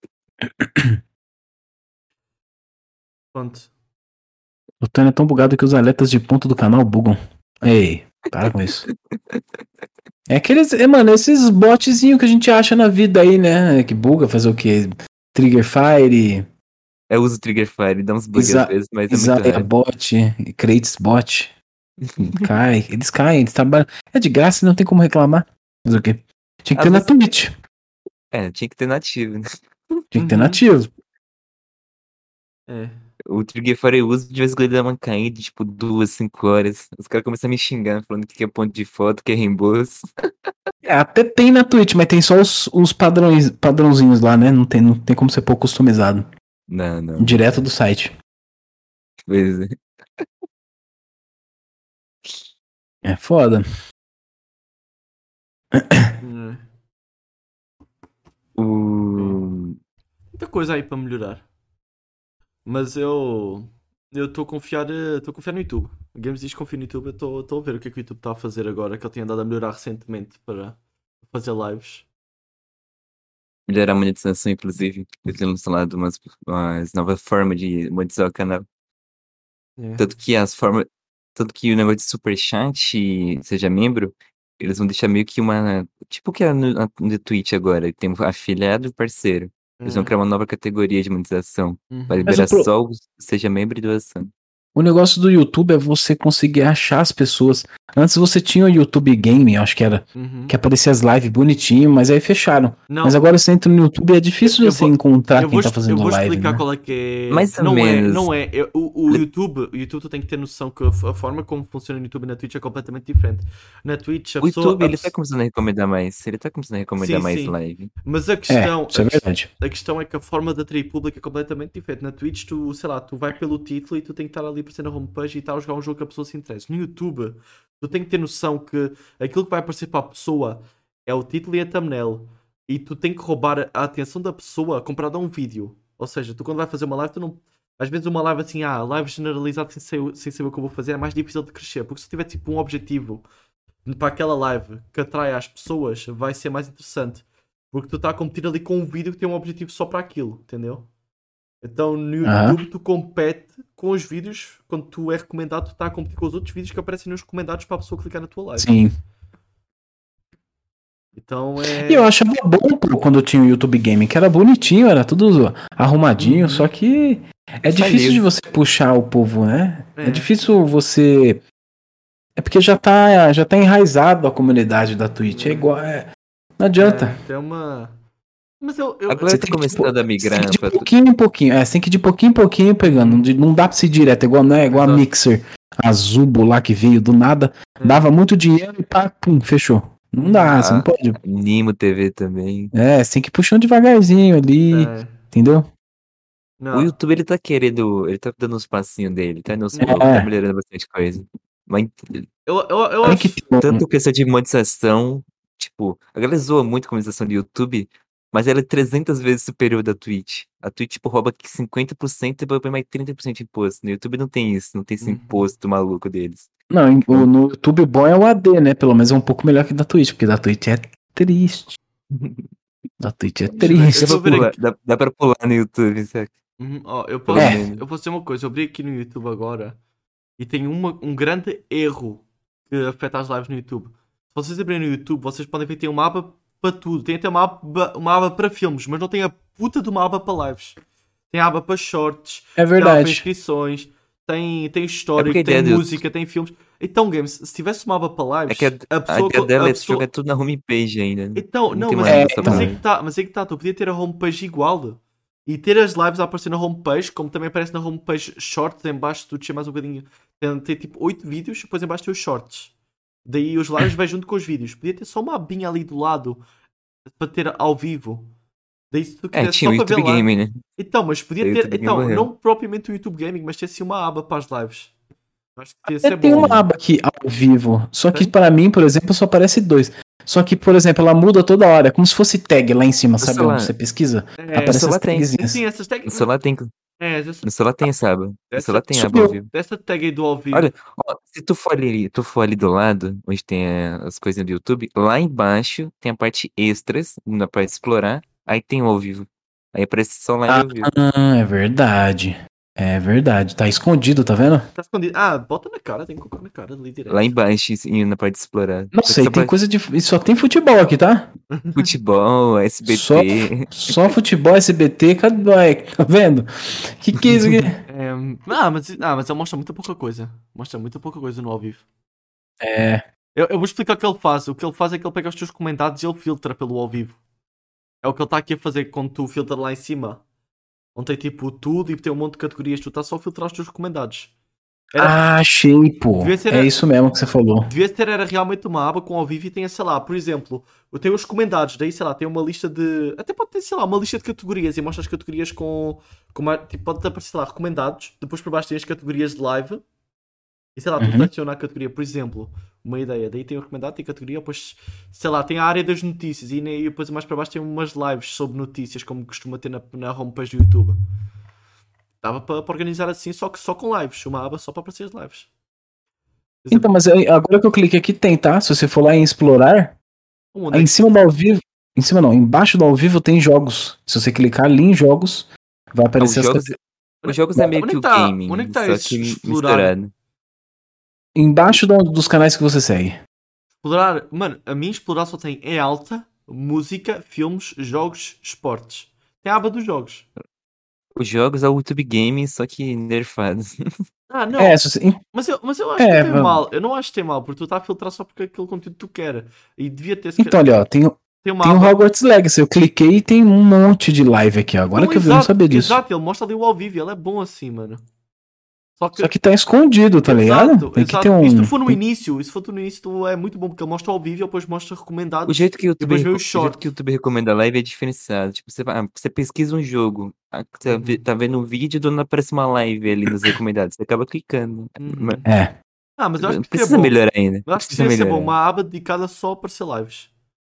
Pronto. o Tony é tão bugado que os alertas de ponto do canal bugam. Ei, para com isso. É aqueles, é, mano, esses botzinhos que a gente acha na vida aí, né? Que buga, fazer o quê? Trigger Fire, Eu uso o Triggerfire, dá uns bugs às Isa, vezes, mas é muito Isaiah raro. Bot, Crates Bot. Cai, eles caem, eles trabalham. É de graça, não tem como reclamar. Mas o quê? Tinha que Às ter na vezes- Twitch. É, tinha que ter nativo, né? Tinha que ter Uhum. nativo. É. O Triggerfire eu uso de vez em quando ele dá uma caída, tipo, duas, cinco horas. Os caras começam a me xingar, falando que é ponto de foto, que é reembolso. É, até tem na Twitch, mas tem só os, os padrões, padrãozinhos lá, né? Não tem, não tem como ser pouco customizado. Não, não. Direto do site. Pois é. É foda. É. O... Muita coisa aí para melhorar. Mas eu. Eu estou a confiar. Estou a confiar no YouTube. O Games diz que confia no YouTube. Eu estou a ver o que é que o YouTube está a fazer agora. Que ele tem andado a melhorar recentemente para fazer lives. Melhorar a monetização, inclusive. Eles têm lançado umas, umas novas formas de monetizar o canal. É. Tanto que as formas. Tanto que o negócio de superchat, seja membro, eles vão deixar meio que uma. Tipo o que é no, no Twitch agora. Tem um afiliado e parceiro. Eles vão É. criar uma nova categoria de monetização. Uhum. Vai Mas o liberar pro- só o seja membro e doação. O negócio do YouTube é você conseguir achar as pessoas. Antes você tinha o YouTube Game, eu acho que era. Uhum. Que aparecia as lives bonitinho, mas aí fecharam. Não. Mas agora você entra no YouTube e é difícil Eu você vou- encontrar Eu quem vou, tá eu fazendo vou live, explicar né? qual é que é. Mais ou não é, menos. não é. Eu- o, o Le- YouTube, o YouTube tu tem que ter noção que a, a forma como funciona o YouTube e na Twitch é completamente diferente. Na Twitch a O pessoa. YouTube, a ele tá pessoa- começando a recomendar mais. Ele tá começando a recomendar Sim, mais sim. live. Mas a É, questão. isso é a, ques- verdade. a questão é que a forma de atrair público é completamente diferente. Na Twitch, tu, sei lá, tu vai pelo título e tu tem que estar ali aparecendo na homepage e estar a jogar um jogo que a pessoa se interessa. No YouTube, tu tem que ter noção que aquilo que vai aparecer para a pessoa é o título e a thumbnail. E tu tem que roubar a atenção da pessoa comparado a um vídeo. Ou seja, tu quando vai fazer uma live, tu não. Às vezes uma live assim, ah, live generalizada sem saber, sem saber o que eu vou fazer é mais difícil de crescer. Porque se tu tiver tipo um objetivo para aquela live que atrai as pessoas, vai ser mais interessante. Porque tu estás a competir ali com um vídeo que tem um objetivo só para aquilo, entendeu? Então no Aham. YouTube tu compete com os vídeos, quando tu é recomendado, tu estás a competir com os outros vídeos que aparecem nos recomendados para a pessoa clicar na tua live. Sim. Então E eu é. achava bom, pô, quando tinha o YouTube Gaming, que era bonitinho, era tudo arrumadinho, Uhum. só que é Faliu. difícil de você puxar o povo, né? É, É. difícil você. É porque já tá, já tá enraizado a comunidade da Twitch. É igual. é- Não adianta. É, tem uma. Mas eu. eu... A galera Você tá tem que, tipo, começando a Tem migrar que de pra tu- pouquinho em pouquinho. É, você tem que ir de pouquinho em pouquinho pegando. Não de- Não dá pra ser direto. É igual, não é igual a Exato. Mixer, a Zubo lá que veio do nada. É. Dava muito dinheiro e pá, pum, fechou. Não dá, você não Ah. pode. Nimo T V também. É, você tem que ir puxando devagarzinho ali. É. Entendeu? Não. O YouTube, ele tá querendo, ele tá dando uns passinhos dele, tá, nos, É. tá melhorando bastante coisa. Mas Eu, eu, eu Tem acho. que ter um- tanto questão de monetização, tipo, a galera zoa muito a monetização do YouTube, mas ela é trezentas vezes superior da Twitch. A Twitch, tipo, rouba cinquenta por cento e depois põe mais trinta por cento de imposto. No YouTube não tem isso, não tem esse Uhum. imposto maluco deles. Não, em- o- no YouTube o bom é o A D, né? Pelo menos é um pouco melhor que da Twitch, porque da Twitch é triste. Da Twitch é Deixa eu ver, triste. eu Dá tô pra, vendo pular, aqui. dá, dá pra pular no YouTube, sabe? Uhum, ó, eu Pelo posso, É. menos. eu posso dizer uma coisa, eu abri aqui no YouTube agora e tem uma, um grande erro que afeta as lives no YouTube. Se vocês abrirem no YouTube, vocês podem ver que tem uma aba para tudo. Tem até uma aba, uma aba para filmes, mas não tem a puta de uma aba para lives. Tem aba para shorts, É tem aba para verdade. inscrições, tem, tem história, porque a tem ideia do- música, tem filmes. Então, Games, se tivesse uma aba para É lives, que a, a a pessoa. ideia dela a é pessoa- jogar tudo na homepage ainda. né? Então, não, tem mas, uma é, aba só pra mas, é live. que tá, mas é que tá, tu podia ter a homepage igual e ter as lives a aparecer na homepage, como também aparece na homepage shorts, em baixo tu descer mais um bocadinho, tem, tem tipo oito vídeos, e depois em baixo tem os shorts. Daí os lives vai junto com os vídeos. Podia ter só uma abinha ali do lado para ter ao vivo. Daí se tu É, quisesse tinha só o para ver YouTube live. Gaming, né? Então, mas podia O ter, YouTube Gaming então, morreu. não propriamente o YouTube Gaming, mas ter assim uma aba para as lives. Acho que ia Até ser tem bom. uma aba aqui ao vivo. Só que Tem? para mim, por exemplo, só aparece dois. Só que, por exemplo, ela muda toda hora. É como se fosse tag lá em cima, sabe? celular. Onde você pesquisa? É, Aparece celular as tem. tagzinhas. sim, essas tags. No celular tem, É, essa, no celular tem essa aba. No Essa- celular tem aba subiu. ao vivo. essa tag aí do ao vivo. Olha, ó, se tu for ali, tu for ali do lado, onde tem eh, as coisinhas do YouTube, lá embaixo tem a parte extras, na parte de explorar, aí tem o ao vivo. Aí aparece só live ao vivo. Ah, é verdade. É verdade. Tá escondido, tá vendo? Tá escondido. Ah, bota na cara, tem que colocar na cara ali direto. Lá embaixo, e na parte de explorar. Não Só que sei, só tem pra coisa de. e Só tem futebol aqui, tá? futebol, S B T. Só, só futebol, S B T, cadê? Ai, tá vendo? Que que é isso aqui? É, ah, mas, ah, mas ele mostra muita pouca coisa. Mostra muita pouca coisa no ao vivo. É. Eu, eu vou explicar o que ele faz. O que ele faz é que ele pega os teus comentários e ele filtra pelo ao vivo. É o que ele está aqui a fazer quando tu filtra lá em cima. Onde tem tipo tudo e tem um monte de categorias. Tu estás só a filtrar os teus recomendados. Era- Ah, achei, pô. Devia ser É a- isso mesmo que você falou. Devia ter era realmente uma aba com ao vivo e tem, sei lá, por exemplo, eu tenho os recomendados, daí, sei lá, tem uma lista de. Até pode ter, sei lá, uma lista de categorias e mostra as categorias com. com uma- tipo, pode aparecer, sei lá, recomendados, depois por baixo tem as categorias de live e, sei lá, tu Uhum. seleciona a categoria, por exemplo, uma ideia, daí tem o recomendado, tem a categoria, depois, sei lá, tem a área das notícias e, ne- e depois mais para baixo tem umas lives sobre notícias, como costuma ter na, na homepage do YouTube. Dava para para organizar assim, só que só com lives, uma aba só para aparecer as lives. Por exemplo, Então, mas aí, agora que eu cliquei aqui, tem, tá? Se você for lá em explorar, onde é aí em que- cima do ao vivo. Em cima não, embaixo do ao vivo tem jogos. Se você clicar ali em jogos, vai Ah, os aparecer as jogos, cate- os jogos é meio Onde é que o que tá- gaming, onde é que tá só esse que explorar? misturado. embaixo do- dos canais que você segue. Explorar, mano, a minha explorar só tem é alta, música, filmes, jogos, esportes. Tem a aba dos jogos. Os jogos é o YouTube Gaming, só que nerfados. Ah, não. É, se você- Mas eu, mas eu acho É, que tem vamos. mal. Eu não acho que tem mal, porque tu está a filtrar só porque aquele conteúdo que tu quer. E devia ter se Então, ali, ó, tem, tem uma tem o aba. Hogwarts Legacy. Eu cliquei e tem um monte de live aqui, ó. Agora Não, que eu vi, eu não exato, sabia disso. Exato, ele mostra ali o ao vivo, ele é bom assim, mano. Só que, Só que tá escondido, tá ligado? exato, Tem que exato. ter um. E se tu for no tem- início, e se for tu no início, tu é muito bom, porque ele mostra ao vivo e depois mostra recomendado. O jeito que o YouTube, Depois vem o reco- o jeito short. que o YouTube recomenda live é diferenciado. Tipo, você, vai- ah, você pesquisa um jogo, ah, você Uhum. vê- tá vendo um vídeo, do nada aparece uma live ali nos recomendados. Você acaba clicando. Uhum. Mas- É, Ah, mas eu acho que precisa seria bom. melhorar ainda. Eu acho que Precisa devia ser bom, melhorar. uma aba dedicada só para ser lives.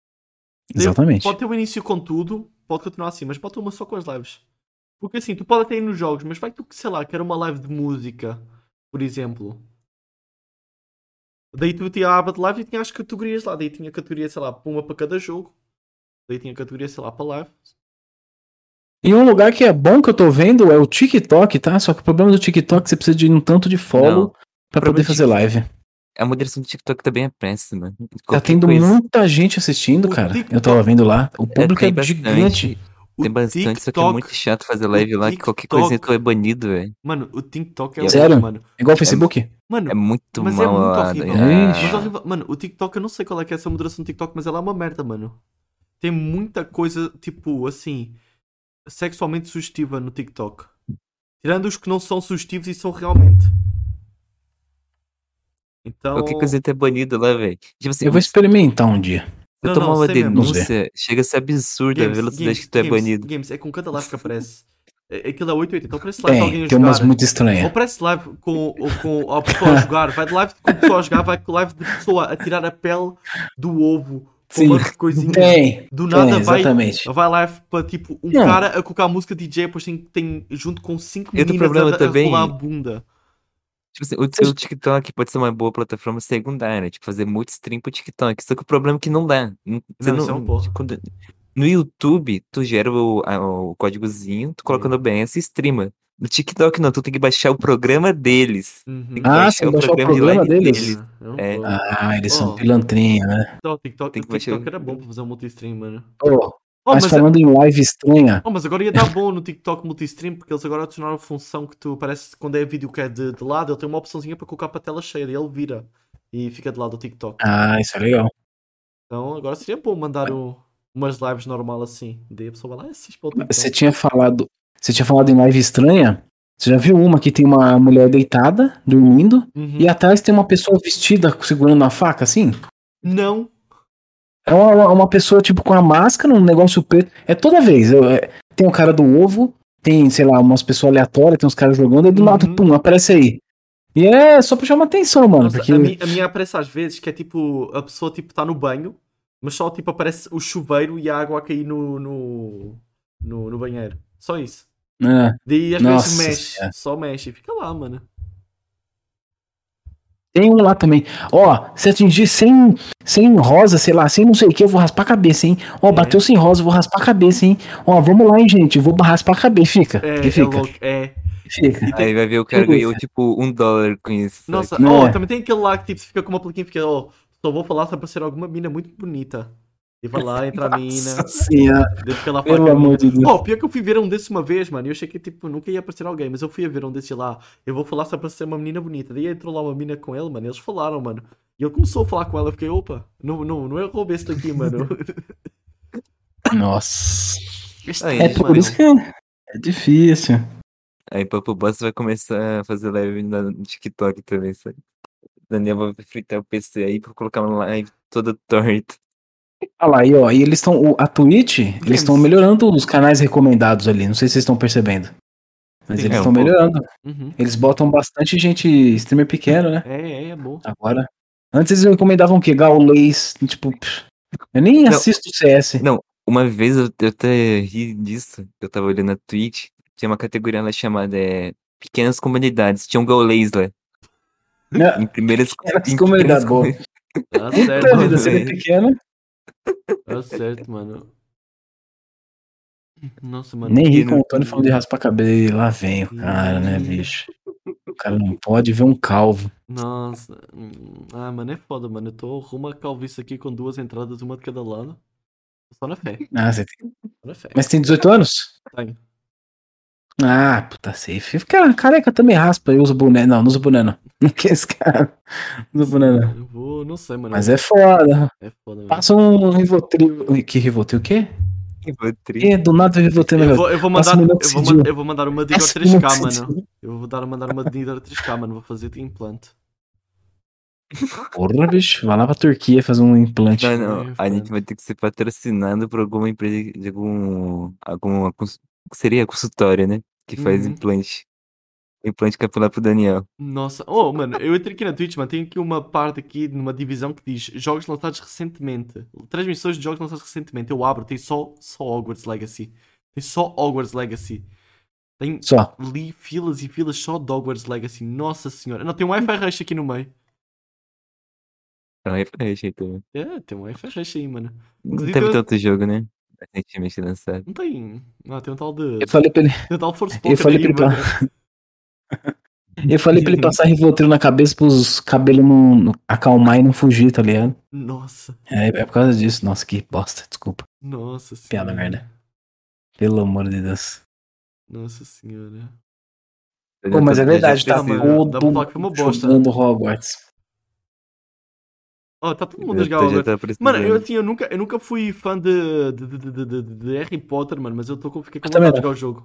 Daí exatamente. Pode ter o início com tudo, pode continuar assim, mas pode ter uma só com as lives. Porque assim, tu pode até ir nos jogos, mas vai que tu, sei lá, quer uma live de música, por exemplo. Daí tu tinha a aba de live e tinha as categorias lá. Daí tinha categoria, sei lá, uma para cada jogo. Daí tinha categoria, sei lá, para live. E um lugar que é bom que eu tô vendo é o TikTok, tá? Só que o problema do TikTok é que você precisa de um tanto de follow Não. pra O problema poder do fazer TikTok- live. A moderação do TikTok também é péssima. Tá Qualquer tendo coisa. muita gente assistindo, O cara. TikTok- Eu tava vendo lá. O É, público é, tem gigante. bastante. O Tem bastante, só que é TikTok- muito chato fazer live lá, que qualquer TikTok- coisinha tu é banido, velho. Mano, o TikTok é E é- horrível, Sério? mano. Igual o Facebook? Mano, É muito mas é mal muito lá, horrível. ah, Ixi. Mas horrível. Mano, o TikTok, eu não sei qual é que é essa moderação do TikTok, mas ela é uma merda, mano. Tem muita coisa, tipo, assim, sexualmente sugestiva no TikTok. Tirando os que não são sugestivos e são realmente. Então. Qualquer coisinha tu é banido lá, velho. Tipo assim, Eu vou se experimentar um dia. tu Não, tomar não, uma sei mesmo. Vamos denúncia, chega a ser absurda a Games, velocidade games, que tu é games, banido. games, é com cada live que aparece. É- Aquilo é oito ou oito. Então aparece live de alguém Tem, a tem jogar. umas muito Ou estranhas. aparece live com, ou com a pessoa a jogar. Vai de live com a pessoa a jogar. Vai com live de pessoa a tirar a pele do ovo. Com Sim. um monte de coisinha. Tem. Do tem, nada vai, exatamente. vai live para tipo um Não. cara a colocar música D J. Depois tem, tem junto com cinco E outro meninas problema a, a também- rolar a bunda. Tipo assim, o, Vocês- o TikTok pode ser uma boa plataforma secundária, tipo, fazer multi-stream pro TikTok. Só que o problema é que não dá. Não, você Não, não, isso é uma porra. quando- no YouTube, tu gera o, a- o códigozinho, tu coloca Sim. no O B S e streama. No TikTok não, tu tem que baixar o programa deles. Uhum. Tem que Ah, baixar você o baixar o programa, programa inline deles? deles. É um É. porra. Ah, eles são Oh. pilantrinha, né? Então, o TikTok, Tem o que baixar TikTok o- era bom para fazer um multi-stream, mano. Ô, Oh, mas mas, falando em live estranha, oh, mas agora ia dar bom no TikTok multi-stream, porque eles agora adicionaram a função que tu parece quando é vídeo que é de, de lado, ele tem uma opçãozinha para colocar para a tela cheia e ele vira e fica de lado do TikTok. ah, isso é legal. Então agora seria bom mandar o- umas lives normal assim. Daí a pessoa vai lá e assiste para o TikTok. Você tinha falado, você tinha falado em live estranha? Você já viu uma que tem uma mulher deitada, dormindo, Uhum. e atrás tem uma pessoa vestida segurando uma faca, assim? Não. É uma, uma pessoa, tipo, com a máscara, um negócio preto. É toda vez. eu- é- tem o cara do ovo, tem, sei lá, umas pessoas aleatórias, tem uns caras jogando, e do nada, Uhum. pum, aparece aí. E é só pra chamar atenção, mano. Nossa, porque a, mi- a minha aparece às vezes que é tipo, a pessoa tipo está no banho, mas só tipo aparece o chuveiro e a água a cair no, no, no, no banheiro. Só isso. É, Daí às Nossa vezes mexe, Senhora. só mexe e fica lá, mano. tem um lá também. Ó, se atingir cem, cem rosa, sei lá, cem não sei o que, eu vou raspar a cabeça, hein? Ó, É. bateu sem rosa, eu vou raspar a cabeça, hein? Ó, vamos lá, hein, gente? Eu vou raspar a cabeça. Fica. É, e é fica. louco, é. Fica. E tem- Aí vai ver o cara Tudo ganhou tipo um dólar com isso. Nossa, sabe? oh, É. também tem aquele lá que tipo, fica com uma plaquinha e fica, ó, só vou falar se aparecer alguma mina muito bonita. E vai lá, entra a mina, Nossa senhora. daí fica lá Pelo falar que é amor bonita. de Deus. Oh, pior que eu fui ver um desses uma vez, mano, e eu achei que tipo, nunca ia aparecer alguém, mas eu fui a ver um desses lá. Eu vou falar se aparecer uma menina bonita. Daí entrou lá uma mina com ele, mano, e eles falaram, mano. E ele começou a falar com ela, eu fiquei, opa, não, não, não é roubo esse daqui, mano. Nossa. Estranho, É por mano. isso que é difícil. Aí Papo Boss vai começar a fazer live no TikTok também, sabe? Daniel vai fritar o P C aí pra colocar uma live toda torta. Olha lá, aí, ó. E eles estão. A Twitch, eles estão melhorando os canais recomendados ali. Não sei se vocês estão percebendo. Mas Sim. eles É, um estão pouco. melhorando. Uhum. Eles botam bastante gente, streamer pequeno, né? É, é, é bom. Agora. Antes eles recomendavam o quê? Gaulês. Tipo, pff, eu nem Não. assisto C S. Não, uma vez eu, eu até ri disso, eu tava olhando a Twitch, tinha uma categoria lá chamada é, Pequenas Comunidades, tinha um gaulês lá, em primeiras, Pequenas em comunidades, boa. comunidades. Tá Puta certo, vida, você é velho. pequeno. tá certo, mano. Nossa, mano. Nem ri pequeno com o Tony falando de raspar cabelo. Lá vem o cara, né, Hum. bicho? O cara não pode ver um calvo. Nossa. hum, Ah, mano, é foda, mano. Eu tô rumo a calvície aqui com duas entradas, uma de cada lado. Só na fé. Ah, você tem... Só na fé. Mas tem dezoito anos? Tenho. Ah, puta safe. Cara, careca também raspa e usa boné. Não, não usa boné, não. Não quer esse cara. Não usa boné, não. Eu vou, não sei, mano. Mas é foda. É foda, mano. Passa um Rivotril. Que Rivotril o quê? Rivotril. Ih, do nada o Rivotril. Eu vou, eu vou Passa mandar, eu vou, minoxidil. man- eu vou mandar uma Digor Passa três K, minoxidil. mano. Eu vou dar, mandar uma Digor três K, mano. Vou fazer implante. Porra, bicho. Vai lá pra Turquia fazer um implante. Não, não, É, a foda. gente vai ter que ser patrocinado por alguma empresa de algum, alguma, cons- seria consultória, né, que faz Uhum. implante, implante capilar pro Daniel. Nossa, oh, mano, eu entrei aqui na Twitch, mano. Tem aqui uma parte aqui numa divisão que diz jogos lançados recentemente. Transmissões de jogos lançados recentemente. Eu abro, tem só, só Hogwarts Legacy. Tem só Hogwarts Legacy. Tem Só. li filas e filas só de Hogwarts Legacy. Nossa senhora. Não, tem um Wi-Fi Rush aqui no meio. É um refresh aí também. É, tem um refresh aí, mano. Não Inclusive, teve eu- tanto jogo, né? Recentemente lançado. não tem. Não, tem um tal de. Eu falei pra ele, Tem um tal de eu Forspoken falei aí, pra ele, mano. eu falei pra ele passar Rivotril na cabeça pros cabelos não não acalmar e não fugir, tá ligado? Nossa. É, é por causa disso. Nossa, que bosta, desculpa. Nossa Piada senhora. merda. Pelo amor de Deus. Nossa senhora. Eu Pô, já mas tô- é eu já verdade, tá Ah, preciso- mano, dá pra todo falar que foi uma mundo bosta. jogando Hogwarts. Ó, tá todo eu mundo a já jogar tô- já Hogwarts. tava Mano, eu precisando. assim, eu nunca, eu nunca fui fã de, de, de, de, de, de- de Harry Potter, mano, mas eu tô com, fiquei com Eu também vontade de não. jogar o jogo.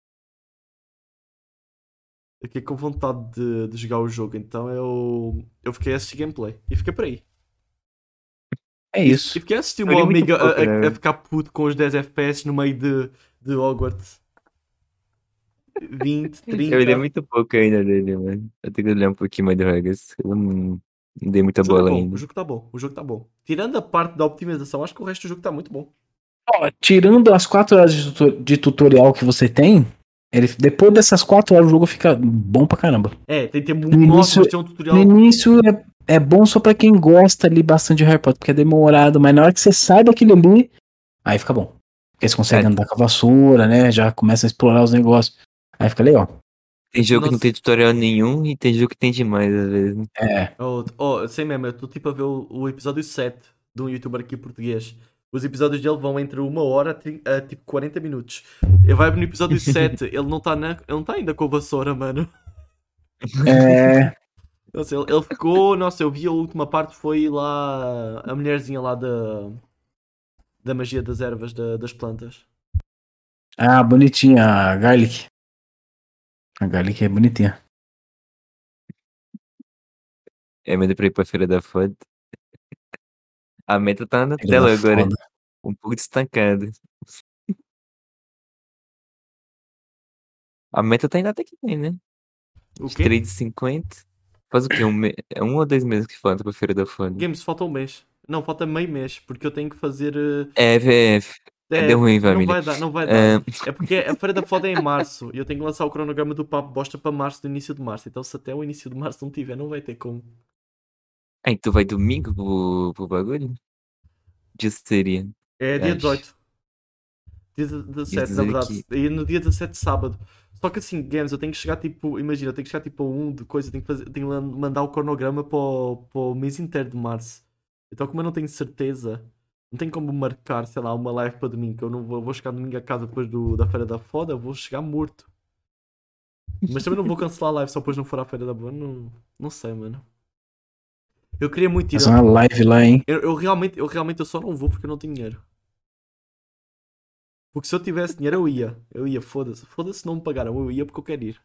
Eu fiquei com vontade de, de jogar o jogo, então eu, eu fiquei a assistir gameplay. E fiquei por aí. É E, isso. e fiquei a assistir o Eu meu li muito amigo a, pouco, a, a né? ficar puto com os dez F P S no meio de, de Hogwarts. vinte, Eu li trinta. muito pouco ainda dele, mano. Eu tenho que olhar um pouquinho mais do Vegas. Eu não, não dei muita O jogo é bola bom, o ainda. jogo tá bom, o jogo tá bom. Tirando a parte da optimização, acho que o resto do jogo tá muito bom. Ó, tirando as quatro horas de, tuto- de tutorial que você tem, ele, depois dessas quatro horas o jogo fica bom pra caramba. É, tem tempo. No Nossa, início, mas tem um no tutorial. início é, é bom só pra quem gosta ali bastante de Harry Potter, porque é demorado, mas na hora que você sai daquilo ali, aí fica bom. Porque você consegue É, andar com a vassoura, né? Já começa a explorar os negócios. Aí fica legal. tem jogo que não Nossa. tem tutorial nenhum e tem jogo que tem demais, às vezes, né? É. Oh, oh, sei mesmo, eu estou tipo a ver o, o episódio sete de um youtuber aqui português. Os episódios dele vão entre uma hora a, tri- a, tipo quarenta minutos. Ele vai no episódio sete, ele não está na, ele não tá ainda com a vassoura, mano. É. Nossa, ele, ele ficou, nossa, eu vi a última parte, foi lá a mulherzinha lá da, da magia das ervas, da- das plantas. Ah, bonitinha, a Garlic. A Garlic é bonitinha. É medo pra ir pra Feira da Foda. A meta tá na Filha tela da agora. foda. Um pouco destacada. A meta tá ainda até que bem, né? O De quê? três e cinquenta. Faz o quê? Um me... É um ou dois meses que falta pra Feira da Foda. Games, falta um mês. Não, falta meio mês, porque eu tenho que fazer. eh, É, F F. É, É, deu ruim, não família. vai dar, não vai É, dar. É porque a Feira da Foda é em março e eu tenho que lançar o cronograma do Papo Bosta para março, do início de março. Então, se até o início de março não tiver, não vai ter como. Aí tu vai domingo pro, pro bagulho? Dia seria, É eu dia acho. dezoito. Dia Quis dezassete, na dizer verdade. que. E no dia dezassete, sábado. Só que assim, Games, eu tenho que chegar tipo. Imagina, eu tenho que chegar tipo a um de coisa, eu tenho que, fazer, tenho que lan- mandar o cronograma para o, para o mês inteiro de março. Então, como eu não tenho certeza, não tenho como marcar, sei lá, uma live para domingo. Que eu não vou, vou chegar domingo a casa depois do, da Feira da Foda, eu vou chegar morto. Mas também não vou cancelar a live só depois não for à Feira da Boa. Não, não sei, mano. Eu queria muito ir. Fazer uma live lá, hein? Eu, eu realmente, eu realmente eu só não vou porque eu não tenho dinheiro. Porque se eu tivesse dinheiro eu ia. Eu ia, foda-se. Foda-se se não me pagaram. Eu ia porque eu quero ir.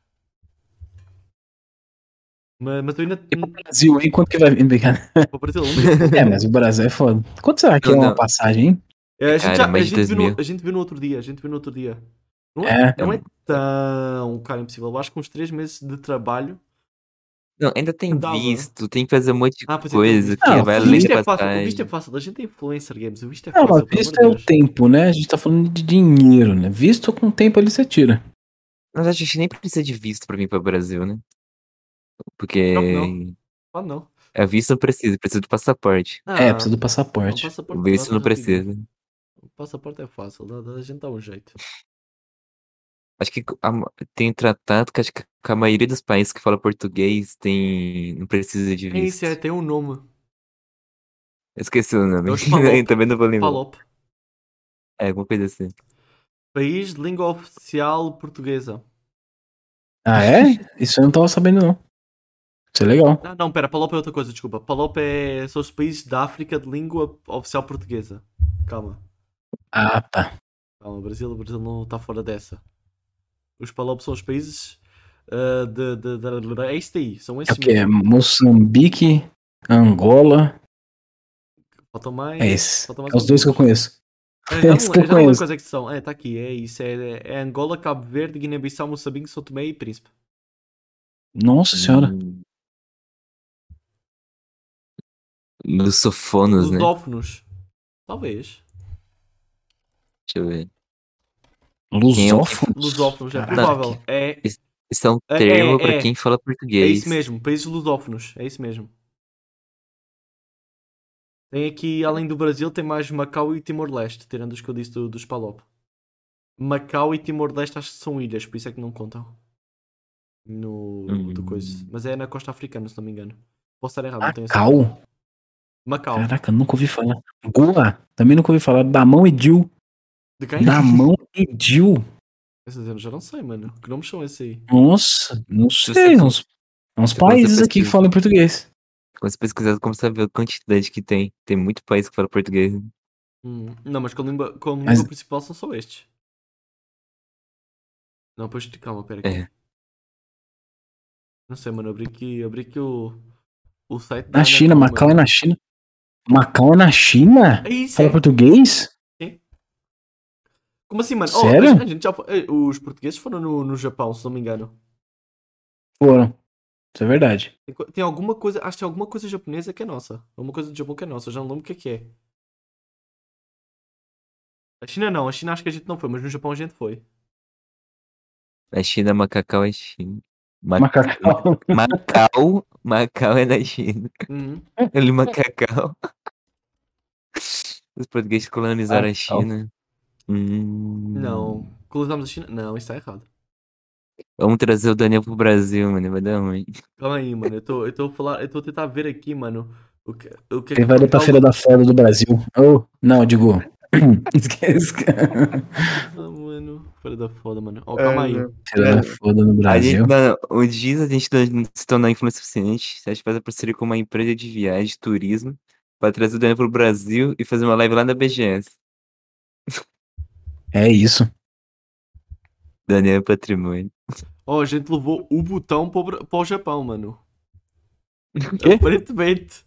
Mas, mas eu ainda. E pro Brasil, hein? Quanto que vai vir? Brincadeira. Vou para um mês. É, mas o Brasil é foda. Quanto será que Não, é uma não. passagem, hein? É, a gente, Cara, já, a, mais de gente dois viu no, mil. a gente viu no outro dia. A gente viu no outro dia. Não é, É. não é tão caro impossível. Eu acho que uns três meses de trabalho. Não, ainda tem Dava. visto, tem que fazer um monte de Ah, pois é, tem o coisa visto. que Não, vai O além visto de é fácil. O visto é passagem. fácil. A gente é influencer games. O visto é Não, mas fácil, pelo amor visto de é o Deus. tempo, né? A gente tá falando de dinheiro, né? Visto com o tempo ali você tira. Mas a gente nem precisa de visto pra vir pro Brasil, né? Claro que Porque não. Ah, não. a visto não precisa, precisa do passaporte. É, Ah, precisa do o passaporte. passaporte O dá visto para não rapidinho. precisa. O passaporte é fácil, dá, dá- a gente dá um jeito. Acho que a- tem um tratado que acho que a maioria dos países que fala português tem, não precisa de É isso, é, visto. tem um nome. Eu esqueci o É nome. os PALOP. Também não vou lembrar. PALOP. É, alguma coisa assim. País de língua oficial portuguesa. Ah, é? Isso eu não tava sabendo, não. Isso é legal. Ah, não, pera, PALOP é outra coisa, desculpa. PALOP é, são os países da África de língua oficial portuguesa. Calma, Ah, tá. calma, o Brasil, o Brasil não está fora dessa. Os PALOP são os países ah, de, de, de, de- É isso aí, são É esses o que? mesmo. Moçambique, Angola. Faltam mais. É esse. Faltam mais É os dois que eu alguns. conheço. É, É já, esse não, que eu já não lembro conheço. quais é que são. É, tá aqui, é isso. É, é Angola, Cabo Verde, Guiné-Bissau, Moçambique, São Tomé e Príncipe. Nossa senhora. Hum, Lusófonos, né? Lusófonos. Talvez. Deixa eu ver. Quem é o que... Lusófonos? Lusófonos, é Caraca. provável. É, Isso isso é um é, termo pra é, quem é. fala É português. isso mesmo, países lusófonos. É isso mesmo. Tem aqui, além do Brasil, tem mais Macau e Timor-Leste, tirando os que eu disse do, dos Palop. Macau e Timor-Leste acho que são ilhas, por isso é que não contam. No do coisa. Hum. Mas é na costa africana, se não me engano. Posso estar errado, não tenho certeza. Macau? Macau. Caraca, nunca ouvi falar. Goa? Também nunca ouvi falar. Damão e Dil. De quem? Damão e Dil. Esses eu já não sei, mano. Que nomes são esses aí? Nossa, não você sei. com- Uns, uns você com essa países aqui que pesquisa. falam em português. Quando você pesquisar, como você vê a quantidade que tem. Tem muito país que fala português. Hum, Não, mas com língua, com língua Mas- principal são só estes. Não, pois calma, pera aqui. É. Não sei, mano. Abri aqui, abri aqui o, o site da Na China, Anatel, Macau é mano. na China. Macau é na China? É isso, Fala é. português? Como assim, mano? Oh, Sério? a, a gente já, fo- eh, os portugueses foram no, no Japão, se não me engano. Foram. Isso é verdade. Tem, co- tem alguma coisa, acho que tem alguma coisa japonesa que é nossa. Alguma coisa do Japão que é nossa, eu já não lembro o que é que é. A China não, a China acho que a gente não foi, mas no Japão a gente foi. Na China, Macacau é China. Ma- Macacau. Macau, Macau é na China. Uhum. Ali, Macacau. Os portugueses colonizaram a Macau. China. Hum. Não. Colonizamos a China? Não, isso está errado. Vamos trazer o Daniel pro Brasil, mano. Vai dar ruim. Calma aí, mano. Eu tô, eu tô a falar, eu tô a tentar ver aqui, mano. O que, o que é Ele que vai ali pra Portugal. Feira da Foda do Brasil. Oh, não, digo. Esquece. Ah, mano. Feira da foda, mano. Ó, calma aí. Feira da Foda no A gente, Brasil. mano, um dia a gente não se tornar influência suficiente, a gente faz a parceria com uma empresa de viagem, de turismo, pra trazer o Daniel pro Brasil e fazer uma live lá na B G S. É isso. Daniel é patrimônio. Ó, a gente levou o botão para o, Bra- para o Japão, mano. Quê? Aparentemente.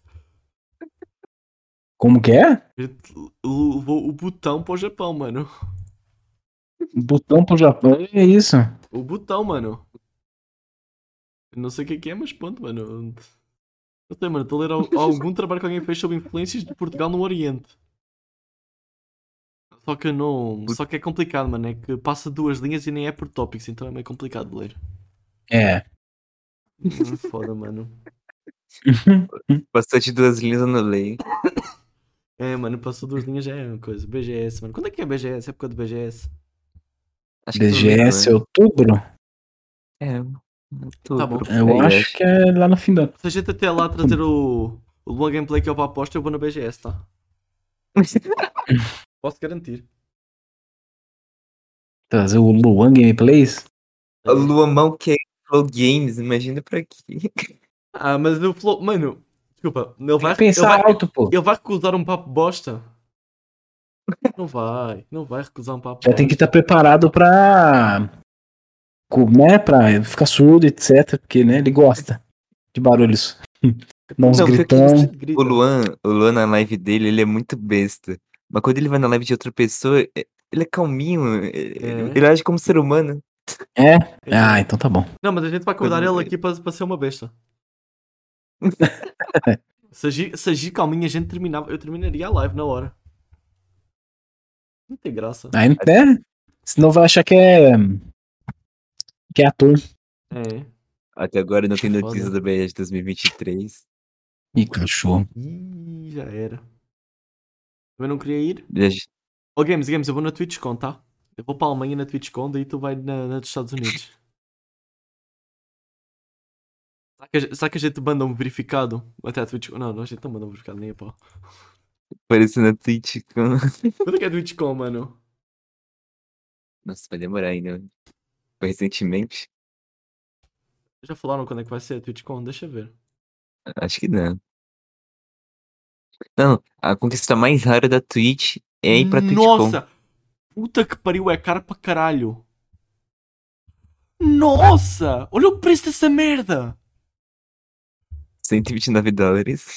Como que é? A gente levou o botão para o Japão, mano. Botão pro Japão. É isso. O botão, mano. Eu não sei o que é que é, mas pronto, mano. Não sei, mano. Estou a ler al- algum trabalho que alguém fez sobre influências de Portugal no Oriente. Só que não. Só que é complicado, mano. É que passa duas linhas e nem é por tópicos, então é meio complicado de ler. É. Hum, Foda, mano. Bastante duas linhas eu não leio. É, mano, passou duas linhas já é uma coisa. B G S, mano. Quando é que é B G S? Época do B G S? Acho que é B G S, outubro? É, Tá bom. outubro. Eu Aí, acho que é lá no fim do ano. Se a gente até lá trazer o, o Luan Gameplay que eu vou aposta, eu vou na B G S, tá? Posso garantir. Trazer o Luan Gameplays? É. O Luamão que é Flow Games, imagina pra quê? Ah, mas o Flow. Mano, desculpa. Ele Tem vai, que pensar ele vai, alto, pô. ele vai recusar um papo bosta? Não vai. Não vai recusar um papo Já bosta. tem que estar preparado pra. co- Né, pra ficar surdo, etcétera. Porque, né, ele gosta de barulhos. Dá uns Não, pior que gritão. isso, Grita. o Luan, o Luan na live dele, ele é muito besta. Mas quando ele vai na live de outra pessoa, é- ele é calminho. Ele, É. ele age como ser humano. É? É. Ah, então tá bom. Não, mas a gente vai cuidar Quando- ele aqui para, para ser uma besta. se, agir, se agir calminho, a gente terminava. Eu terminaria a live na hora. Não tem graça. Aí não é. Senão vai achar que é. Que é ator. É. Até agora não tem Foda. notícias da B R dois mil e vinte e três. Ih, cachorro. Ih, já era. Eu não queria ir. Já- Ô Games, Games, eu vou na TwitchCon, tá? Eu vou para a Alemanha na TwitchCon, daí tu vai na, na dos Estados Unidos. Será que, a, gente- será que a gente manda um verificado até a TwitchCon? Não, não, a gente não manda um verificado, nem a pau. Apareceu na Twitch. com- Quando é que é a TwitchCon, mano? Nossa, vai demorar ainda. Foi recentemente? Já falaram quando é que vai ser a TwitchCon? Deixa eu ver. Acho que não. Não, a conquista mais rara da Twitch é ir pra TwitchCon. Nossa! Puta que pariu, é caro pra caralho. Nossa! Olha o preço dessa merda! cento e vinte e nove dólares.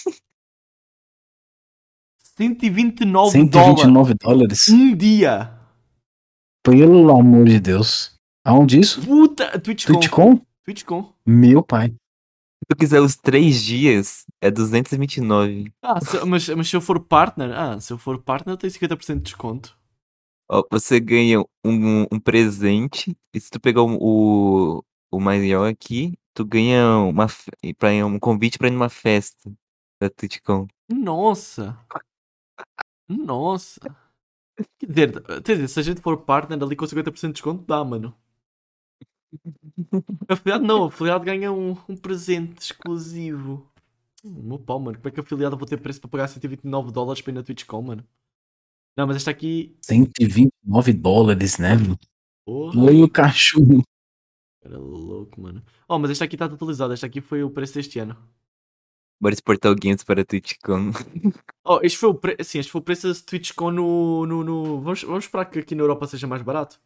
cento e vinte e nove cento e vinte e nove dólares? Um dia! Pelo amor de Deus. Aonde isso? Puta! TwitchCon. TwitchCon? TwitchCon. Meu pai. Se tu quiser os três dias, é duzentos e vinte e nove. Ah, se- mas, mas se eu for partner, ah, se eu for partner eu tenho cinquenta por cento de desconto. Ó, você ganha um, um presente. E se tu pegar o, o, o maior aqui, tu ganha uma, fe- pra, um convite pra ir numa festa da TwitchCon. Nossa! Nossa! Quer dizer, quer dizer, se a gente for partner ali com cinquenta por cento de desconto, dá, mano. A afiliado não, a afiliado ganha um, um presente exclusivo. Hum, meu pau, mano. Como é que a afiliado vou ter preço para pagar cento e vinte e nove dólares para ir na TwitchCon, mano? Não, mas esta aqui. cento e vinte e nove dólares, né? Porra, Oi, o cachorro. era louco, mano. Oh, mas esta aqui está atualizada. Esta aqui foi o preço deste ano. Bora exportar o Games para a TwitchCon. Oh, este foi o preço. Sim, este foi o preço da TwitchCon no. no, no... Vamos, vamos esperar que aqui na Europa seja mais barato.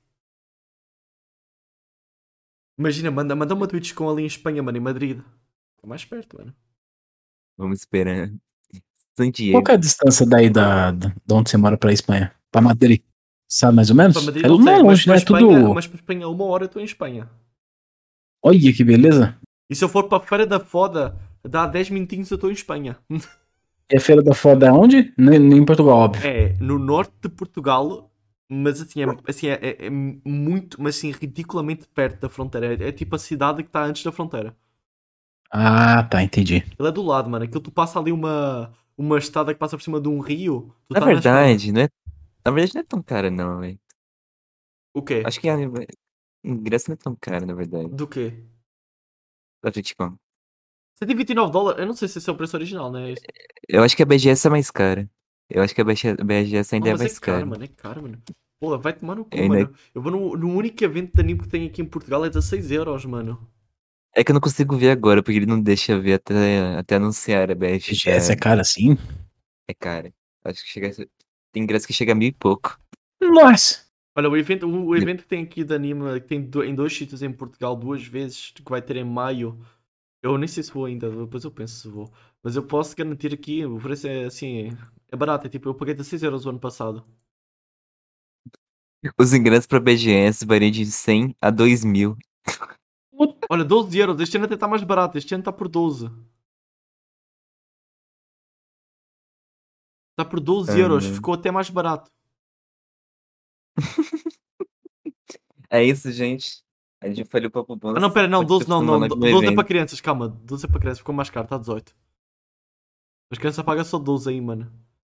Imagina, manda, manda uma TwitchCon ali em Espanha, mano, em Madrid. Está mais perto, mano. Vamos esperar. San Qual que é a Diego. distância daí da, da de onde você mora pra Espanha? Pra Madrid? Sabe mais ou menos? Para Madrid É não não é sei, mas longe, para né? É Espanha, tudo. mas para Espanha, uma hora eu estou em Espanha. Olha que beleza. E se eu for para a Feira da Foda, dá dez minutinhos eu estou em Espanha. E a Feira da Foda é onde? Nem, nem em Portugal, óbvio. É no norte de Portugal, mas assim, é, assim, é, é- é muito, mas assim, ridiculamente perto da fronteira. É, é tipo a cidade que está antes da fronteira. Ah, tá, entendi. Ele é do lado, mano. Aquilo tu passa ali uma, uma estrada que passa por cima de um rio, tu Na tá na Espanha. verdade, não é... Na verdade não é tão caro, não, velho. O quê? Acho que a... ingresso não é tão caro, na verdade. Do quê? Da TwitchCon. cento e vinte e nove dólares? Eu não sei se esse é o preço original, né? Isso- Eu acho que a B G S é mais cara. Eu acho que a B G S Oh, ainda é mas é mais caro, cara. mano. É caro, mano. Pô, vai tomar no cu, Ainda... mano. Eu vou no, no único evento de anime que tem aqui em Portugal, é dezasseis euros, mano. É que eu não consigo ver agora, porque ele não deixa ver até, até anunciar a B F. B G S é caro assim? É cara. Acho que chega. a- Tem ingresso que chega a mil e pouco. Nossa! Olha, o evento, o, o De- evento que tem aqui de anime, que tem do- em dois sítios em Portugal, duas vezes, que vai ter em maio. Eu nem sei se vou ainda, depois eu penso se vou. Mas eu posso garantir aqui, o preço é assim, é barato. É tipo, eu paguei dezasseis euros o ano passado. Os ingressos pra B G S variam de cem a dois mil. Olha, doze euros, este ano até está mais barato, este ano está por doze. Está por doze Ah, euros, não. ficou até mais barato. É isso, gente. A gente falhou o papo Ah não, bônus. pera, não, Outra doze não, não, semana do- com o doze é para evento. crianças, calma, doze é para crianças, ficou mais caro, está dezoito. As crianças pagam só doze aí, mano.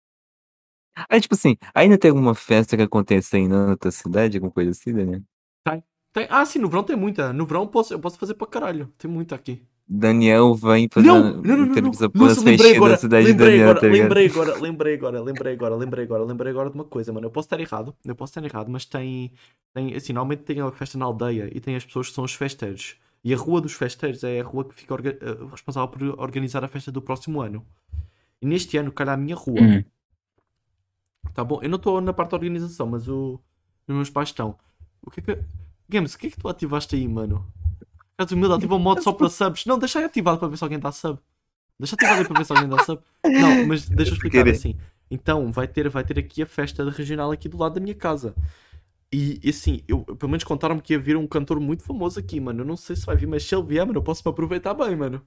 Aí, tipo assim, ainda tem alguma festa que acontece aí na tua cidade? Alguma coisa assim, Daniel? Tem, tem. Ah, sim, no verão tem muita. No verão eu posso, eu posso fazer para caralho, tem muita aqui. Daniel vai fazer Não! uma Não, não, não, não! televisão por Nossa, umas lembrei festinhas na agora! cidade de Lembrei Daniel, agora! tá ligado? Lembrei agora! Lembrei agora! Lembrei agora! Lembrei agora! Lembrei agora de uma coisa, mano. Eu posso estar errado. Eu posso estar errado, mas tem. Tem assim, normalmente tem a festa na aldeia e tem as pessoas que são os festeiros. E a Rua dos Festeiros é a rua que fica orga- eh, responsável por organizar a festa do próximo ano. E neste ano, calhar a minha rua. Hum. Tá bom? Eu não estou na parte da organização, mas o... os meus pais estão. O que é que. Games, o que é que tu ativaste aí, mano? Caso humilde, ativa o modo só para subs. Não, deixa aí ativado para ver se alguém dá sub. Deixa ativado aí para ver se alguém dá sub. Não, mas deixa eu Sem explicar querer. assim. Então, vai ter, vai ter aqui a festa regional aqui do lado da minha casa. E, e assim, eu, pelo menos contaram-me que ia vir um cantor muito famoso aqui, mano. Eu não sei se vai vir, mas se ele vier, mano, eu posso me aproveitar bem, mano.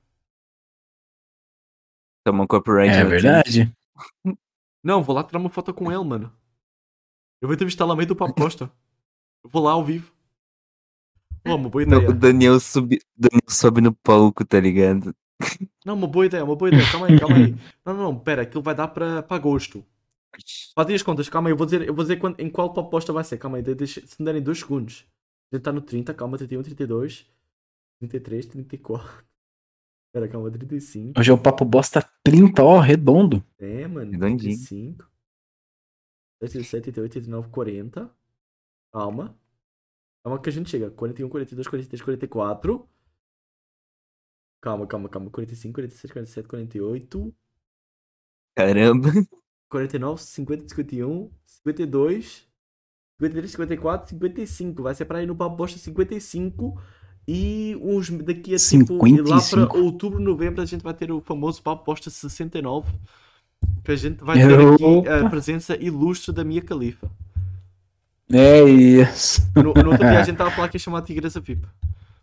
Toma um copyright É no Twitch. verdade. Não, vou lá tirar uma foto com ele, mano. Eu vou entrevistar lá meio do Papo Costa. Eu vou lá ao vivo. Pô, uma boa Não, ideia. o Daniel sobe, Daniel sobe no palco, tá ligado? Não, uma boa ideia, uma boa ideia. Calma aí, calma aí. Não, não, não, pera, aquilo vai dar para para agosto. Fazem as contas, calma aí, eu vou dizer, eu vou dizer quando- em qual proposta vai ser. Calma aí, de- deixa, se me derem dois segundos. A gente está no trinta, calma, trinta e um, trinta e dois, trinta e três, trinta e quatro. Pera, calma, trinta e cinco. Hoje é o Papo Bosta trinta, ó, redondo. É, mano, Redondinho. trinta e cinco. trinta e sete, trinta e oito, trinta e nove, quarenta. Calma. Calma que a gente chega. quarenta e um, quarenta e dois, quarenta e três, quarenta e quatro. Calma, calma, calma. quarenta e cinco, quarenta e seis, quarenta e sete, quarenta e oito. Caramba. quarenta e nove, cinquenta, cinquenta e um, cinquenta e dois, cinquenta e três, cinquenta e quatro, cinquenta e cinco. Vai ser para ir no Papo Bosta cinquenta e cinco. E uns daqui a tipo. E lá para cinquenta e cinco. outubro, novembro, a gente vai ter o famoso Papo Bosta sessenta e nove. Que a gente vai ter aqui a Opa. presença ilustre da Mia Khalifa. É isso. No, no outro dia a gente estava a falar que ia chamar a Tigresa V I P.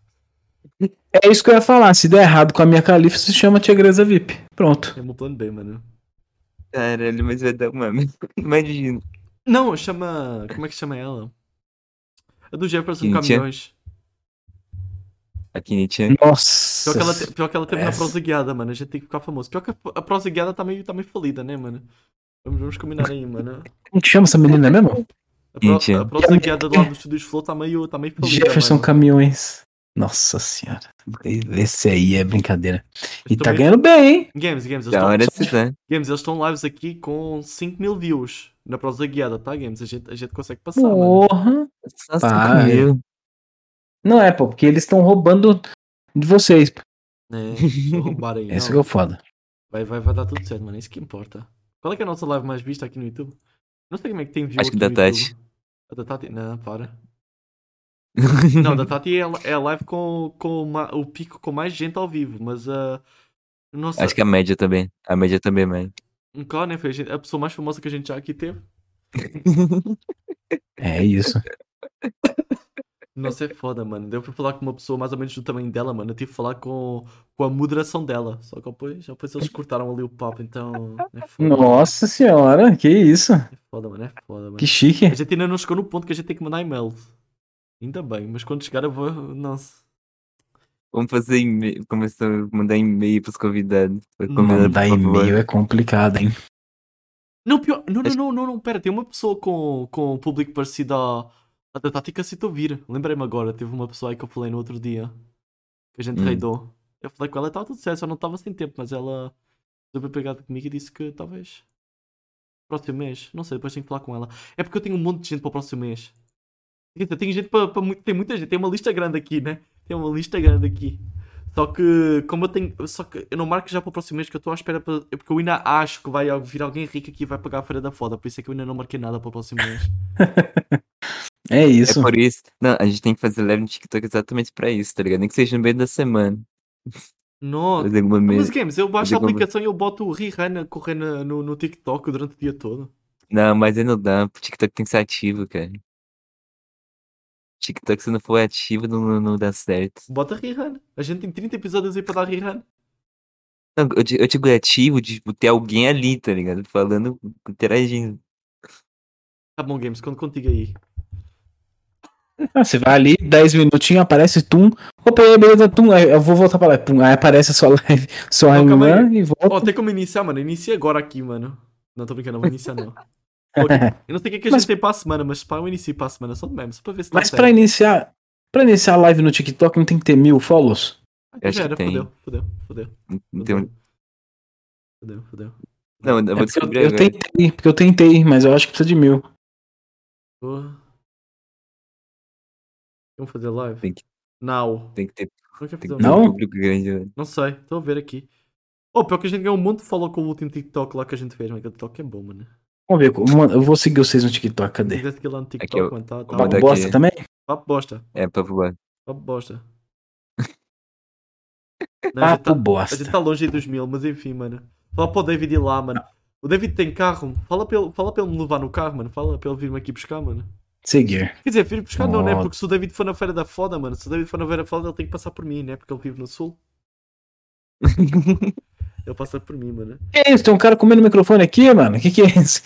É isso que eu ia falar. Se der errado com a minha califa, se chama Tigresa V I P. Pronto. É o meu plano B, mano. Caralho, mas vai dar uma. Imagina. Não, chama. Como é que chama ela? A do Jefferson Cynthia? Caminhões. A Kinichi. Pior que ela, Nossa. te- pior que ela teve na essa- prosa guiada, mano. A gente tem que ficar famoso. Pior que a, a prosa guiada tá meio, tá meio falida, né, mano? Vamos, vamos combinar aí, mano. Como que chama essa menina mesmo? A, pro, Kinichi. a prosa guiada do lado do Estúdios Flow tá meio, tá meio falida, Jefferson mano. Caminhões. Nossa senhora. Esse aí é brincadeira. E Estou tá meio- ganhando bem, hein? Games, Games, eles Da estão, hora se dá. Games, eles estão lives aqui com cinco mil views na prosa guiada, tá, Games? A gente, a gente consegue passar, mano. Porra. Só Pá, cinco mil. Não é, pô, porque eles estão roubando de vocês. É, deixa eu roubar aí. Esse que é Não, o foda. vai, vai, vai dar tudo certo, mano. É isso que importa. Qual é que é a nossa live mais vista aqui no YouTube? Não sei como é que tem view Acho aqui que no da YouTube. Tati. A da Tati? Não, para. Não, da Tati é, a- é a live com, com ma- o pico com mais gente ao vivo, mas a. nossa, Acho que a média também. A média também é mais. claro, né? Foi a, gente- a pessoa mais famosa que a gente já aqui teve. É isso. Nossa, é foda, mano. Deu pra falar com uma pessoa mais ou menos do tamanho dela, mano. Eu tive que falar com, com a moderação dela. Só que depois, depois eles cortaram ali o papo, então. É foda. mano. Nossa senhora, que isso? É foda, mano. É foda, mano. Que chique. A gente ainda não chegou no ponto que a gente tem que mandar e-mail. Ainda bem, mas quando chegar eu vou. Nossa. Vamos fazer e-mail. Começar a mandar e-mail pros convidados. Pra convidado, Mandar por favor. e-mail é complicado, hein? Não, pior. Não, não, não, não, não. Pera, tem uma pessoa com, com um público parecido à, à da Tati que aceitou vir. Lembrei-me agora. Teve uma pessoa aí que eu falei no outro dia. Que a gente Hum. raidou. Eu falei com ela e estava tudo certo, só não estava sem tempo, mas ela super pegada comigo e disse que talvez. Próximo mês. Não sei, depois tenho que falar com ela. É porque eu tenho um monte de gente para o próximo mês. Quer dizer, Tem gente para. Tem muita gente. Tem uma lista grande aqui, né? Tem uma lista grande aqui. Só que, como eu tenho. Só que eu não marco já para o próximo mês que eu estou à espera. Para, é porque eu ainda acho que vai vir alguém rico aqui e vai pagar a Feira da Foda. Por isso é que eu ainda não marquei nada para o próximo mês. É É isso. por isso. Não, a gente tem que fazer live no TikTok exatamente pra isso, tá ligado? Nem que seja no meio da semana. Nossa. Fazer alguma Ah, Mas mesa. games, eu baixo fazer a alguma- aplicação e eu boto o Rihanna a correr na- no, no TikTok durante o dia todo. Não, mas aí não dá. O TikTok tem que ser ativo, cara. TikTok, se não for ativo, não, não- não dá certo. Bota a Rihanna. A gente tem trinta episódios aí para dar Rihanna. Não, eu, di- eu digo ativo de tipo, ter alguém ali, tá ligado? Falando, interagindo. Tá bom, games, conto contigo aí. Ah, você vai ali, dez minutinhos, aparece Tum. Opa, aí, beleza, Tum. Aí eu vou voltar pra lá. Pum, aí aparece a sua live, sua Não, calma irmã aí. e volta. Ó, tem como iniciar, mano. Inicia agora aqui, mano. Não, tô brincando, não vou iniciar não. Ok, Eu não sei o que, é que a Mas- gente tem para a semana, mas pá, eu inicio para a semana, só de mesmo, só para ver se dá Mas certo. pra iniciar, pra iniciar a live no TikTok não tem que ter mil follows? Eu acho Já que era, tem. fodeu, fodeu, fodeu, Não, tem um- fodeu, fodeu. não, eu É vou porque descobrir eu, eu agora. tentei, porque eu tentei, mas eu acho que precisa de mil. Porra. Vamos fazer live? Tem que, Now. tem que ter, Não quer tem fazer que ter um Não? um live? público grande, velho. Não sei, estou a ver aqui. Oh, pior que a gente ganhou um monte de follow com o último TikTok lá que a gente fez, mas aquele TikTok é bom, mano. Vamos ver, mano, eu vou seguir vocês no TikTok, Se cadê? quiser seguir lá no TikTok, Aqui, eu- mano, tá, tá vou Papo mandar bom. bosta aqui. também? Papo bosta, É, pra voar. papo bosta. Não, a gente Papo tá, a bosta. gente tá longe aí dos mil, mas enfim, mano. Fala para o David ir lá, mano. O David tem carro. Fala para ele, fala para ele me levar no carro, mano. Fala para ele vir-me aqui buscar, mano. Seguir. Quer dizer, vir buscar não, né? Oh. Porque se o David for na Feira da Foda, mano. Se o David for na Feira da Foda, ele tem que passar por mim, né? Porque ele vive no Sul. Ele passa por mim, mano. Que isso? Tem um cara comendo o microfone aqui, mano? Que que é isso?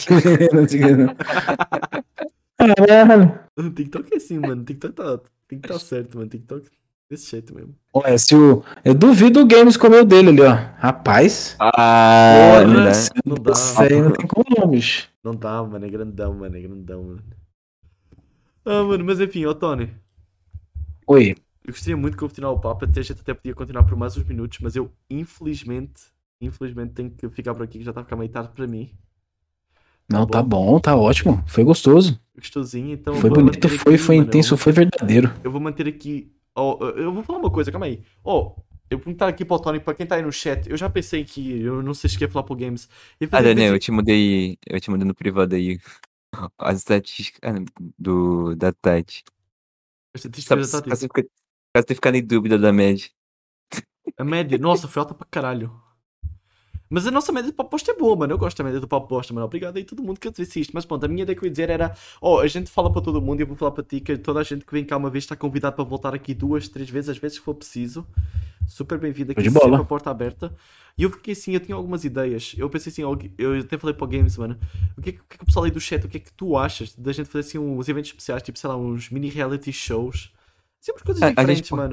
Caralho. O TikTok é assim, mano. O TikTok tá, tem que estar certo, mano. TikTok desse jeito mesmo. Olha, se o... Eu duvido o Games comer o dele ali, ó. Rapaz. Ah, não dá. Porra, Não dá. Isso aí não tem como não, bicho. Não dá, mano. É grandão, mano. É grandão, mano. Ah, mano. Mas enfim, ó, Tony. Oi. Eu gostaria muito de continuar o papo. Até a gente até podia continuar por mais uns minutos. Mas eu, infelizmente, infelizmente tenho que ficar por aqui, que já está a ficar meio tarde para mim. Não, bom. tá bom, tá ótimo. Foi gostoso. Gostosinho, então eu Foi vou bonito, manter foi, aqui, foi mano, intenso, eu, foi verdadeiro. eu vou manter aqui. Ó, eu vou falar uma coisa, calma aí. Ó, eu vou perguntar aqui para o Tony, para quem está aí no chat. Eu já pensei que, eu não sei se quer falar para o Games. Eu Ah, pensei- Daniel, eu te mandei. Eu te mandei no privado aí. As estatísticas ah, do, da Tati. A estatística Sabe, já está caso tipo, você fica- caso você ficar em dúvida da média. a média, nossa, foi alta para caralho. Mas a nossa média do Papo Bosta é boa, mano. Eu gosto da média do Papo Bosta, mano. Obrigado aí a todo mundo que disse isto. Mas pronto, a minha ideia que eu ia dizer era: ó, a gente fala para todo mundo e eu vou falar para ti que toda a gente que vem cá uma vez está convidado para voltar aqui duas, três vezes, às vezes que for preciso. Super bem-vindo aqui, Show de bola. sempre a porta aberta. E eu fiquei assim, eu tinha algumas ideias. Eu pensei assim, ó, eu até falei para o Games, mano. O que, é que, o que é que o pessoal aí do chat, o que é que tu achas da gente fazer assim uns eventos especiais, tipo, sei lá, uns mini reality shows? Sempre coisas Ah, a gente diferentes, pode- mano.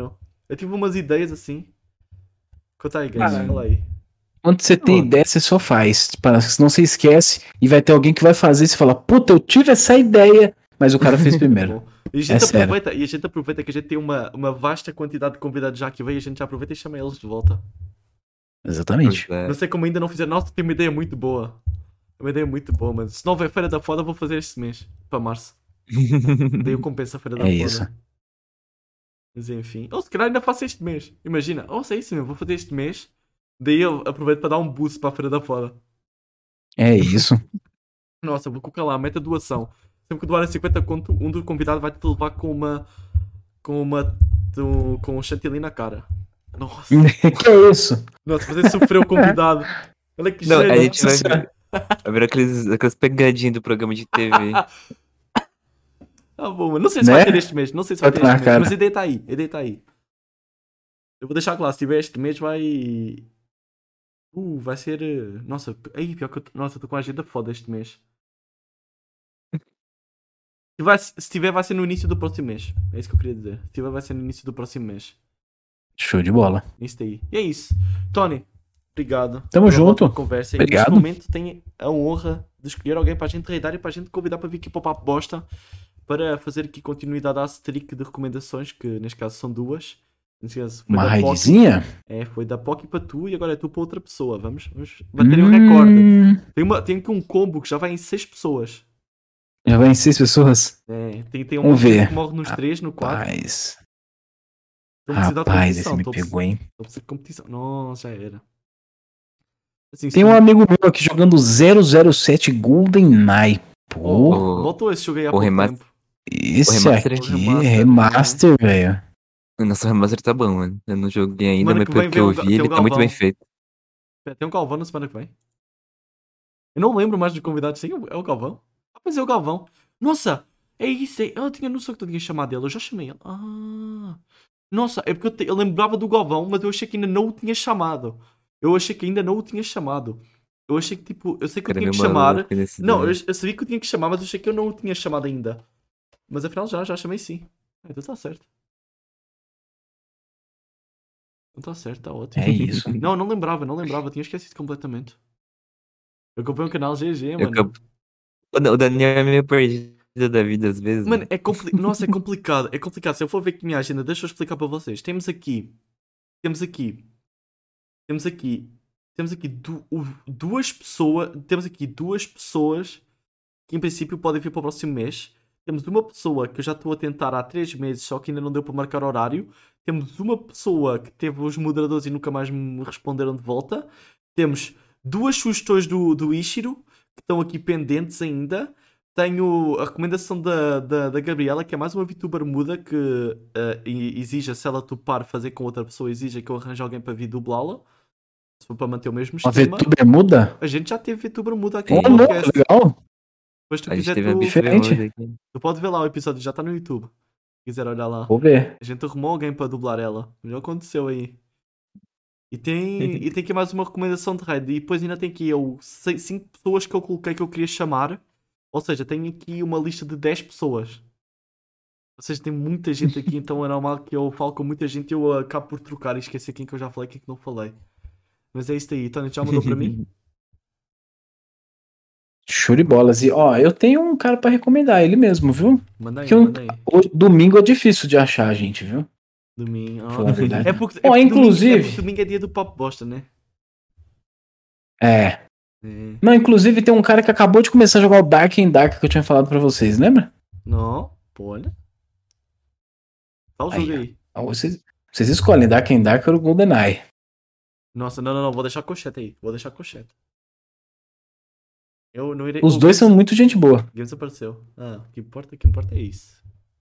Eu tive umas ideias assim. Conta aí, Games, Ah, fala aí. Quando você tem Pô. ideia, você só faz. Para- Senão você esquece e vai ter alguém que vai fazer e você fala, puta, eu tive essa ideia, mas o cara fez primeiro. Bom, e a É gente sério. aproveita, e a gente aproveita que a gente tem uma, uma vasta quantidade de convidados já que veio, a gente já aproveita e chama eles de volta. Exatamente. Não sei como ainda não fizeram. Nossa, tem uma ideia muito boa. Uma ideia muito boa, mas se não houver Feira da Foda, vou fazer este mês, para março. Daí eu compenso a Feira da É Foda. isso. Mas enfim. Ou se calhar ainda faço este mês. Imagina. Ou sei isso mesmo, vou fazer este mês. Daí eu aproveito para dar um boost para a Feira da Foda. É isso. Nossa, vou colocar lá, meta doação. Sempre que doar cinquenta conto, um dos convidados vai te levar com uma. Com uma. do- com um chantilly na cara. Nossa. Que é isso? Nossa, você sofreu o convidado. Olha que Não, a gênio. gente vai Nossa ver, vai ver aqueles, aquelas pegadinhas do programa de T V. Tá bom, mano. Não sei se Né? vai ter este mês. Não sei se vai ter Bota na este mês. cara. Mas a ideia está aí. A ideia está aí. Eu vou deixar claro. Se tiver este mês, vai. Uh, vai ser. eh, Nossa, aí, pior que eu. Nossa, estou com a agenda foda este mês. Se, vai... se tiver, vai ser no início do próximo mês. É isso que eu queria dizer. Se tiver, vai ser no início do próximo mês. Show de bola. Isso daí. E é isso. Tony, obrigado. Tamo pela junto. volta de conversa. E Obrigado. neste momento tenho a honra de escolher alguém para a gente raidar e para a gente convidar para vir aqui para o Papo Bosta para fazer aqui continuidade à streak de recomendações, que neste caso são duas. Neste caso foi Uma da Pocky. raidzinha? É, foi da Pocky para tu e agora é tu para outra pessoa. Vamos, vamos bater um recorde. Hum, Tem, uma, tem aqui um combo que já vai em seis pessoas. Já vai em seis pessoas? É, tem, tem um Vamos ver. que morre nos três, no quatro. Rapaz. Estou a precisar de Rapaz, esse competição. me Estou a precisar- pegou, hein? estou a precisar de competição. Nossa, já era. Assim, Tem se um tu- amigo meu aqui jogando zero zero sete GoldenEye. Pô, Oh, O- voltou esse jogo aí há o pouco remaster- tempo. esse remaster- aqui o é remaster, remaster, velho. Nossa, o remaster tá bom, mano. Eu não joguei ainda, Semana mas que pelo vem que vem eu o Ga- vi, tem ele o tá muito bem Galvão. feito. Tem um Galvão na semana que vem. Eu não lembro mais dos convidados. Sim, é o Galvão. Ah, pois é o Galvão. Nossa, é isso. É... Eu tinha noção que tu tinha chamado ele. Eu já chamei ele. Ah. Nossa, é porque eu, te- eu lembrava do Galvão, mas eu achei que ainda não o tinha chamado. Eu achei que ainda não o tinha chamado. Eu achei que tipo, eu sei que eu Cara, tinha meu que chamar. maluco nesse Não, eu, dia. eu sabia que eu tinha que chamar, mas eu achei que eu não o tinha chamado ainda. Mas afinal já, já chamei sim. Ah, então tá certo. Então tá certo, tá ótimo. É isso. Não, não lembrava, não lembrava, tinha esquecido completamente. Eu comprei um canal G G, Eu mano. acabo- O Da- o Daniel é meio perdido da vida às vezes. Mano, Mano. é compli... Nossa, é complicado, é complicado. Se eu for ver aqui a minha agenda, deixa eu explicar para vocês. Temos aqui, temos aqui, temos aqui, temos aqui du... o- duas pessoas, temos aqui duas pessoas que em princípio podem vir para o próximo mês. Temos uma pessoa que eu já estou a tentar há três meses, só que ainda não deu para marcar horário. Temos uma pessoa que teve os moderadores e nunca mais me responderam de volta. Temos duas sugestões do, do Ishiro, que estão aqui pendentes ainda. Tenho a recomendação da, da, da Gabriela, que é mais uma VTuber muda que uh, exija, se ela topar fazer com outra pessoa, exija que eu arranje alguém para vir dublá-la. Se for para manter o mesmo Uma esquema. VTuber muda? A gente já teve VTuber muda aqui Sim. no Ô, louco, podcast. legal. Depois tu A gente quiser, teve a tu, bife Diferente. veloz aqui. tu pode ver lá o episódio, já está no YouTube. Se quiser olhar lá. Vou ver. A gente arrumou alguém para dublar ela. Já aconteceu aí. E tem, e tem aqui mais uma recomendação de raid. E depois ainda tem aqui eu, seis, cinco pessoas que eu coloquei que eu queria chamar. Ou seja, tenho aqui uma lista de dez pessoas. Ou seja, tem muita gente aqui, então é normal que eu falo com muita gente e eu acabo por trocar e esquecer quem que eu já falei e quem que não falei. Mas é isso aí. Tony, já mandou para mim? Show de bolas. E, ó, eu tenho um cara pra recomendar, ele mesmo, viu? Manda aí, Que eu- manda aí. o domingo é difícil de achar, gente, viu? Domingo. Falar a verdade. É porque, é Ó, porque inclusive- domingo, é porque domingo é dia do papo bosta, né? É. É. Não, inclusive tem um cara que acabou de começar a jogar o Dark and Dark que eu tinha falado pra vocês, lembra? Não, pô, olha. Tá o Aí, jogo ó. aí. Ó, Vocês, vocês escolhem Dark and Dark ou GoldenEye. Nossa, não, não, não, vou deixar cochete aí. Vou deixar cochete. Eu não irei. Os o dois Games- são muito gente boa. Games apareceu. Ah, o que importa, o que importa é isso.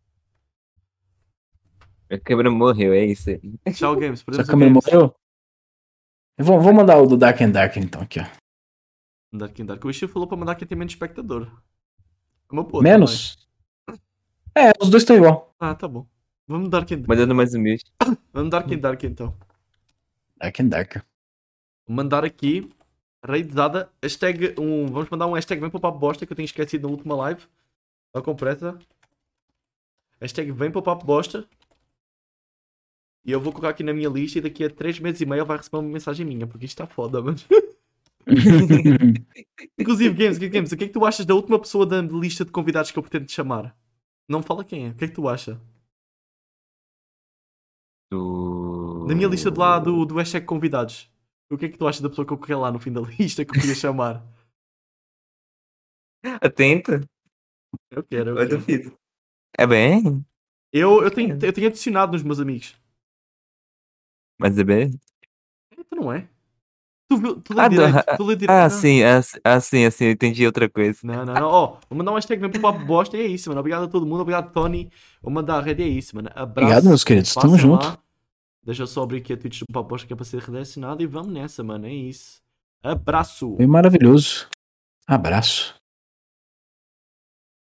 A câmera morreu, é isso aí. Tchau, Games. Sua Perdemos o câmera Games. morreu? Eu vou, vou mandar o do Dark and Dark então, aqui, ó. Dark and Dark. O Ishii falou pra mandar que tem menos espectador. Como eu pô, Menos? É, os dois estão igual. também. Ah, tá bom. Vamos Dark and Dark. Mandando mais humilde. Vamos Dark and Dark então. Dark and Dark. Vou mandar aqui. Raidada. Hashtag. Um, vamos mandar um hashtag vem para o papo bosta que eu tenho esquecido na última live. Está com pressa. Hashtag vem para o papo bosta. E eu vou colocar aqui na minha lista e daqui a três meses e meio ele vai receber uma mensagem minha, porque isto está foda, mano. Inclusive, Games, Games, o que é que tu achas da última pessoa da lista de convidados que eu pretendo te chamar? Não me fala quem é, o que é que tu achas? Do... Da minha lista de lá do, do hashtag convidados. O que é que tu achas da pessoa que eu coloquei lá no fim da lista que eu queria chamar? Atenta, Eu quero, eu eu quero. duvido. É bem, Eu, eu, tenho, eu tenho adicionado nos meus amigos. mas é bem... É, tu não é? Tu, viu, tu lê Ah, do- direito, tu lê direito. ah, Ah, sim, ah, sim, ah, sim, assim, eu entendi outra coisa. não, não, não. Ó, vou mandar um hashtag mesmo pro Papo Bosta e é isso, mano. Obrigado a todo mundo, obrigado, Tony. Vou mandar a rede e é isso, mano. Abraço. Obrigado, meus queridos. Tamo Passem junto. lá. Deixa eu só abrir aqui a Twitch do Papo Bosta que é para ser redirecionado e vamos nessa, mano. É isso. Abraço. Foi maravilhoso. Abraço.